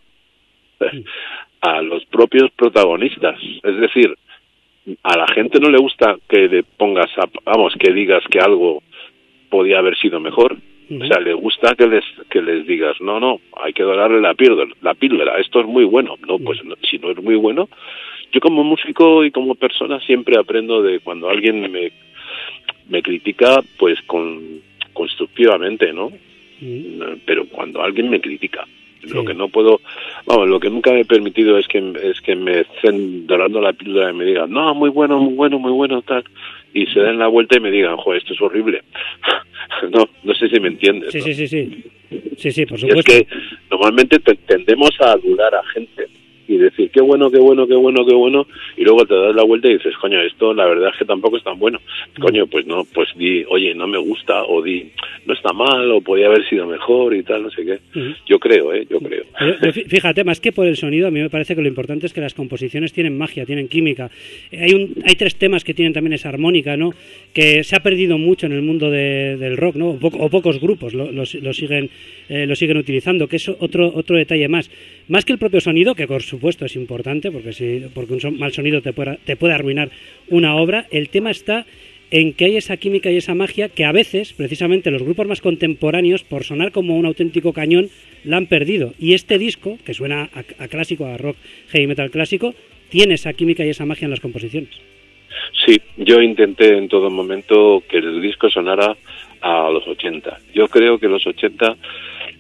A los propios protagonistas, es decir, a la gente no le gusta que le pongas, a, vamos, que digas que algo podía haber sido mejor, uh-huh. O sea, le gusta que les que les digas, no, no, hay que dorarle la píldora, la píldora, esto es muy bueno, no, pues no, si no es muy bueno, yo como músico y como persona siempre aprendo de cuando alguien me, me critica, pues con constructivamente, ¿no? Uh-huh. Pero cuando alguien me critica, sí. Lo que no puedo, vamos, lo que nunca me he permitido es que es que me estén dorando la píldora y me digan, no, muy bueno, muy bueno, muy bueno, tal, y se den la vuelta y me digan, joder, esto es horrible. no, no sé si me entiendes. Sí, ¿no? sí, sí, sí, sí, sí, por supuesto. Y es que normalmente te, tendemos a adular a gente y decir, qué bueno, qué bueno, qué bueno, qué bueno, y luego te das la vuelta y dices, coño, esto la verdad es que tampoco es tan bueno. Mm. Coño, pues no, pues di, oye, no me gusta, o di, no está mal, o podría haber sido mejor y tal, no sé qué. Mm. Yo creo, ¿eh? Yo creo. Pero, fíjate, más que por el sonido, a mí me parece que lo importante es que las composiciones tienen magia, tienen química. Hay un, hay tres temas que tienen también esa armónica, ¿no? Que se ha perdido mucho en el mundo de, del rock, ¿no? O, po- o pocos grupos lo, lo, lo siguen eh, lo siguen utilizando, que es otro otro detalle más. Más que el propio sonido, que por supuesto es importante, porque si porque un son, mal sonido te puede, te puede arruinar una obra, el tema está en que hay esa química y esa magia que a veces, precisamente los grupos más contemporáneos, por sonar como un auténtico cañón, la han perdido. Y este disco, que suena a, a clásico, a rock, heavy metal clásico, tiene esa química y esa magia en las composiciones. Sí, yo intenté en todo momento que el disco sonara a los ochenta. Yo creo que los ochenta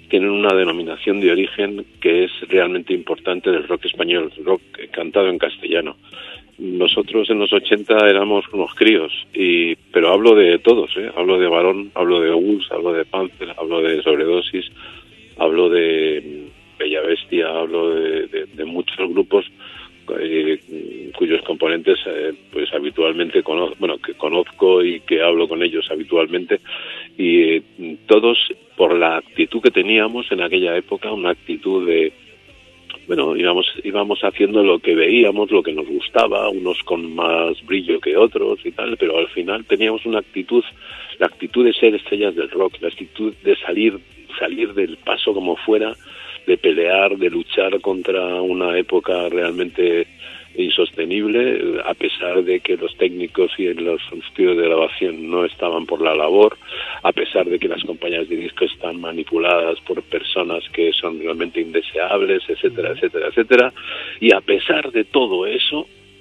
tienen una denominación de origen que es realmente importante del rock español, rock cantado en castellano. Nosotros en los ochenta éramos unos críos, y pero hablo de todos, ¿eh? Hablo de Varón, hablo de Obús, hablo de Panther, hablo de Sobredosis, hablo de Bella Bestia, hablo de, de, de muchos grupos eh, cuyos componentes eh, pues habitualmente conozco, bueno, que conozco y que hablo con ellos habitualmente, y eh, todos por la actitud que teníamos en aquella época, una actitud de bueno, íbamos íbamos haciendo lo que veíamos, lo que nos gustaba, unos con más brillo que otros y tal, pero al final teníamos una actitud, la actitud de ser estrellas del rock, la actitud de salir salir del paso como fuera, de pelear, de luchar contra una época realmente insostenible, a pesar de que los técnicos y los estudios de grabación no estaban por la labor, a pesar de que las compañías de discos están manipuladas por personas que son realmente indeseables, etcétera, etcétera, etcétera, y a pesar de todo eso,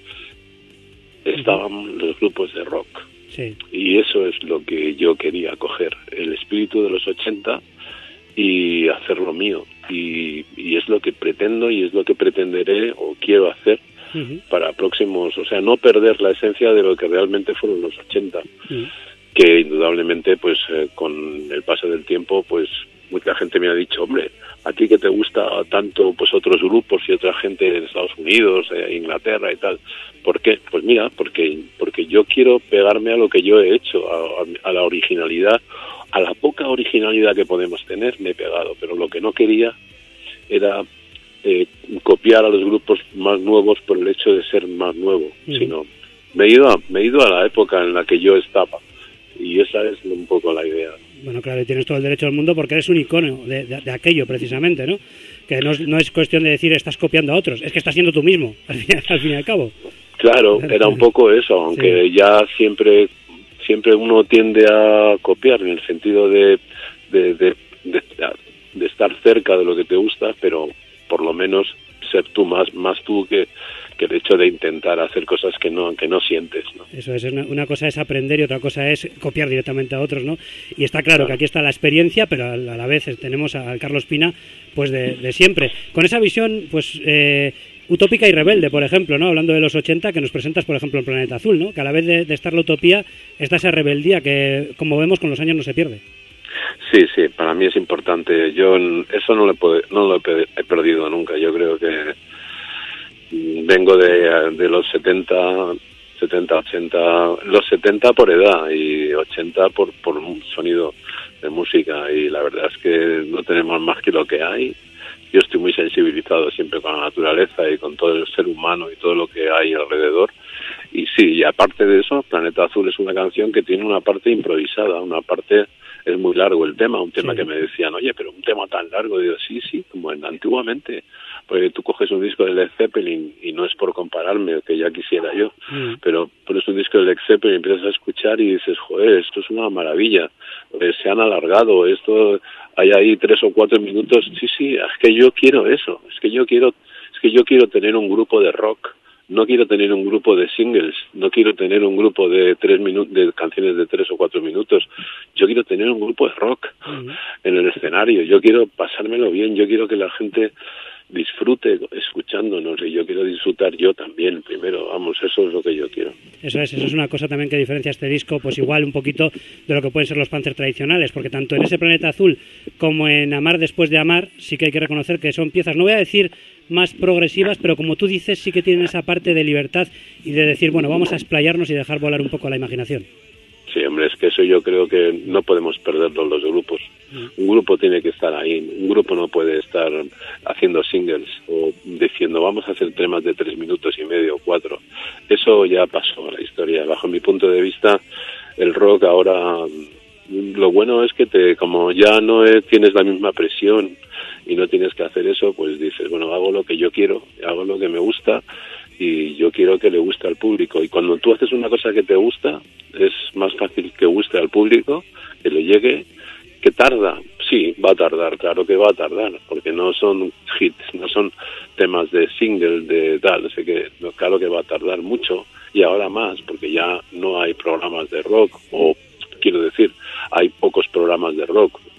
estaban los grupos de rock. Sí. Y eso es lo que yo quería coger, el espíritu de los ochenta y hacerlo mío. Y, y es lo que pretendo y es lo que pretenderé o quiero hacer uh-huh. para próximos, o sea, no perder la esencia de lo que realmente fueron los ochenta, uh-huh. que indudablemente pues eh, con el paso del tiempo pues mucha gente me ha dicho, hombre, a ti que te gusta tanto pues otros grupos y otra gente en Estados Unidos, eh, Inglaterra y tal, ¿por qué? Pues mira, porque porque yo quiero pegarme a lo que yo he hecho, a, a, a la originalidad, a la poca originalidad que podemos tener me he pegado, pero lo que no quería era eh, copiar a los grupos más nuevos por el hecho de ser más nuevo, mm. sino me he ido a, me he ido a la época en la que yo estaba, y esa es un poco la idea. Bueno, claro, tienes todo el derecho del mundo porque eres un icono de, de, de aquello precisamente, ¿no? Que no es, no es cuestión de decir estás copiando a otros, es que estás siendo tú mismo, al fin, al fin y al cabo. Claro, era un poco eso, aunque sí. ya siempre siempre uno tiende a copiar en el sentido de, de, de, de, de estar cerca de lo que te gusta, pero por lo menos ser tú más más tú que, que el hecho de intentar hacer cosas que no que no sientes, ¿no? Eso es, una, una cosa es aprender y otra cosa es copiar directamente a otros, ¿no? Y está claro, claro. que aquí está la experiencia, pero a la vez tenemos al Carlos Pina pues de, de siempre, con esa visión pues eh, utópica y rebelde, por ejemplo, ¿no? Hablando de los ochenta, que nos presentas, por ejemplo, el Planeta Azul, ¿no? Que a la vez de, de estar la utopía está esa rebeldía que, como vemos, con los años no se pierde. Sí, sí, para mí es importante. Yo eso no lo he, no lo he perdido nunca. Yo creo que vengo de, de los setenta, setenta, ochenta, los setenta por edad y ochenta por, por un sonido de música, y la verdad es que no tenemos más que lo que hay. Yo estoy muy sensibilizado siempre con la naturaleza y con todo el ser humano y todo lo que hay alrededor. Y sí, y aparte de eso, Planeta Azul es una canción que tiene una parte improvisada, una parte, es muy largo el tema, un tema sí. que me decían, oye, pero un tema tan largo. Y digo, sí, sí, como en antiguamente. Porque tú coges un disco de Led Zeppelin, y no es por compararme, que ya quisiera yo, mm. pero pones un disco de Led Zeppelin y empiezas a escuchar y dices, joder, esto es una maravilla, eh, se han alargado, esto hay ahí tres o cuatro minutos. Sí, sí, es que yo quiero eso, es que yo quiero, es que yo quiero tener un grupo de rock, no quiero tener un grupo de singles, no quiero tener un grupo de tres minutos, de canciones de tres o cuatro minutos, yo quiero tener un grupo de rock mm. en el escenario, yo quiero pasármelo bien, yo quiero que la gente disfrute escuchándonos, y yo quiero disfrutar yo también primero, vamos, eso es lo que yo quiero. Eso es, eso es una cosa también que diferencia este disco, pues igual un poquito de lo que pueden ser los Panther tradicionales, porque tanto en ese Planeta Azul como en Amar después de amar, sí que hay que reconocer que son piezas, no voy a decir más progresivas, pero como tú dices, sí que tienen esa parte de libertad y de decir, bueno, vamos a explayarnos y dejar volar un poco la imaginación. Sí, hombre, es que eso yo creo que no podemos perderlo los grupos. Un grupo tiene que estar ahí, un grupo no puede estar haciendo singles o diciendo vamos a hacer temas de tres minutos y medio o cuatro. Eso ya pasó a la historia. Bajo mi punto de vista, el rock ahora, lo bueno es que te, como ya no es, tienes la misma presión y no tienes que hacer eso, pues dices, bueno, hago lo que yo quiero, hago lo que me gusta, y yo quiero que le guste al público. Y cuando tú haces una cosa que te gusta, es más fácil que guste al público, que le llegue. ¿Que tarda? Sí, va a tardar, claro que va a tardar, porque no son hits, no son temas de single, de tal, así que claro que va a tardar mucho, y ahora más, porque ya no hay programas de rock, o quiero decir, hay pocos programas de rock.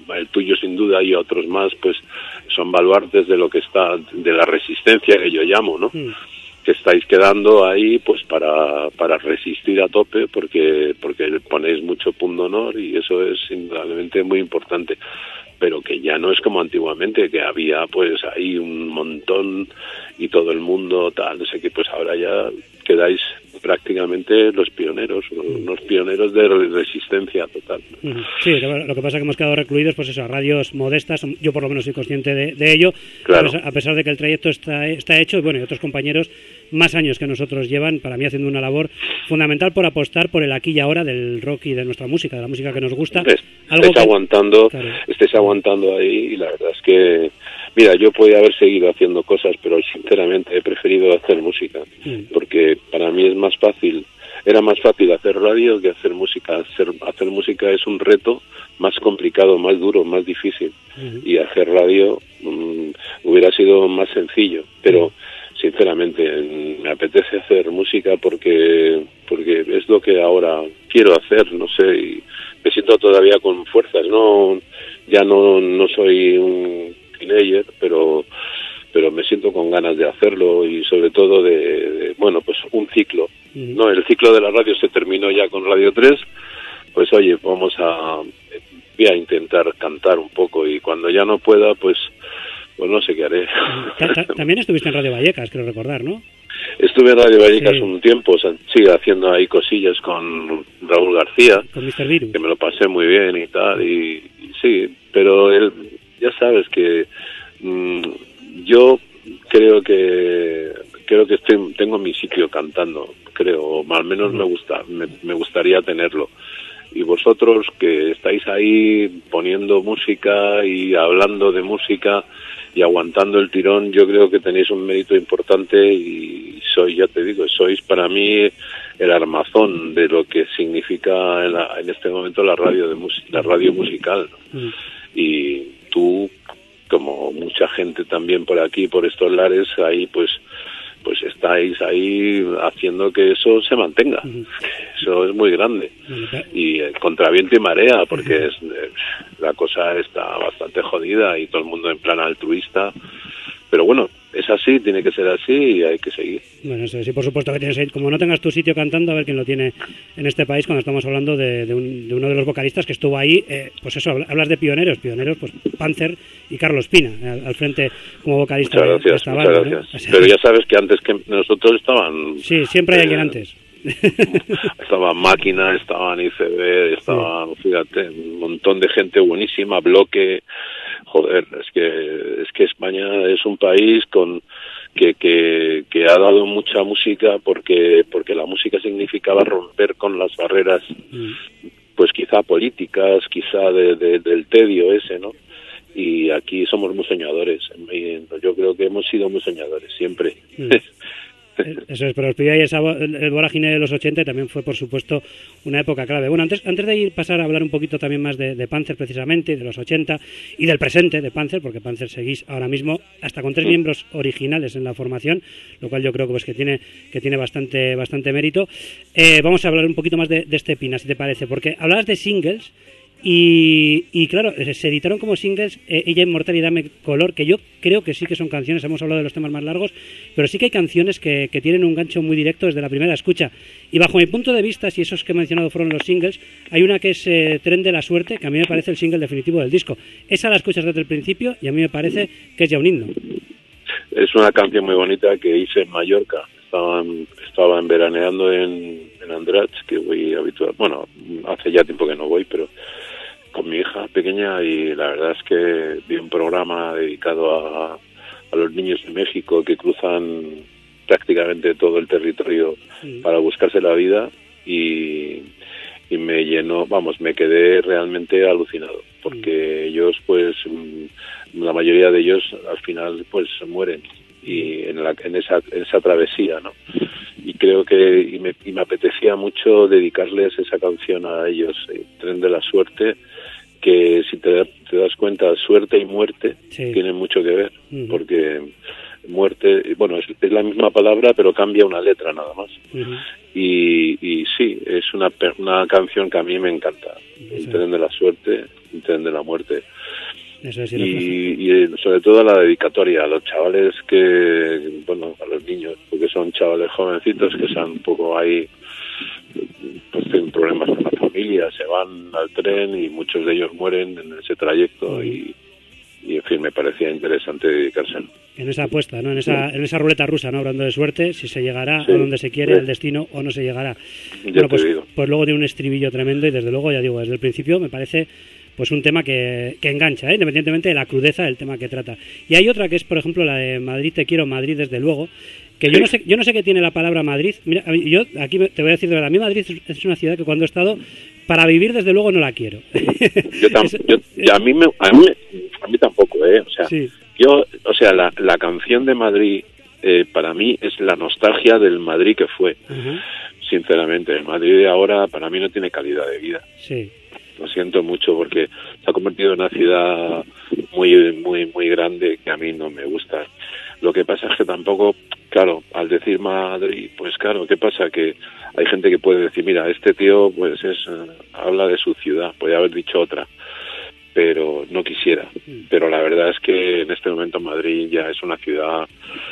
el tuyo sin duda y otros más, pues son baluartes de lo que está, de la resistencia que yo llamo, ¿no? Mm. Que estáis quedando ahí pues para, para resistir a tope, porque, porque ponéis mucho punto honor y eso es indudablemente muy importante. Pero que ya no es como antiguamente, que había pues ahí un montón y todo el mundo tal, no sé qué, pues ahora ya quedáis prácticamente los pioneros, unos pioneros de resistencia total. Sí, lo que pasa es que hemos quedado recluidos pues eso, a radios modestas, yo por lo menos soy consciente de, de ello, claro. A pesar de que el trayecto está, está hecho, y bueno, y otros compañeros más años que nosotros llevan, para mí haciendo una labor fundamental por apostar por el aquí y ahora del rock y de nuestra música, de la música que nos gusta. Es, algo estés que, aguantando, claro. estés aguantando ahí y la verdad es que, mira, yo podía haber seguido haciendo cosas, pero sinceramente he preferido hacer música, mm. porque para mí es más fácil, era más fácil hacer radio que hacer música. Hacer, hacer música es un reto más complicado, más duro, más difícil, mm. y hacer radio um, hubiera sido más sencillo, pero mm. sinceramente me apetece hacer música porque porque es lo que ahora quiero hacer, no sé, y me siento todavía con fuerzas, no ya no no soy un teenager, pero pero me siento con ganas de hacerlo y sobre todo de, de bueno, pues un ciclo. Uh-huh. No, el ciclo de la radio se terminó ya con Radio tres, pues oye, vamos a voy a intentar cantar un poco y cuando ya no pueda, pues pues no sé qué haré. También estuviste en Radio Vallecas, creo recordar, ¿no? Estuve en Radio Vallecas sí. un tiempo, o sea, sigue haciendo ahí cosillas con Raúl García, con mister Virus, que me lo pasé muy bien y tal, y, y sí, pero él, ya sabes que mmm, yo creo que creo que estoy, tengo mi sitio cantando, creo, o al menos me gusta, me, me gustaría tenerlo. Y vosotros que estáis ahí poniendo música y hablando de música y aguantando el tirón, yo creo que tenéis un mérito importante y sois, ya te digo, sois para mí el armazón de lo que significa en, la, en este momento la radio de mus- la radio musical, ¿no? Mm. Y tú, como mucha gente también por aquí, por estos lares, ahí pues pues estáis ahí haciendo que eso se mantenga. Uh-huh. Eso es muy grande. Uh-huh. Y eh, contra viento y marea, porque uh-huh. es, eh, la cosa está bastante jodida y todo el mundo en plan altruista. Pero bueno, es así, tiene que ser así y hay que seguir. Bueno, eso sí, por supuesto que tienes que ir. Como no tengas tu sitio cantando, a ver quién lo tiene en este país cuando estamos hablando de, de, un, de uno de los vocalistas que estuvo ahí. Eh, pues eso, hablas de pioneros, pioneros, pues Panzer y Carlos Pina, al, al frente como vocalista. Muchas gracias, de esta banda, muchas gracias. ¿No? O sea, pero ya sabes que antes que nosotros estaban... Sí, siempre hay eh, alguien antes. Estaba Máquina, estaban I C B, estaban, sí. fíjate, un montón de gente buenísima, Bloque. Joder, es que es que España es un país con que que que ha dado mucha música porque porque la música significaba romper con las barreras, mm. pues quizá políticas, quizá de, de, del tedio ese, ¿no? Y aquí somos muy soñadores. Yo creo que hemos sido muy soñadores siempre. Mm. Eso es, pero os pilláis esa, el vorágine de los ochenta y también fue, por supuesto, una época clave. Bueno, antes antes de ir pasar a hablar un poquito también más de, de Panzer, precisamente, de los ochenta y del presente de Panzer, porque Panzer seguís ahora mismo hasta con tres sí. miembros originales en la formación, lo cual yo creo que, pues, que tiene que tiene bastante bastante mérito. Eh, vamos a hablar un poquito más de, de este Pina, si te parece, porque hablabas de singles. Y, y claro, se editaron como singles eh, Ella Inmortal y Dame Color, que yo creo que sí que son canciones, hemos hablado de los temas más largos, pero sí que hay canciones que, que tienen un gancho muy directo desde la primera escucha. Y bajo mi punto de vista, si esos que he mencionado fueron los singles, hay una que es eh, Tren de la Suerte, que a mí me parece el single definitivo del disco. Esa la escuchas desde el principio y a mí me parece que es ya un himno. Es una canción muy bonita que hice en Mallorca. Estaban, estaban veraneando en, en Andratx, que voy habitual. Bueno, hace ya tiempo que no voy, pero con mi hija pequeña, y la verdad es que vi un programa dedicado a, a los niños de México que cruzan prácticamente todo el territorio sí. para buscarse la vida y, y me llenó, vamos, me quedé realmente alucinado, porque sí. ellos, pues, la mayoría de ellos al final, pues, mueren y en, la, en esa en esa travesía, ¿no? Y creo que y me, y me apetecía mucho dedicarles esa canción a ellos, eh, Tren de la Suerte, que si te, te das cuenta, suerte y muerte sí. tienen mucho que ver, uh-huh. porque muerte, bueno, es, es la misma palabra, pero cambia una letra nada más. Uh-huh. Y, y sí, es una, una canción que a mí me encanta, uh-huh. El Tren de la Suerte, un tren de la muerte. Eso es, y, y sobre todo la dedicatoria a los chavales que, bueno, a los niños, porque son chavales jovencitos que están un poco ahí, pues tienen problemas con la familia, se van al tren y muchos de ellos mueren en ese trayecto y, y en fin, me parecía interesante dedicarse. En esa apuesta, ¿no? En esa, en esa ruleta rusa, ¿no? Hablando de suerte, si se llegará sí, a donde se quiere, sí. al destino, o no se llegará. Ya bueno, te pues, digo. pues luego tiene un estribillo tremendo y desde luego, ya digo, desde el principio me parece pues un tema que, que engancha, ¿eh? Independientemente de la crudeza del tema que trata. Y hay otra que es, por ejemplo, la de Madrid te quiero, Madrid desde luego, que sí. yo no sé yo no sé qué tiene la palabra Madrid. Mira, yo aquí te voy a decir de verdad, a mí Madrid es una ciudad que cuando he estado, para vivir desde luego no la quiero. Yo, tam- yo, yo a mí me, a mí, a mí tampoco, ¿eh? O sea, sí. yo, o sea, la, la canción de Madrid eh, para mí es la nostalgia del Madrid que fue. Uh-huh. Sinceramente, el Madrid de ahora para mí no tiene calidad de vida. Sí. Lo siento mucho porque se ha convertido en una ciudad muy muy muy grande que a mí no me gusta. Lo que pasa es que tampoco, claro, al decir Madrid, pues claro, ¿qué pasa? Que hay gente que puede decir, mira, este tío pues es uh, habla de su ciudad, podría haber dicho otra, pero no quisiera. Pero la verdad es que en este momento Madrid ya es una ciudad,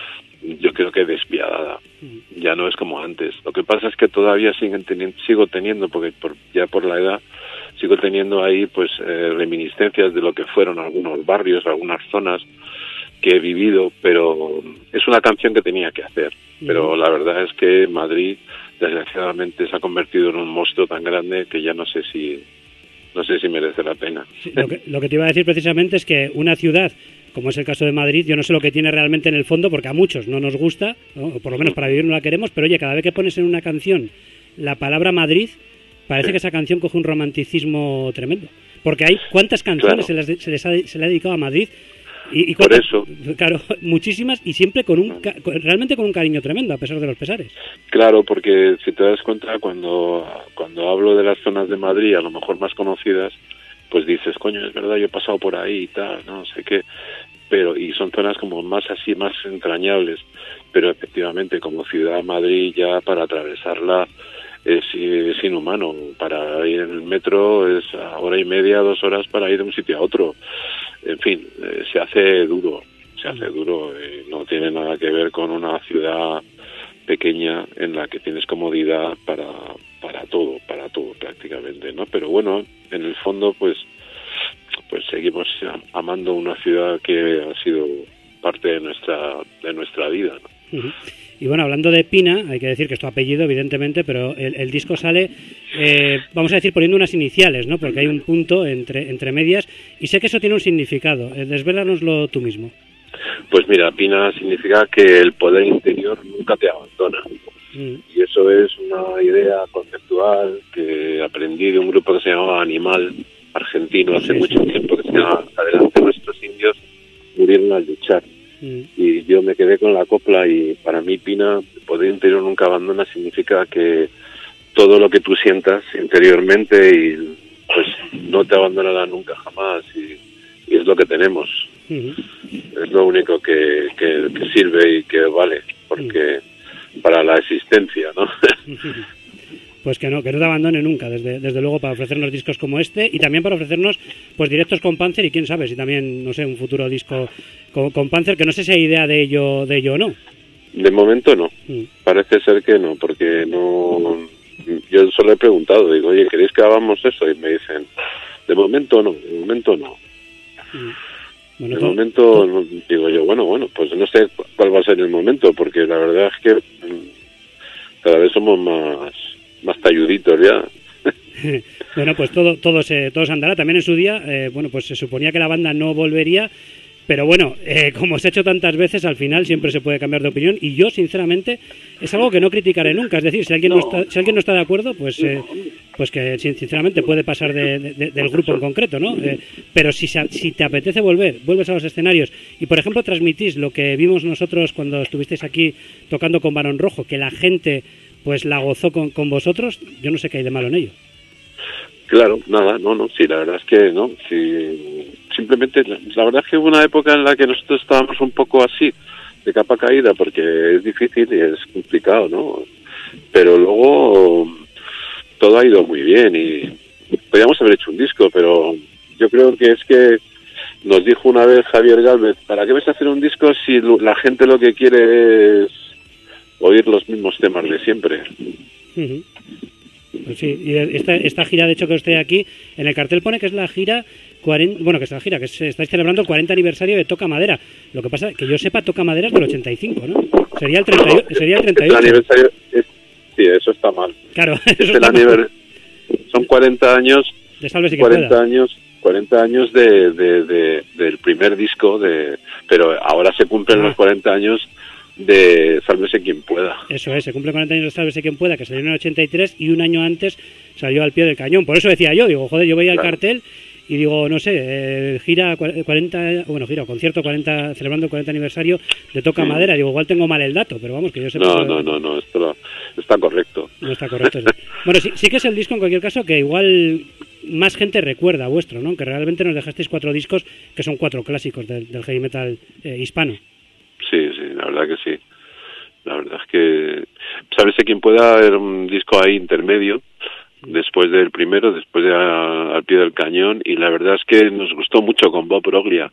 yo creo que despiadada. Ya no es como antes. Lo que pasa es que todavía siguen teniendo, sigo teniendo, porque por, ya por la edad, sigo teniendo ahí pues eh, reminiscencias de lo que fueron algunos barrios, algunas zonas que he vivido, pero es una canción que tenía que hacer. Pero la verdad es que Madrid, desgraciadamente, se ha convertido en un monstruo tan grande que ya no sé si no sé si merece la pena. Sí, lo, que, lo que te iba a decir precisamente es que una ciudad, como es el caso de Madrid, yo no sé lo que tiene realmente en el fondo, porque a muchos no nos gusta, ¿no? O por lo menos para vivir no la queremos, pero oye, cada vez que pones en una canción la palabra Madrid, parece sí. que esa canción coge un romanticismo tremendo. Porque hay cuántas canciones claro. se, les, se, les ha, se le ha dedicado a Madrid. Y, y por eso. Claro, muchísimas y siempre con un realmente con un cariño tremendo, a pesar de los pesares. Claro, porque si te das cuenta, cuando, cuando hablo de las zonas de Madrid, a lo mejor más conocidas, pues dices, coño, es verdad, yo he pasado por ahí y tal, no sé qué, pero y son zonas como más así, más entrañables, pero efectivamente como ciudad Madrid ya para atravesarla es, es inhumano. Para ir en el metro es a hora y media, dos horas para ir de un sitio a otro. En fin, eh, se hace duro, se hace duro, eh, no tiene nada que ver con una ciudad pequeña en la que tienes comodidad para para todo, para todo prácticamente, ¿no? Pero bueno, en el fondo pues pues seguimos amando una ciudad que ha sido parte de nuestra de nuestra vida, ¿no? Uh-huh. Y bueno, hablando de Pina, hay que decir que es tu apellido, evidentemente, pero el, el disco sale, eh, vamos a decir, poniendo unas iniciales, ¿no? Porque hay un punto entre entre medias, y sé que eso tiene un significado. Eh, desvélanoslo tú mismo. Pues mira, Pina significa que el poder interior nunca te abandona. Mm. Y eso es una idea conceptual que aprendí de un grupo que se llamaba Animal, argentino, hace sí, mucho sí. tiempo, que se llama Adelante nuestros indios murieron al luchar. Mm. Y yo me quedé con la copla y para mí Pina, el poder interior nunca abandona, significa que todo lo que tú sientas interiormente y pues no te abandonará nunca jamás y, y es lo que tenemos. Mm-hmm. Es lo único que, que, que sirve y que vale, porque mm. para la existencia, ¿no? Pues que no, que no te abandone nunca, desde, desde luego, para ofrecernos discos como este y también para ofrecernos pues directos con Panzer y quién sabe si también, no sé, un futuro disco con, con Panzer, que no sé si hay idea de ello, de ello o no. De momento no, mm. parece ser que no, porque no, yo solo he preguntado, digo, oye, ¿queréis que hagamos eso? Y me dicen, de momento no, de momento no. Mm. Bueno, de todo, momento, todo. digo yo, bueno, bueno, pues no sé cuál va a ser el momento, porque la verdad es que cada vez somos más más talluditos ya. Bueno, pues todo todo se, todo se andará. También en su día, eh, bueno, pues se suponía que la banda no volvería, pero bueno, eh, como se ha hecho tantas veces, al final siempre se puede cambiar de opinión y yo, sinceramente, es algo que no criticaré nunca. Es decir, si alguien no, no está, si alguien no está de acuerdo, pues eh, pues que sinceramente puede pasar de, de, del grupo en concreto, ¿no? Eh, pero si, si te apetece volver, vuelves a los escenarios y, por ejemplo, transmitís lo que vimos nosotros cuando estuvisteis aquí tocando con Barón Rojo, que la gente pues la gozó con, con vosotros, yo no sé qué hay de malo en ello. Claro, nada, no, no, sí, la verdad es que no, sí, simplemente, la, la verdad es que hubo una época en la que nosotros estábamos un poco así, de capa caída, porque es difícil y es complicado, ¿no? Pero luego todo ha ido muy bien y podríamos haber hecho un disco, pero Yo creo que es que nos dijo una vez Javier Gálvez, ¿para qué vas a hacer un disco si la gente lo que quiere es oír los mismos temas de siempre? Uh-huh. Pues sí, y esta, esta gira, de hecho, que estoy aquí, en el cartel pone que es la gira cuarenta, bueno, que es la gira, que se estáis celebrando el cuarenta aniversario de Toca Madera. Lo que pasa, que yo sepa, Toca Madera es del ochenta y cinco, ¿no? Sería el treinta y ocho. Sería el treinta y ocho. El aniversario es, sí, eso está mal. Claro, es eso el está aniver... mal. Son cuarenta años, de Sálvese quien cuarenta pueda. años, cuarenta años de, de, de, del primer disco, de pero ahora se cumplen ah. los cuarenta años de Sálvese quien pueda. Eso es, se cumple cuarenta años de Sálvese quien pueda, que salió en el ochenta y tres y un año antes salió Al pie del cañón. Por eso decía yo, digo, joder, yo veía claro. el cartel y digo, no sé, eh, gira cuarenta, bueno, gira, concierto cuarenta, celebrando el cuarenta aniversario de Toca sí. Madera. Digo, igual tengo mal el dato, pero vamos, que yo sé. No, no, no, no, esto lo, está correcto. No está correcto, sí. Bueno, sí, sí que es el disco, en cualquier caso, que igual más gente recuerda vuestro, ¿no? Que realmente nos dejasteis cuatro discos que son cuatro clásicos del, del heavy metal eh, hispano. Sí, sí, la verdad que sí. La verdad es que Sálvese quien pueda, era un disco ahí intermedio, después del primero, después de a, Al pie del cañón, y la verdad es que nos gustó mucho con Bob Roglia.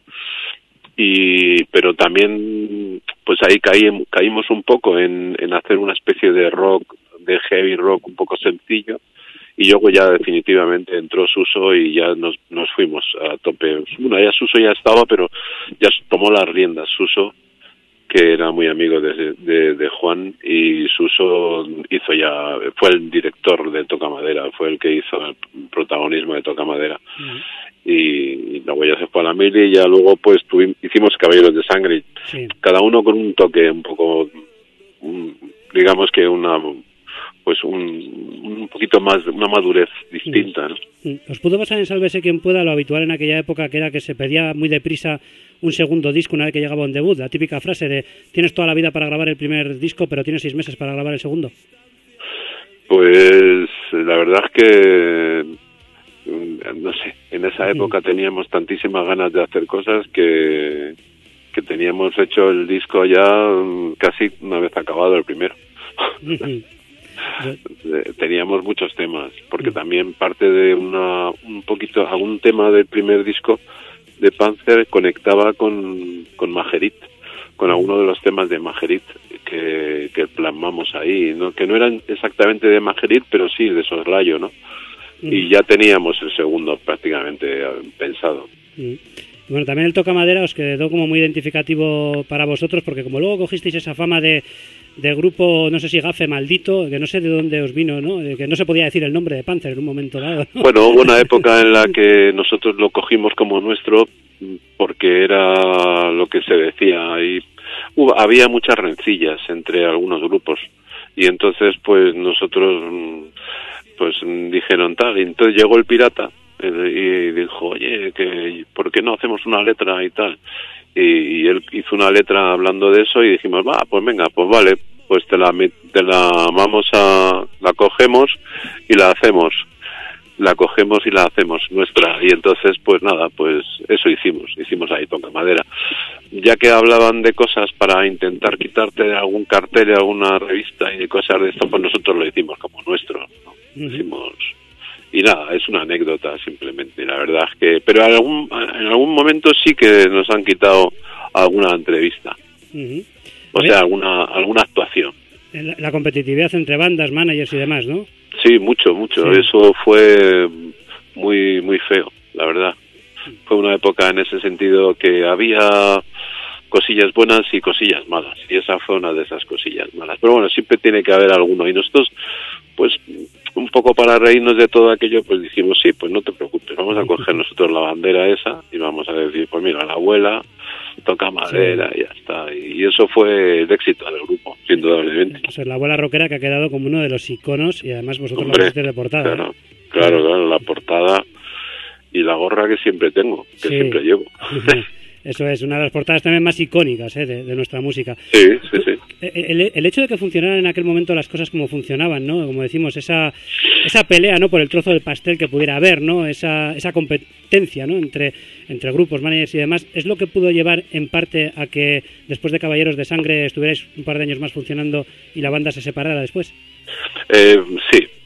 Y pero también pues ahí caí, caímos un poco en, en hacer una especie de rock, de heavy rock un poco sencillo, y luego ya definitivamente entró Suso y ya nos nos fuimos a tope. Bueno, ya Suso ya estaba, pero ya tomó las riendas Suso, que era muy amigo de, de, de Juan, y Suso hizo ya, fue el director de Toca Madera, fue el que hizo el protagonismo de Toca Madera. Uh-huh. y, y luego ya se fue a la mili y ya luego pues tuvimos, hicimos Caballeros de Sangre, sí. cada uno con un toque un poco, un, digamos que una pues un, un poquito más, una madurez distinta, ¿no? ¿Os pudo pasar en Sálvese quien pueda lo habitual en aquella época, que era que se pedía muy deprisa un segundo disco una vez que llegaba un debut? La típica frase de tienes toda la vida para grabar el primer disco, pero tienes seis meses para grabar el segundo. Pues la verdad es que no sé, en esa época sí. teníamos tantísimas ganas de hacer cosas que, que teníamos hecho el disco ya casi una vez acabado el primero. Teníamos muchos temas, porque también parte de una un poquito, algún tema del primer disco de Panzer conectaba con, con Majerit, con alguno de los temas de Majerit que, que plasmamos ahí, ¿no? Que no eran exactamente de Majerit, pero sí de Soslayo, ¿no? Y ya teníamos el segundo prácticamente pensado. Mm. Bueno, también el Toca Madera os quedó como muy identificativo para vosotros, porque como luego cogisteis esa fama de, de grupo, no sé si gafe maldito, que no sé de dónde os vino, ¿no? Que no se podía decir el nombre de Panzer en un momento dado, ¿no? Bueno, hubo una época en la que nosotros lo cogimos como nuestro, porque era lo que se decía, y hubo, había muchas rencillas entre algunos grupos, y entonces pues nosotros pues dijeron tal, y entonces llegó el Pirata y dijo, oye, que ¿por qué no hacemos una letra y tal? Y, y él hizo una letra hablando de eso y dijimos, va, pues venga, pues vale, pues te la, te la vamos a, la cogemos y la hacemos, la cogemos y la hacemos nuestra. Y entonces, pues nada, pues eso hicimos, hicimos ahí Toca Madera. Ya que hablaban de cosas para intentar quitarte de algún cartel de alguna revista y de cosas de esto, pues nosotros lo hicimos como nuestro, ¿no? Uh-huh. Hicimos... Y nada, es una anécdota simplemente, la verdad es que... Pero en algún, en algún momento sí que nos han quitado alguna entrevista. Uh-huh. O sea, alguna alguna actuación. La, la competitividad entre bandas, managers y demás, ¿no? Sí, mucho, mucho. Sí. Eso fue muy muy feo, la verdad. Fue una época en ese sentido que había cosillas buenas y cosillas malas. Y esa fue una de esas cosillas malas. Pero bueno, siempre tiene que haber alguno. Y nosotros, pues... un poco para reírnos de todo aquello, pues dijimos, sí, pues no te preocupes, vamos a coger nosotros la bandera esa y vamos a decir, pues mira, la abuela Toca Madera, sí. Y ya está. Y eso fue el éxito del grupo, indudablemente. O sea, la abuela rockera que ha quedado como uno de los iconos y además vosotros Hombre, lo habéis de portada. Claro, ¿eh? claro, claro, la portada y la gorra que siempre tengo, que sí. siempre llevo. Eso es, una de las portadas también más icónicas ¿eh? de, de nuestra música. Sí, sí, sí. El, el hecho de que funcionaran en aquel momento las cosas como funcionaban, ¿no? Como decimos, esa esa pelea, ¿no? Por el trozo del pastel que pudiera haber, ¿no? Esa esa competencia, ¿no? Entre, entre grupos, managers y demás, es lo que pudo llevar en parte a que después de Caballeros de Sangre estuvierais un par de años más funcionando y la banda se separara después. Eh, sí,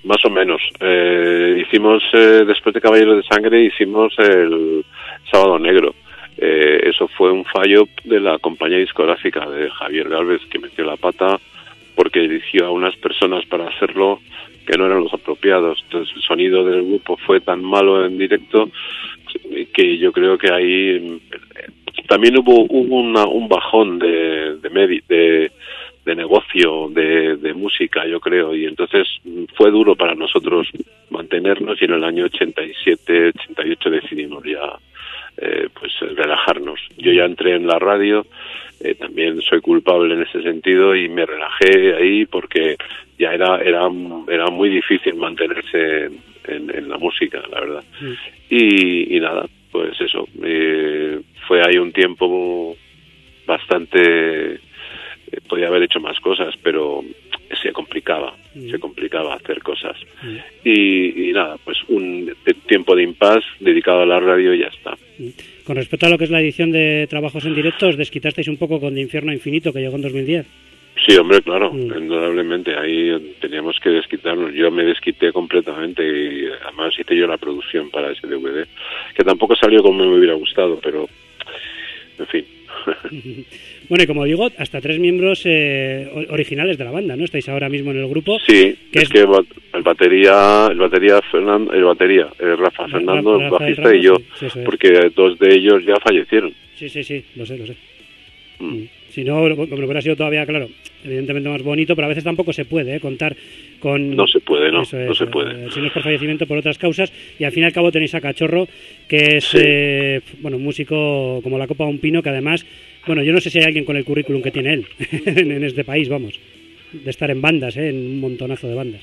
más o menos. Eh, hicimos, eh, después de Caballeros de Sangre, hicimos el Sábado Negro. Eh, eso fue un fallo de la compañía discográfica de Javier Gálvez, que metió la pata porque eligió a unas personas para hacerlo que no eran los apropiados. Entonces el sonido del grupo fue tan malo en directo que yo creo que ahí también hubo, hubo una, un bajón de de, medi, de, de negocio, de, de música, yo creo, y entonces fue duro para nosotros mantenernos, y en el año ochenta y siete, ochenta y ocho decidimos ya eh, pues relajarnos. Yo ya entré en la radio, eh, también soy culpable en ese sentido, y me relajé ahí porque ya era era era muy difícil mantenerse en, en, en la música, la verdad. Mm. Y, y nada, pues eso, eh, fue ahí un tiempo bastante, eh, podía haber hecho más cosas, pero se complicaba, mm. se complicaba hacer cosas. Mm. Y, y nada, pues un tiempo de impasse dedicado a la radio y ya está. Mm. Con respecto a lo que es la edición de trabajos en directo, os desquitasteis un poco con De Infierno a Infinito, que llegó en dos mil diez. Sí, hombre, claro, mm. indudablemente, ahí teníamos que desquitarnos. Yo me desquité completamente y además hice yo la producción para ese D V D, que tampoco salió como me hubiera gustado, pero en fin. Bueno, y como digo, hasta tres miembros eh, originales de la banda, ¿no? Estáis ahora mismo en el grupo. Sí, que es, es que el batería, el batería Fernando, el batería, el Rafa Fernando, el bajista Rafa, y yo, sí, sí, porque dos de ellos ya fallecieron. Sí, sí, sí, lo sé, lo sé. Mm. Si no, como hubiera sido todavía, claro, evidentemente más bonito, pero a veces tampoco se puede ¿eh? contar con... No se puede, no, eso es, no se puede. Eh, si no es por fallecimiento, por otras causas, y al fin y al cabo tenéis a Cachorro, que es, sí. eh, bueno, un músico como la copa de un pino, que además, bueno, yo no sé si hay alguien con el currículum que tiene él en, en este país, vamos, de estar en bandas, ¿eh? En un montonazo de bandas.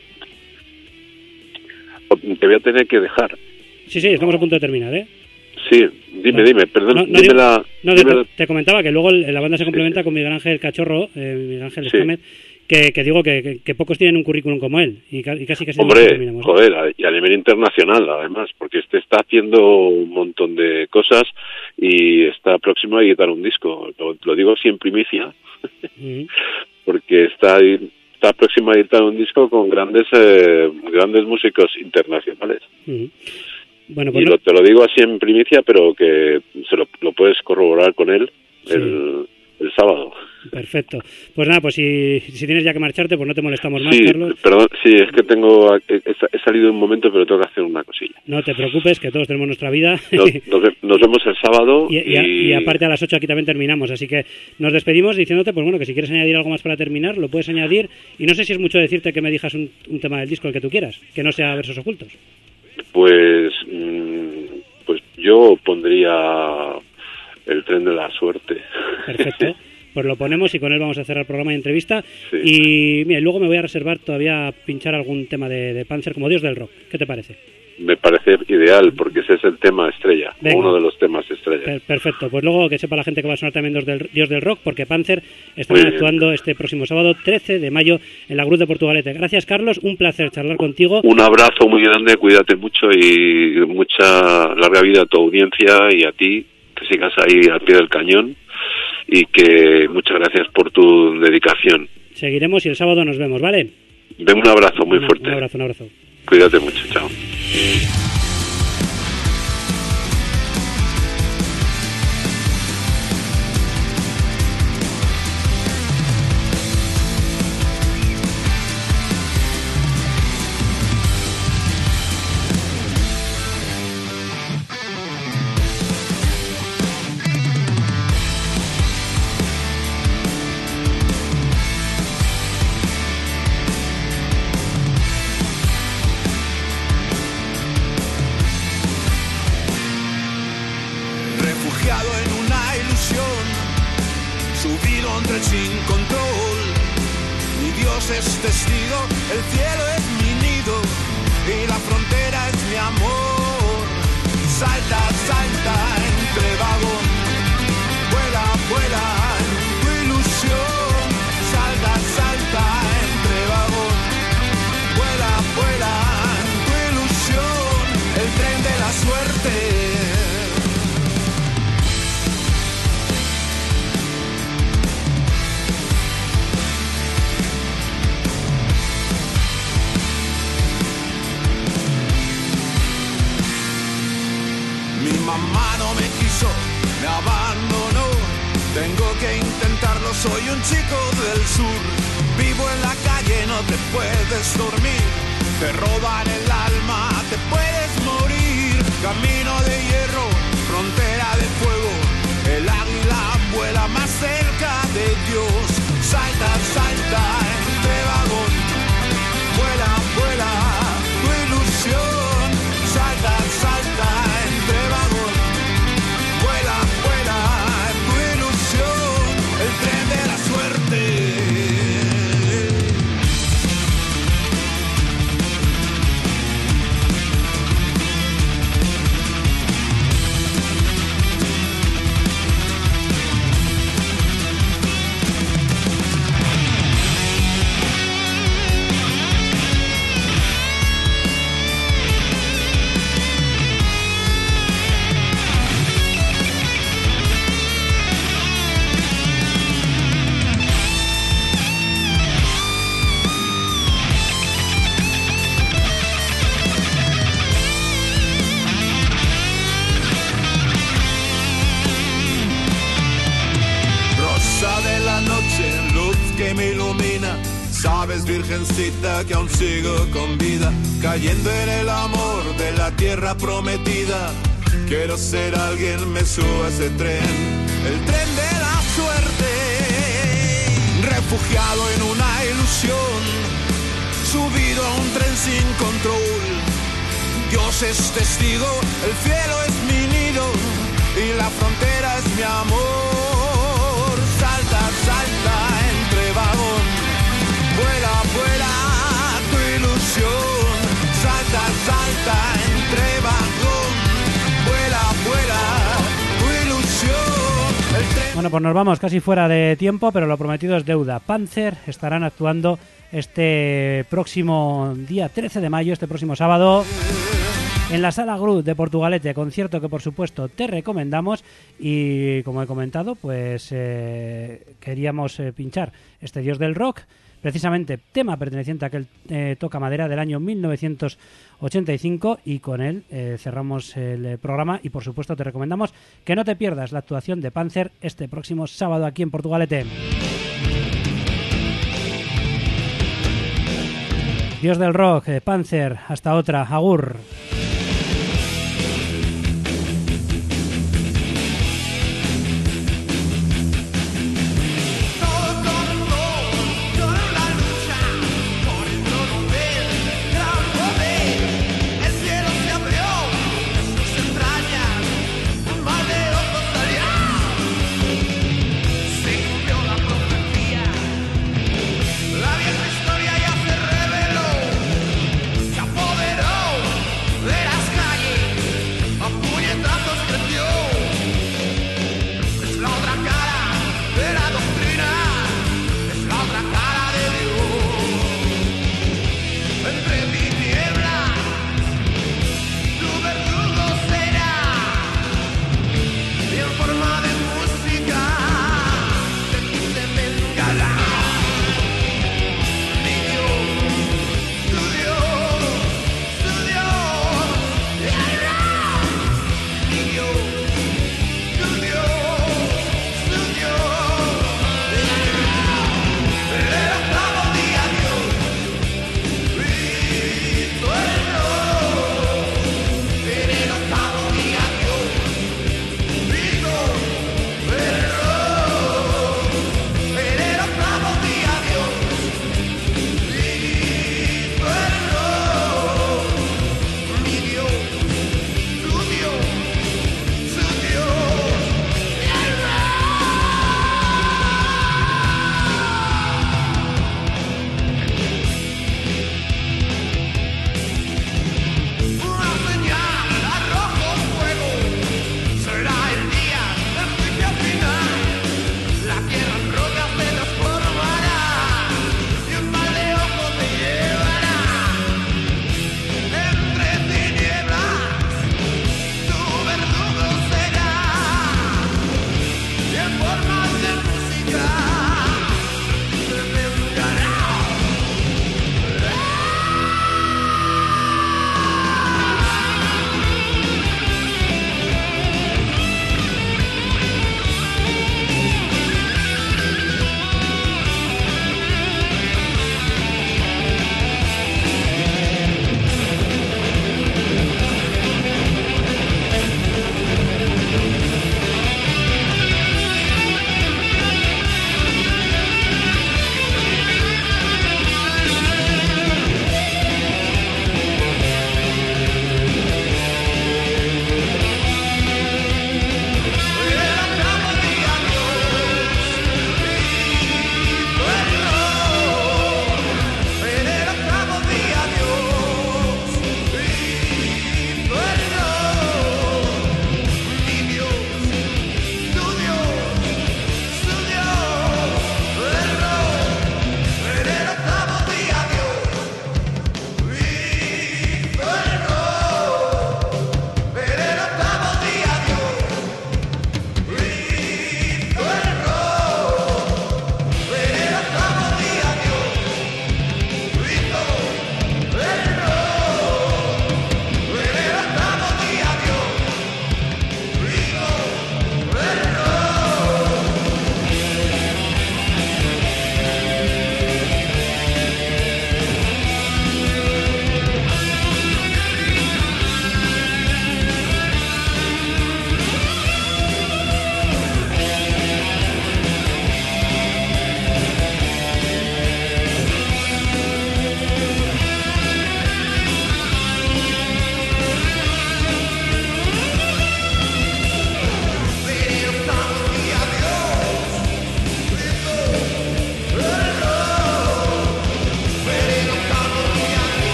Te voy a tener que dejar. Sí, sí, estamos a punto de terminar, ¿eh? Sí, dime, dime, perdón, no, no, dime digo, la... No, dime te, la... te comentaba que luego la banda se complementa sí, sí. con Miguel Ángel Cachorro, eh, Miguel Ángel sí. Escámez, que, que digo que, que, que pocos tienen un currículum como él, y, y casi casi... Hombre, terminamos, ¿no? Joder, y a nivel internacional, además, porque este está haciendo un montón de cosas y está próximo a editar un disco, lo, lo digo así en primicia, uh-huh. porque está... está próximo a editar un disco con grandes eh, grandes músicos internacionales. Uh-huh. Bueno, pues y no... lo, te lo digo así en primicia, pero que se lo, lo puedes corroborar con él sí. el, el sábado. Perfecto. Pues nada, pues si, si tienes ya que marcharte, pues no te molestamos más, sí, Carlos. Perdón, sí, es que tengo he, he salido un momento, pero tengo que hacer una cosilla. No te preocupes, que todos tenemos nuestra vida. Nos, nos, nos vemos el sábado. Y, y... Y, y aparte a las ocho aquí también terminamos, así que nos despedimos diciéndote, pues bueno, que si quieres añadir algo más para terminar, lo puedes añadir. Y no sé si es mucho decirte que me digas un, un tema del disco, el que tú quieras, que no sea Versos Ocultos. Pues, pues yo pondría El Tren de la Suerte. Perfecto. Pues lo ponemos y con él vamos a cerrar el programa y entrevista. Sí. Y mira, luego me voy a reservar todavía pinchar algún tema de, de Panzer como Dios del Rock. ¿Qué te parece? Me parece ideal, porque ese es el tema estrella, Venga. uno de los temas estrella. Per- perfecto, pues luego que sepa la gente que va a sonar también Dios del, Dios del Rock, porque Panzer estará actuando este próximo sábado trece de mayo en la Cruz de Portugalete. Gracias, Carlos, un placer charlar contigo. Un abrazo muy grande, cuídate mucho y mucha larga vida a tu audiencia y a ti, que sigas ahí al pie del cañón, y que muchas gracias por tu dedicación. Seguiremos y el sábado nos vemos, ¿vale? Ven, un abrazo muy un, fuerte. Un abrazo, un abrazo. Cuídate mucho, chao. Mamá no me quiso, me abandonó. Tengo que intentarlo, soy un chico del sur. Vivo en la calle, no te puedes dormir. Te roban el alma, te puedes morir. Camino de hierro, frontera de fuego. El águila vuela más cerca de Dios. Salta, salta entre vagón. Vuela, vuela tu ilusión. Salta, salta entre vagón. Vuela, vuela tu ilusión. El tren de la suerte. Me ilumina, sabes, virgencita, que aún sigo con vida, cayendo en el amor de la tierra prometida. Quiero ser alguien, me subo a ese tren, el tren de la suerte. Refugiado en una ilusión, subido a un tren sin control. Dios es testigo, el cielo es mi nido y la frontera es mi amor. Salta, salta entre vagón, vuela, vuela tu ilusión. Salta, salta entre vagón, vuela, vuela tu ilusión. El tren... Bueno, pues nos vamos casi fuera de tiempo, pero lo prometido es deuda. Panzer estarán actuando este próximo día trece de mayo, este próximo sábado, en la Sala Gru de Portugalete, concierto que por supuesto te recomendamos. Y como he comentado, pues eh, queríamos eh, pinchar este Dios del Rock, precisamente tema perteneciente a aquel eh, Toca Madera del año mil novecientos ochenta y cinco, y con él eh, cerramos el eh, programa. Y por supuesto te recomendamos que no te pierdas la actuación de Panzer este próximo sábado aquí en Portugalete. Dios del Rock, eh, Panzer, hasta otra, agur.